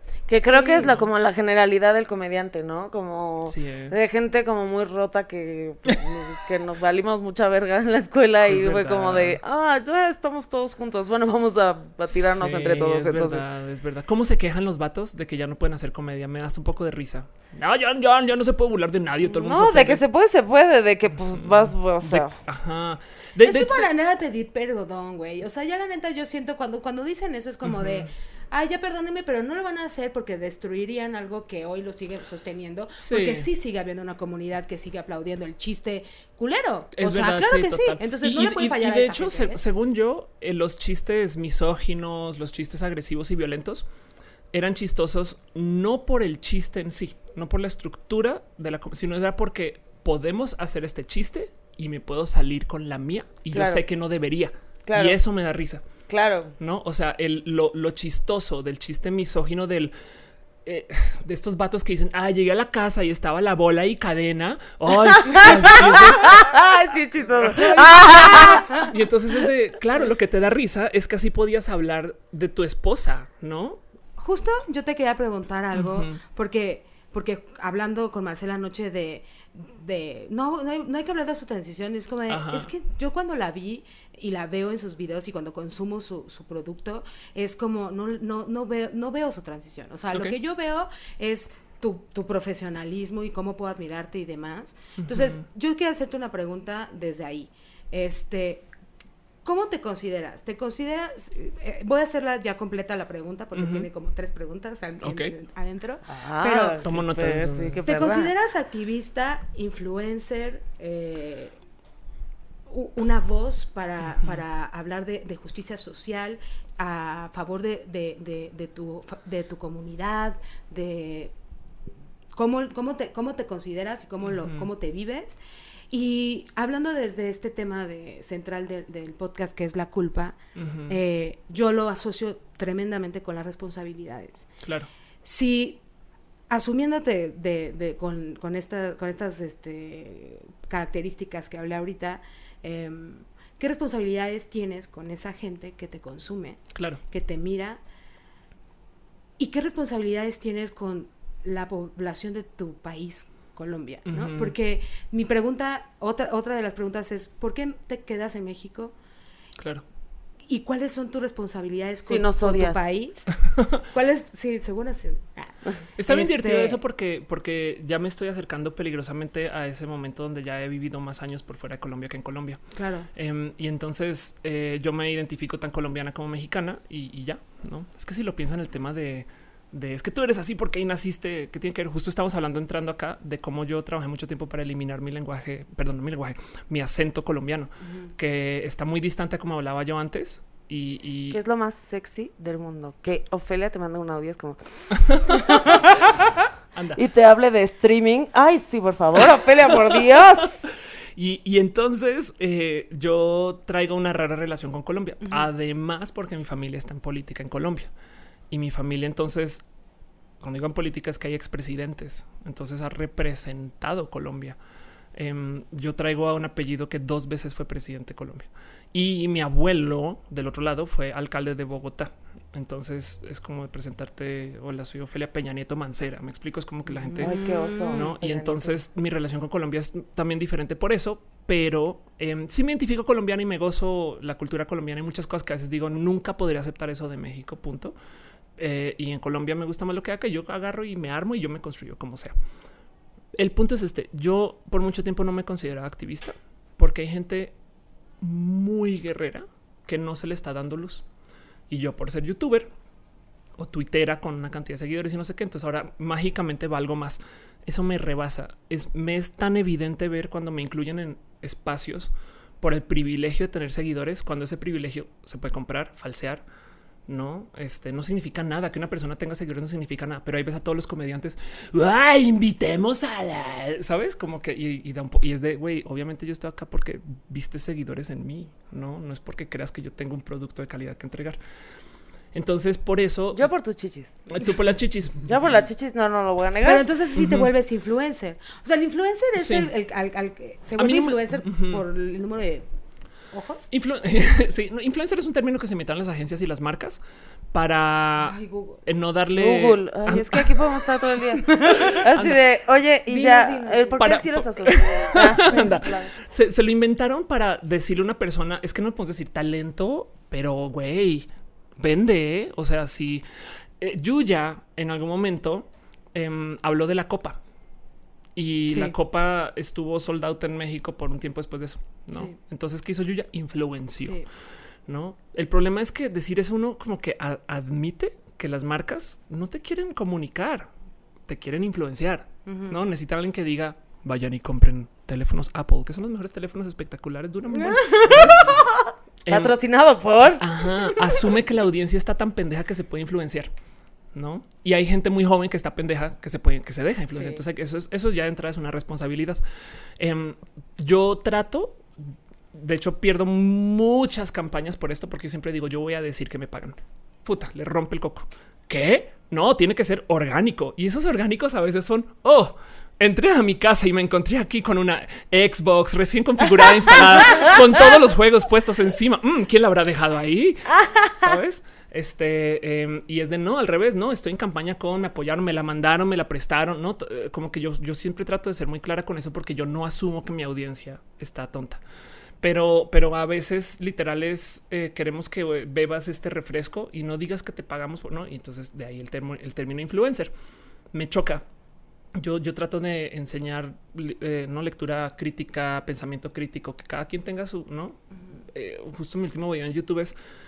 Speaker 1: Que creo que es
Speaker 2: Sí.
Speaker 1: como la generalidad del comediante, ¿no? Como
Speaker 3: Sí,
Speaker 1: de gente como muy rota que nos valimos mucha verga en la escuela
Speaker 3: Es
Speaker 1: y fue como de, ya estamos todos juntos, bueno, vamos a tirarnos
Speaker 3: Sí,
Speaker 1: entre todos.
Speaker 3: es
Speaker 1: Entonces,
Speaker 3: verdad, es verdad. ¿Cómo se quejan los vatos de que ya no pueden hacer comedia? Me das un poco de risa. No, ya no se puede burlar de nadie, todo el mundo
Speaker 1: no,
Speaker 3: se
Speaker 1: de que
Speaker 3: ofende.
Speaker 1: se puede, de que pues vas, o sea,
Speaker 3: Ajá.
Speaker 2: Es una manera de pedir perdón, güey. O sea, ya la neta yo siento cuando dicen eso es como de, ay, ya perdónenme, pero no lo van a hacer porque destruirían algo que hoy lo sigue sosteniendo.
Speaker 3: Sí.
Speaker 2: Porque sí sigue habiendo una comunidad que sigue aplaudiendo el chiste culero.
Speaker 3: Es
Speaker 2: o sea,
Speaker 3: verdad,
Speaker 2: claro
Speaker 3: sí,
Speaker 2: que
Speaker 3: total.
Speaker 2: sí. Entonces no le puede fallar
Speaker 3: de
Speaker 2: a esa
Speaker 3: hecho,
Speaker 2: gente, ¿eh?
Speaker 3: según yo, los chistes misóginos, los chistes agresivos y violentos eran chistosos no por el chiste en sí, no por la estructura de la sino era porque podemos hacer este chiste y me puedo salir con la mía y
Speaker 1: Claro.
Speaker 3: yo sé que no debería.
Speaker 1: Claro.
Speaker 3: Y eso me da risa,
Speaker 1: claro.
Speaker 3: ¿no? O sea, lo chistoso del chiste misógino de estos vatos que dicen, llegué a la casa y estaba la bola y cadena. Ay,
Speaker 1: Ay, sí, chistoso.
Speaker 3: y entonces es de, claro, lo que te da risa es que así podías hablar de tu esposa, ¿no?
Speaker 2: Justo yo te quería preguntar algo,
Speaker 3: Ujú.
Speaker 2: porque hablando con Marcela anoche no hay que hablar de su transición, es como de,
Speaker 3: Ajá.
Speaker 2: es que yo cuando la vi y la veo en sus videos y cuando consumo su producto, es como, no veo su transición, o sea,
Speaker 3: Ok.
Speaker 2: lo que yo veo es tu profesionalismo y cómo puedo admirarte y demás. Entonces, yo quiero hacerte una pregunta desde ahí, ¿cómo te consideras? ¿Te consideras? Voy a hacerla ya completa la pregunta porque tiene como 3 preguntas
Speaker 3: Ok.
Speaker 2: adentro.
Speaker 1: Ah,
Speaker 3: Tomo
Speaker 1: qué
Speaker 3: nota de eso.
Speaker 1: sí, qué
Speaker 2: ¿Te
Speaker 1: perra.
Speaker 2: consideras activista, influencer, una voz para hablar de justicia social a favor de tu comunidad, de cómo te consideras y cómo te vives? Y hablando desde este tema central del podcast, que es la culpa, yo lo asocio tremendamente con las responsabilidades.
Speaker 3: Claro.
Speaker 2: Si asumiéndote con estas características que hablé ahorita, ¿qué responsabilidades tienes con esa gente que te consume,
Speaker 3: Claro.
Speaker 2: que te mira? ¿Y qué responsabilidades tienes con la población de tu país, Colombia, ¿no?
Speaker 3: Ujú.
Speaker 2: Porque mi pregunta, otra de las preguntas es, ¿por qué te quedas en México?
Speaker 3: Claro.
Speaker 2: ¿Y cuáles son tus responsabilidades
Speaker 1: Si nos
Speaker 2: con tu
Speaker 1: odias.
Speaker 2: país? ¿Cuáles? Sí, seguro sí.
Speaker 3: Está bien divertido eso porque ya me estoy acercando peligrosamente a ese momento donde ya he vivido más años por fuera de Colombia que en Colombia.
Speaker 2: Claro.
Speaker 3: Y entonces yo me identifico tan colombiana como mexicana y ya, ¿no? Es que si lo piensan el tema de es que tú eres así porque ahí naciste, que tiene que ver, justo estamos hablando entrando acá de cómo yo trabajé mucho tiempo para eliminar mi acento colombiano, que está muy distante a como hablaba yo antes. Y
Speaker 1: ¿Qué es lo más sexy del mundo? Que Ofelia te manda un audio, es como...
Speaker 3: anda.
Speaker 1: Y te hable de streaming. Ay, sí, por favor, Ofelia, por Dios.
Speaker 3: Y entonces yo traigo una rara relación con Colombia. Además, porque mi familia está en política en Colombia. Y mi familia, entonces, cuando digo en política, es que hay expresidentes. Entonces ha representado Colombia. Yo traigo a un apellido que 2 veces fue presidente de Colombia. Y mi abuelo, del otro lado, fue alcalde de Bogotá. Entonces es como presentarte, hola, soy Ofelia Peña Nieto Mancera. Me explico, es como que la gente...
Speaker 1: Ay, qué oso.
Speaker 3: ¿no? Y
Speaker 1: Peña
Speaker 3: entonces mi relación con Colombia es también diferente por eso, pero sí me identifico colombiana y me gozo la cultura colombiana y muchas cosas que a veces digo, nunca podría aceptar eso de México, punto. Y en Colombia me gusta más lo que haga, yo agarro y me armo y yo me construyo como sea. El punto es yo por mucho tiempo no me consideraba activista porque hay gente muy guerrera que no se le está dando luz. Y yo por ser youtuber o tuitera con una cantidad de seguidores y no sé qué, entonces ahora mágicamente valgo más. Eso me rebasa. Me es tan evidente ver cuando me incluyen en espacios por el privilegio de tener seguidores, cuando ese privilegio se puede comprar, falsear. No, no significa nada. Que una persona tenga seguidores no significa nada. Pero ahí ves a todos los comediantes. ¡Ay, invitemos a la! ¿Sabes? Como que y es de, güey, obviamente yo estoy acá porque viste seguidores en mí. No es porque creas que yo tengo un producto de calidad que entregar. Entonces, por eso.
Speaker 1: Yo por tus chichis.
Speaker 3: Tú por las chichis.
Speaker 1: Yo por las chichis no lo voy a negar.
Speaker 2: Pero entonces sí te vuelves influencer. O sea, el influencer es
Speaker 3: Sí.
Speaker 2: el que se
Speaker 3: A mí
Speaker 2: vuelve
Speaker 3: no me-
Speaker 2: influencer por el número de ojos.
Speaker 3: Sí, no, influencer es un término que se inventan las agencias y las marcas para
Speaker 2: Ay, Google.
Speaker 3: no darle...
Speaker 1: Google. Ay, es que aquí podemos estar todo el día. Así de, oye, y
Speaker 2: Dinos,
Speaker 1: ya,
Speaker 2: dinos.
Speaker 1: ¿por
Speaker 3: Para-
Speaker 1: qué sí los asocio? Ah,
Speaker 3: Anda.
Speaker 1: claro.
Speaker 3: Se lo inventaron para decirle a una persona, es que no le podemos decir talento, pero güey, vende, ¿eh? O sea, si Yuya en algún momento habló de la copa y
Speaker 2: Sí.
Speaker 3: la copa estuvo sold out en México por un tiempo después de eso, ¿no?
Speaker 2: Sí.
Speaker 3: Entonces, ¿qué hizo Yuya? Influenció,
Speaker 2: Sí.
Speaker 3: ¿no? El problema es que decir eso uno como que admite que las marcas no te quieren comunicar, te quieren influenciar, ¿no? Necesitan alguien que diga, vayan y compren teléfonos Apple, que son los mejores teléfonos espectaculares, duran muy bien.
Speaker 1: Patrocinado por.
Speaker 3: Ajá, asume que la audiencia está tan pendeja que se puede influenciar, ¿no? Y hay gente muy joven que está pendeja que se deja influenciar.
Speaker 2: Sí.
Speaker 3: Entonces eso ya de entrada es una responsabilidad. Yo trato, de hecho pierdo muchas campañas por esto, porque yo siempre digo, yo voy a decir que me pagan. Puta, le rompe el coco. ¿Qué? No, tiene que ser orgánico. Y esos orgánicos a veces son, entré a mi casa y me encontré aquí con una Xbox recién configurada, instalada, con todos los juegos puestos encima. ¿Quién la habrá dejado ahí? ¿Sabes? Y es de no, al revés, no, estoy en campaña con, me apoyaron, me la mandaron, me la prestaron, ¿no? Como que yo siempre trato de ser muy clara con eso porque yo no asumo que mi audiencia está tonta. Pero a veces literal es queremos que bebas este refresco y no digas que te pagamos por no. Y entonces de ahí el término influencer me choca. Yo trato de enseñar no lectura crítica, pensamiento crítico, que cada quien tenga su no. Justo mi último video en YouTube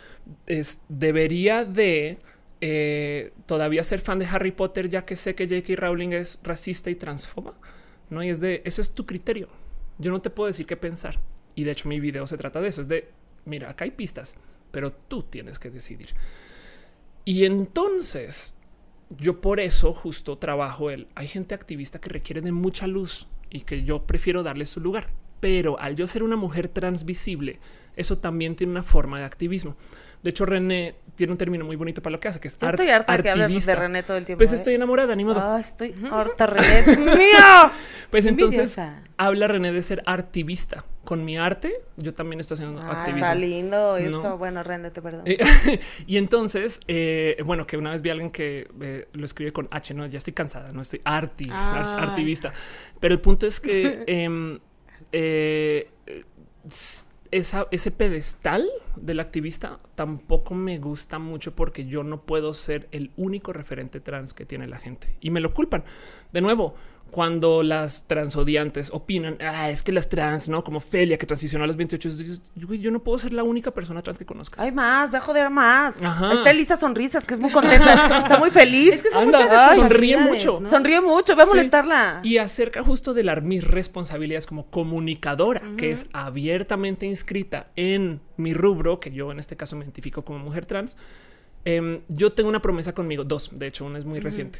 Speaker 3: debería de todavía ser fan de Harry Potter, ya que sé que J.K. Rowling es racista y transfoba, no? Y es de eso es tu criterio. Yo no te puedo decir qué pensar. Y de hecho mi video se trata de eso. Es de, mira, acá hay pistas, pero tú tienes que decidir. Y entonces yo por eso justo trabajo hay gente activista que requiere de mucha luz y que yo prefiero darle su lugar. Pero al yo ser una mujer transvisible, eso también tiene una forma de activismo. De hecho, René tiene un término muy bonito para lo que hace, que es
Speaker 1: Yo estoy harta que hables
Speaker 3: artivista.
Speaker 1: de René todo el tiempo.
Speaker 3: Pues estoy enamorada, ni modo.
Speaker 1: Ah, estoy harta, René. ¡Es mío!
Speaker 3: Pues entonces
Speaker 2: Envidiosa.
Speaker 3: habla René de ser artivista. Con mi arte, yo también estoy haciendo activismo.
Speaker 1: Está lindo eso.
Speaker 3: No.
Speaker 1: Bueno, René, te perdono.
Speaker 3: Y entonces, bueno, que una vez vi a alguien que lo escribe con H, no, ya estoy cansada, no estoy artivista. Pero el punto es que ese pedestal del activista tampoco me gusta mucho porque yo no puedo ser el único referente trans que tiene la gente y me lo culpan. De nuevo, cuando las transodiantes opinan, es que las trans, no como Felia que transicionó a los 28, yo no puedo ser la única persona trans que conozcas.
Speaker 1: Hay más, ve a joder más.
Speaker 3: Ajá.
Speaker 1: Ahí está Elisa Sonrisas, que es muy contenta. Está muy feliz.
Speaker 2: Es que son
Speaker 3: Anda,
Speaker 2: muchas
Speaker 3: sonríe
Speaker 2: responsabilidades,
Speaker 3: mucho.
Speaker 2: ¿no?
Speaker 1: Sonríe mucho, ve a
Speaker 3: Sí.
Speaker 1: molestarla.
Speaker 3: Y acerca justo de mis responsabilidades como comunicadora, que es abiertamente inscrita en mi rubro, que yo en este caso me identifico como mujer trans. Yo tengo una promesa conmigo, dos, de hecho, una es muy reciente.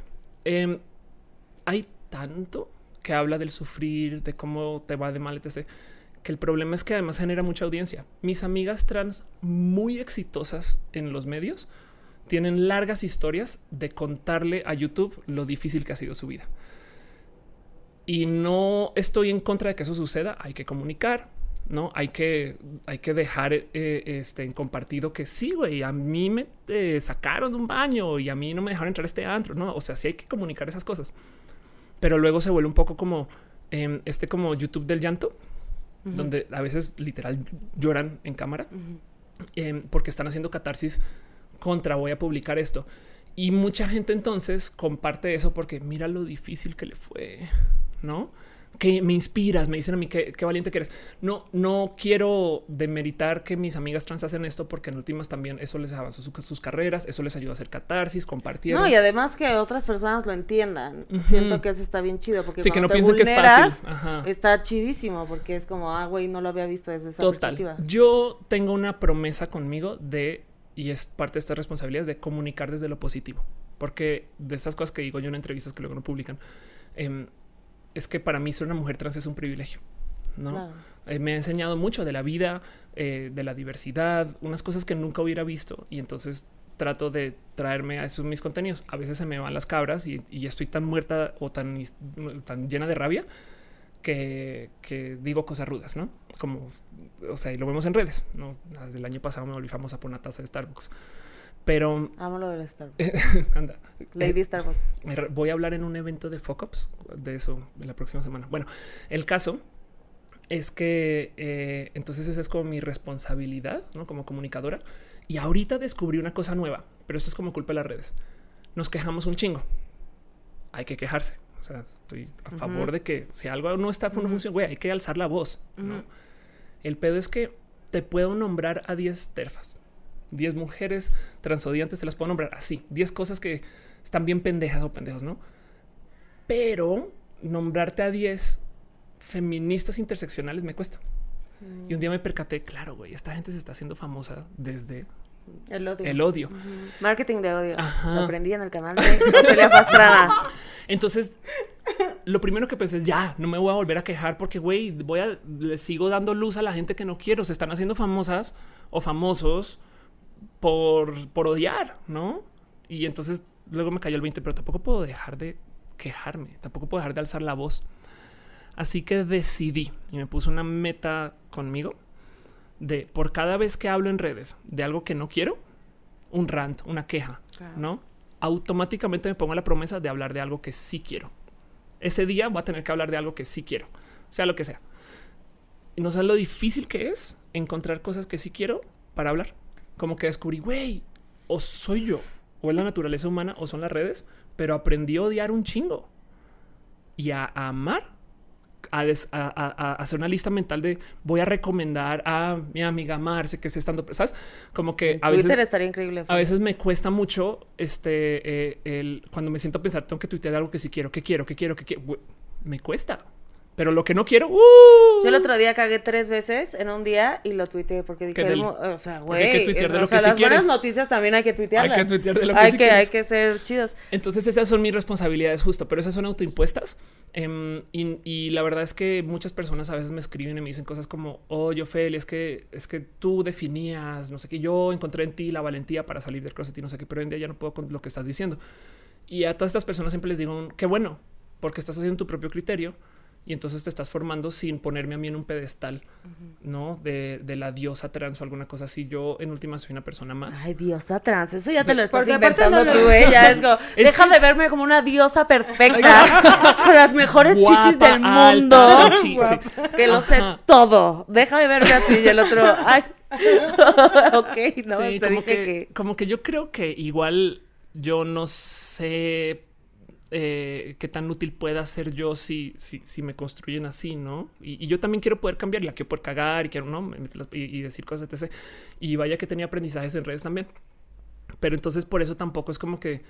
Speaker 3: Hay tanto que habla del sufrir, de cómo te va de mal, etc., que el problema es que además genera mucha audiencia. Mis amigas trans muy exitosas en los medios tienen largas historias de contarle a YouTube lo difícil que ha sido su vida. Y no estoy en contra de que eso suceda. Hay que comunicar, no hay que dejar en compartido que sí, güey, a mí me sacaron de un baño y a mí no me dejaron entrar a este antro, no? O sea, sí hay que comunicar esas cosas, pero luego se vuelve un poco como como YouTube del llanto, donde a veces literal lloran en cámara porque están haciendo catarsis contra voy a publicar esto. Y mucha gente entonces comparte eso porque mira lo difícil que le fue, ¿no? Que me inspiras, me dicen a mí qué valiente que eres. No quiero demeritar que mis amigas trans hacen esto porque en últimas también eso les avanzó sus carreras, eso les ayuda a hacer catarsis, compartieron.
Speaker 1: No, y además que otras personas lo entiendan. Siento que eso está bien chido porque
Speaker 3: Sí, que no
Speaker 1: cuando te
Speaker 3: piensen que es
Speaker 1: vulneras,
Speaker 3: fácil. Ajá.
Speaker 1: está chidísimo porque es como, güey, no lo había visto desde esa perspectiva.
Speaker 3: Total. Yo tengo una promesa conmigo y es parte de estas responsabilidades de comunicar desde lo positivo, porque de estas cosas que digo yo en entrevistas que luego no publican, es que para mí ser una mujer trans es un privilegio, ¿no?
Speaker 1: Claro.
Speaker 3: Me ha enseñado mucho de la vida, de la diversidad, unas cosas que nunca hubiera visto y entonces trato de traerme a esos mis contenidos. A veces se me van las cabras y estoy tan muerta o tan llena de rabia que digo cosas rudas, ¿no? Como, o sea, y lo vemos en redes, ¿no? El año pasado me volví famosa por una taza de Starbucks. Pero...
Speaker 1: Amo lo del Starbucks.
Speaker 3: anda.
Speaker 1: Lady Starbucks.
Speaker 3: Voy a hablar en un evento de Fuck Ups de eso en la próxima semana. Bueno, el caso es que entonces esa es como mi responsabilidad, ¿no? Como comunicadora. Y ahorita descubrí una cosa nueva, pero esto es como culpa de las redes. Nos quejamos un chingo. Hay que quejarse. O sea, estoy a favor de que si algo no está no funciona, güey, hay que alzar la voz, ¿no? El pedo es que te puedo nombrar a 10 terfas, 10 mujeres transodiantes, te las puedo nombrar así, 10 cosas que están bien pendejas o pendejos, ¿no? Pero nombrarte a 10 feministas interseccionales me cuesta. Y un día me percaté, claro, güey, esta gente se está haciendo famosa desde el odio.
Speaker 1: Marketing de odio.
Speaker 3: Ajá.
Speaker 1: Lo aprendí en el canal de Ofelia Pastrana.
Speaker 3: Entonces, lo primero que pensé es ya, no me voy a volver a quejar porque, güey, le sigo dando luz a la gente que no quiero. Se están haciendo famosas o famosos por odiar, ¿no? Y entonces luego me cayó el 20, pero tampoco puedo dejar de quejarme, tampoco puedo dejar de alzar la voz. Así que decidí y me puse una meta conmigo de por cada vez que hablo en redes de algo que no quiero, un rant, una queja, claro, ¿no? Automáticamente me pongo la promesa de hablar de algo que sí quiero. Ese día voy a tener que hablar de algo que sí quiero, sea lo que sea. Y no sabes lo difícil que es encontrar cosas que sí quiero para hablar. Como que descubrí, güey, o soy yo, o es la naturaleza humana, o son las redes, pero aprendí a odiar un chingo y a amar. A hacer una lista mental de voy a recomendar a mi amiga Marce que esté estando, ¿sabes? Como que a
Speaker 1: Twitter
Speaker 3: veces
Speaker 1: estaría increíble.
Speaker 3: A veces me cuesta mucho cuando me siento a pensar tengo que tuitear algo que sí quiero, que quiero, me cuesta. Pero lo que no quiero,
Speaker 1: yo el otro día cagué 3 veces en un día y lo tuiteé porque dije, o sea, güey,
Speaker 3: hay que tuitear de lo que sí
Speaker 1: las
Speaker 3: quieres.
Speaker 1: buenas noticias también hay que tuitearlas.
Speaker 3: Hay que tuitear de lo que sí quieres.
Speaker 1: Hay que ser chidos.
Speaker 3: Entonces esas son mis responsabilidades justo, pero esas son autoimpuestas. Y la verdad es que muchas personas a veces me escriben y me dicen cosas como, oye, Ophelia, es que tú definías, no sé qué, yo encontré en ti la valentía para salir del closet y no sé qué, pero hoy en día ya no puedo con lo que estás diciendo. Y a todas estas personas siempre les digo, qué bueno, porque estás haciendo tu propio criterio. Y entonces te estás formando sin ponerme a mí en un pedestal, ¿no? De la diosa trans o alguna cosa así. Yo en última soy una persona más.
Speaker 1: Ay, diosa trans, eso ya te lo estás
Speaker 2: porque
Speaker 1: inventando
Speaker 2: no
Speaker 1: tú, ya es como, deja de verme como una diosa perfecta, con las mejores
Speaker 3: guapa,
Speaker 1: chichis del mundo,
Speaker 3: alta, sí.
Speaker 1: que lo sé todo. Deja de verme así y el otro, ay, ok, no,
Speaker 3: sí,
Speaker 1: te
Speaker 3: como que yo creo que igual yo no sé qué tan útil pueda ser yo si me construyen así, ¿no? Y yo también quiero poder cambiar, la quiero poder cagar y quiero, ¿no? Y decir cosas, etc. Y vaya que tenía aprendizajes en redes también. Pero entonces por eso tampoco es como que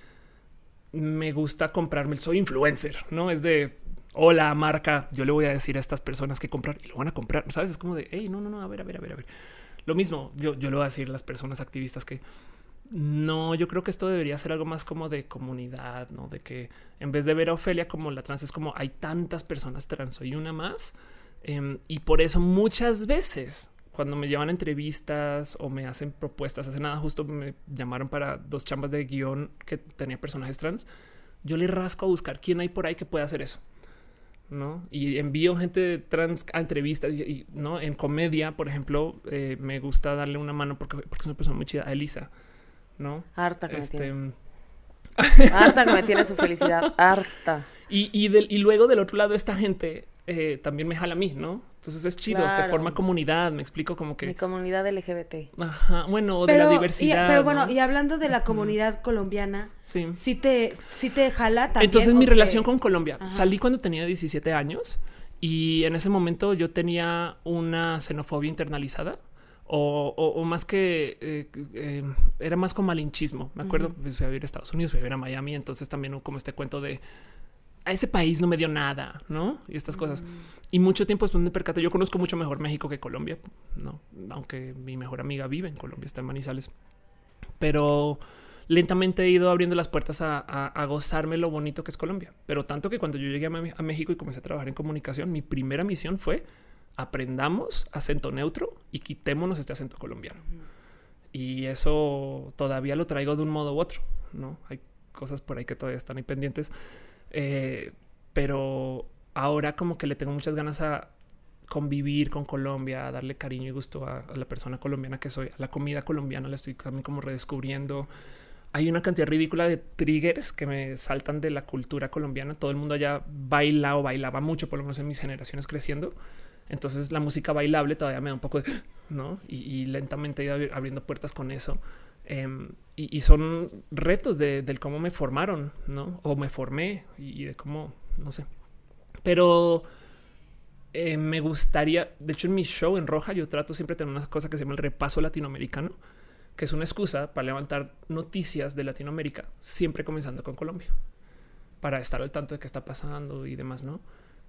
Speaker 3: me gusta comprarme, soy influencer, ¿no? Es de, hola marca, yo le voy a decir a estas personas que comprar y lo van a comprar, ¿sabes? Es como de, hey, no, a ver. Lo mismo, yo le voy a decir a las personas activistas que no, yo creo que esto debería ser algo más como de comunidad, ¿no? De que en vez de ver a Ofelia como la trans, es como hay tantas personas trans, soy una más. Y por eso muchas veces cuando me llevan a entrevistas o me hacen propuestas, hace nada justo me llamaron para 2 chambas de guión que tenía personajes trans, yo le rasco a buscar quién hay por ahí que pueda hacer eso, ¿no? Y envío gente trans a entrevistas y ¿no? En comedia, por ejemplo, me gusta darle una mano porque es una persona muy chida, a Elisa, ¿no?
Speaker 1: Harta que me tiene. Harta que me tiene su felicidad. Harta.
Speaker 3: Y luego del otro lado esta gente también me jala a mí, ¿no? Entonces es chido, claro. Se forma comunidad, me explico como que...
Speaker 1: Mi comunidad LGBT.
Speaker 3: Ajá, bueno, de la diversidad.
Speaker 2: Pero bueno,
Speaker 3: ¿no?
Speaker 2: y hablando de la comunidad colombiana, sí te jala también.
Speaker 3: Entonces mi relación con Colombia, salí cuando tenía 17 años y en ese momento yo tenía una xenofobia internalizada. O más que era más con malinchismo. Me acuerdo, fui a vivir a Estados Unidos, fui a vivir a Miami. Entonces también hubo como este cuento de a ese país no me dio nada, ¿no? Y estas cosas. Y mucho tiempo después me percaté. Yo conozco mucho mejor México que Colombia, ¿no? Aunque mi mejor amiga vive en Colombia, está en Manizales. Pero lentamente he ido abriendo las puertas a gozarme lo bonito que es Colombia. Pero tanto que cuando yo llegué a México y comencé a trabajar en comunicación, mi primera misión fue aprendamos acento neutro y quitémonos este acento colombiano. Y eso todavía lo traigo de un modo u otro, ¿no? Hay cosas por ahí que todavía están ahí pendientes. Pero ahora como que le tengo muchas ganas a convivir con Colombia, a darle cariño y gusto a la persona colombiana que soy, a la comida colombiana la estoy también como redescubriendo. Hay una cantidad ridícula de triggers que me saltan de la cultura colombiana. Todo el mundo allá baila o bailaba mucho, por lo menos en mis generaciones creciendo. Entonces la música bailable todavía me da un poco de, ¿no? Y lentamente he ido abriendo puertas con eso. Y son retos del cómo me formaron, ¿no? O me formé y de cómo, no sé. Pero me gustaría, de hecho en mi show en Roja yo trato siempre de tener una cosa que se llama el repaso latinoamericano, que es una excusa para levantar noticias de Latinoamérica, siempre comenzando con Colombia, para estar al tanto de qué está pasando y demás, ¿no?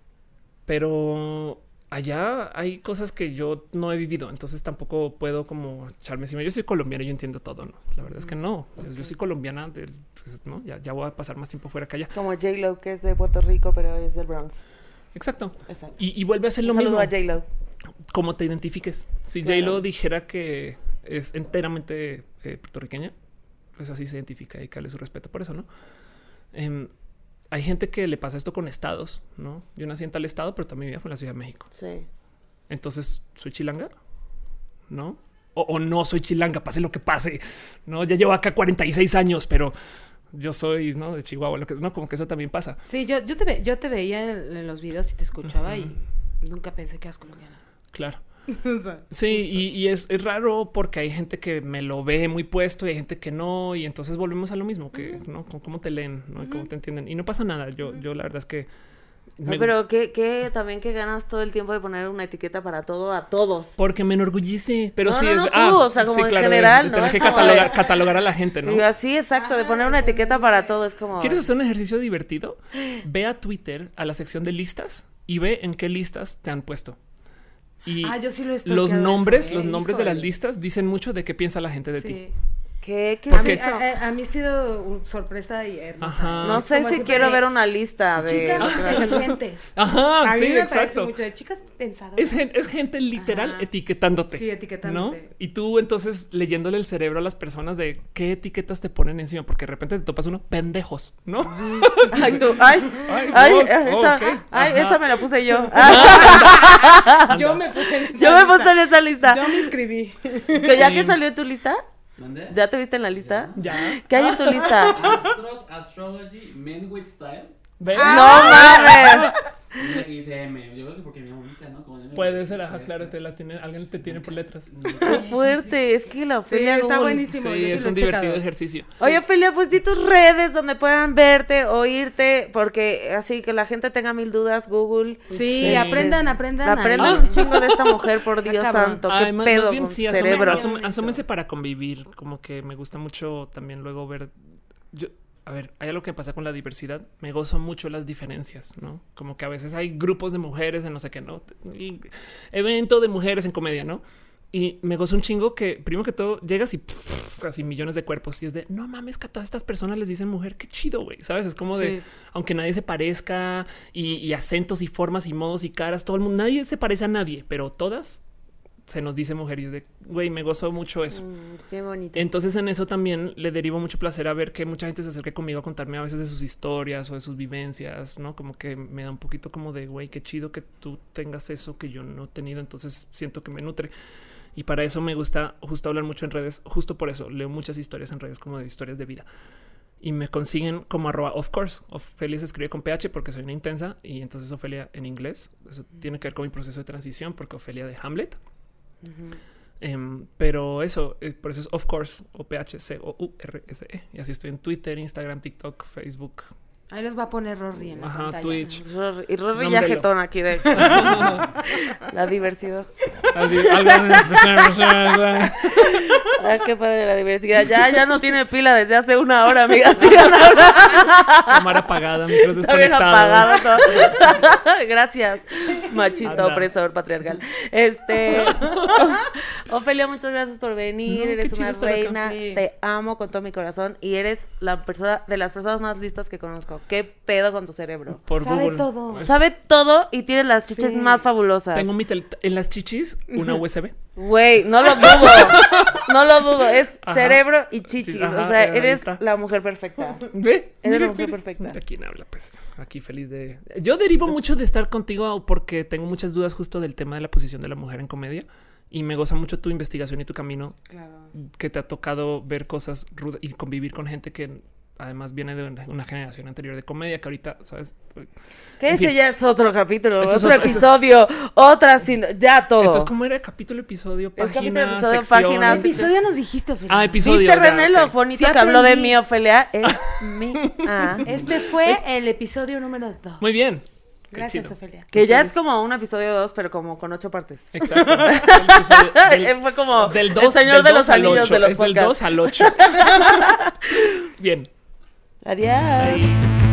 Speaker 3: Pero allá hay cosas que yo no he vivido, entonces tampoco puedo como echarme encima. Yo soy colombiana y yo entiendo todo, ¿no? La verdad es que no. Yo soy colombiana, pues, ¿no? Ya voy a pasar más tiempo fuera que allá.
Speaker 1: Como J-Lo, que es de Puerto Rico, pero es del Bronx.
Speaker 3: Exacto. Y vuelve a ser lo mismo.
Speaker 1: A J-Lo.
Speaker 3: Como te identifiques. Si claro. J-Lo dijera que es enteramente puertorriqueña, pues así se identifica y cale su respeto por eso, ¿no? Hay gente que le pasa esto con estados, ¿no? Yo nací en tal estado, pero toda mi vida fue en la Ciudad de México.
Speaker 1: Sí.
Speaker 3: Entonces, ¿soy chilanga? ¿No? O no soy chilanga, pase lo que pase, ¿no? Ya llevo acá 46 años, pero yo soy, ¿no? De Chihuahua, lo que no, como que eso también pasa.
Speaker 2: Sí, yo te veía en los videos y te escuchaba y nunca pensé que eras colombiana.
Speaker 3: Claro.
Speaker 2: O sea,
Speaker 3: sí, y es raro porque hay gente que me lo ve muy puesto y hay gente que no, y entonces volvemos a lo mismo, que no, cómo te leen, ¿no? Y cómo te entienden. Y no pasa nada. Yo la verdad es que
Speaker 1: pero que también que ganas todo el tiempo de poner una etiqueta para todo a todos.
Speaker 3: Porque me enorgullece, pero
Speaker 1: no,
Speaker 3: sí
Speaker 1: no,
Speaker 3: es
Speaker 1: tú, o sea, como
Speaker 3: sí,
Speaker 1: en
Speaker 3: claro,
Speaker 1: general,
Speaker 3: de
Speaker 1: ¿no?
Speaker 3: tener que catalogar a la gente, ¿no?
Speaker 1: Y así, exacto, de poner una etiqueta para todo es como.
Speaker 3: ¿Quieres hacer un ejercicio divertido? Ve a Twitter, a la sección de listas y ve en qué listas te han puesto. Y
Speaker 2: yo sí lo he
Speaker 3: los nombres
Speaker 2: Híjole.
Speaker 3: de las listas dicen mucho de qué piensa la gente de ti.
Speaker 1: ¿Qué
Speaker 2: a mí ha sido una sorpresa y hermosa.
Speaker 1: No sé si quiero ver una lista de
Speaker 2: chicas inteligentes.
Speaker 3: Ajá,
Speaker 2: a mí
Speaker 3: sí,
Speaker 2: me
Speaker 3: exacto.
Speaker 2: parece mucho de chicas pensadoras.
Speaker 3: Es gente literal etiquetándote.
Speaker 2: Sí, etiquetándote.
Speaker 3: ¿No? Y tú entonces leyéndole el cerebro a las personas de qué etiquetas te ponen encima, porque de repente te topas uno pendejos, ¿no?
Speaker 1: Ay, tú, esa me la puse yo.
Speaker 2: Yo me puse en
Speaker 1: esa lista.
Speaker 2: Yo me inscribí.
Speaker 1: ¿Que ya que salió en tu lista?
Speaker 5: ¿Dónde?
Speaker 1: ¿Ya te viste en la lista?
Speaker 3: Ya.
Speaker 1: ¿Qué hay en tu lista?
Speaker 5: Astros, Astrology, Men with Style.
Speaker 3: ¿Ves?
Speaker 1: ¡No mames!
Speaker 5: Mira que dice M. Yo creo que porque mi bonita, ¿no? Como M.
Speaker 3: Puede ser, ajá, claro, alguien te tiene por letras.
Speaker 1: Qué fuerte, es que la Ofelia
Speaker 2: está
Speaker 1: Google.
Speaker 2: buenísimo.
Speaker 3: Sí, es un divertido ejercicio.
Speaker 1: Oye, Ofelia, pues di tus redes donde puedan verte, oírte, porque así que la gente tenga mil dudas, Google.
Speaker 2: Sí, aprendan.
Speaker 1: Aprendan un chingo de esta mujer, por Dios santo. Qué pedo
Speaker 3: más bien,
Speaker 1: con
Speaker 3: sí,
Speaker 1: cerebro.
Speaker 3: asómense para convivir, como que me gusta mucho también luego ver. A ver, hay algo que pasa con la diversidad. Me gozo mucho las diferencias, ¿no? Como que a veces hay grupos de mujeres en no sé qué, ¿no? Evento de mujeres en comedia, ¿no? Y me gozo un chingo que, primero que todo, llegas y casi millones de cuerpos. Y es de, no mames, que a todas estas personas les dicen mujer. Qué chido, güey, ¿sabes? Es como de, aunque nadie se parezca y acentos y formas y modos y caras, todo el mundo, nadie se parece a nadie, pero todas se nos dice mujer y es de, güey, me gozo mucho eso.
Speaker 1: Qué bonito.
Speaker 3: Entonces en eso también le derivo mucho placer a ver que mucha gente se acerque conmigo a contarme a veces de sus historias o de sus vivencias, ¿no? Como que me da un poquito como de, güey, qué chido que tú tengas eso que yo no he tenido, entonces siento que me nutre. Y para eso me gusta justo hablar mucho en redes, justo por eso leo muchas historias en redes como de historias de vida. Y me consiguen como @ofcourse. Ofelia se escribe con PH porque soy una intensa y entonces Ofelia en inglés. Eso tiene que ver con mi proceso de transición porque Ofelia de Hamlet. Pero eso, por eso es of course o PHCOURSE. Y así estoy en Twitter, Instagram, TikTok, Facebook.
Speaker 2: Ahí les va a poner Rory en la pantalla.
Speaker 3: Twitch.
Speaker 1: Y Rory ya jetón aquí de la diversidad. Qué padre la diversidad. Ya no tiene pila desde hace una hora, amiga. Sigan ahora.
Speaker 3: Cámara apagada, micros
Speaker 1: Está bien
Speaker 3: desconectados.
Speaker 1: apagado todo. Gracias, machista, opresor, patriarcal. Ofelia, muchas gracias por venir.
Speaker 3: No,
Speaker 1: Eres
Speaker 3: qué
Speaker 1: una
Speaker 3: chido estar acá.
Speaker 1: reina.
Speaker 2: Sí.
Speaker 1: Te amo con todo mi corazón. Y eres la persona de las personas más listas que conozco. ¿Qué pedo con tu cerebro?
Speaker 3: Por
Speaker 2: Sabe
Speaker 3: Google.
Speaker 2: todo.
Speaker 1: Sabe todo y tiene las chiches más fabulosas.
Speaker 3: Tengo en las chichis una USB.
Speaker 1: Güey, no lo dudo. No lo dudo. Es
Speaker 3: Ajá.
Speaker 1: cerebro y chichis.
Speaker 3: Sí, ajá,
Speaker 1: o sea,
Speaker 3: ahí
Speaker 1: eres
Speaker 3: está.
Speaker 1: la mujer perfecta.
Speaker 3: ¿Ve?
Speaker 1: Eres la mujer perfecta.
Speaker 3: Mira quién habla, pues. Aquí feliz de... Yo derivo mucho de estar contigo porque tengo muchas dudas justo del tema de la posición de la mujer en comedia. Y me goza mucho tu investigación y tu camino,
Speaker 2: Claro.
Speaker 3: que te ha tocado ver cosas rudas y convivir con gente que además viene de una generación anterior de comedia, que ahorita, ¿sabes?
Speaker 1: Que
Speaker 3: En
Speaker 1: ese
Speaker 3: fin.
Speaker 1: ya es otro capítulo,
Speaker 3: Eso es
Speaker 1: otro
Speaker 3: otro- eso-
Speaker 1: episodio, otra sin... Ya todo.
Speaker 3: Entonces, ¿cómo era? Capítulo, episodio, página,
Speaker 1: capítulo, episodio,
Speaker 3: sección.
Speaker 1: página,
Speaker 2: ¿Qué episodio nos dijiste, Ophelia?
Speaker 3: Ah, episodio.
Speaker 1: ¿Viste,
Speaker 3: ya,
Speaker 1: René, lo
Speaker 3: ok.
Speaker 1: bonito
Speaker 2: Sí
Speaker 1: que habló de
Speaker 2: aprendí.
Speaker 1: mí, Ofelia? Es mi... Ah.
Speaker 2: Este fue el episodio número 2.
Speaker 3: Muy bien. Qué
Speaker 2: Gracias,
Speaker 3: chido.
Speaker 2: Ofelia.
Speaker 1: Que ya es como un episodio 2, pero como con 8 partes.
Speaker 3: Exacto. El episodio
Speaker 1: Fue como
Speaker 3: del
Speaker 1: el
Speaker 3: 2,
Speaker 1: señor de los
Speaker 3: 2 al
Speaker 1: anillos
Speaker 3: 8.
Speaker 1: de los
Speaker 3: Es del
Speaker 1: podcasts.
Speaker 3: 2 al 8. Bien.
Speaker 1: Adiós.
Speaker 3: Ahí.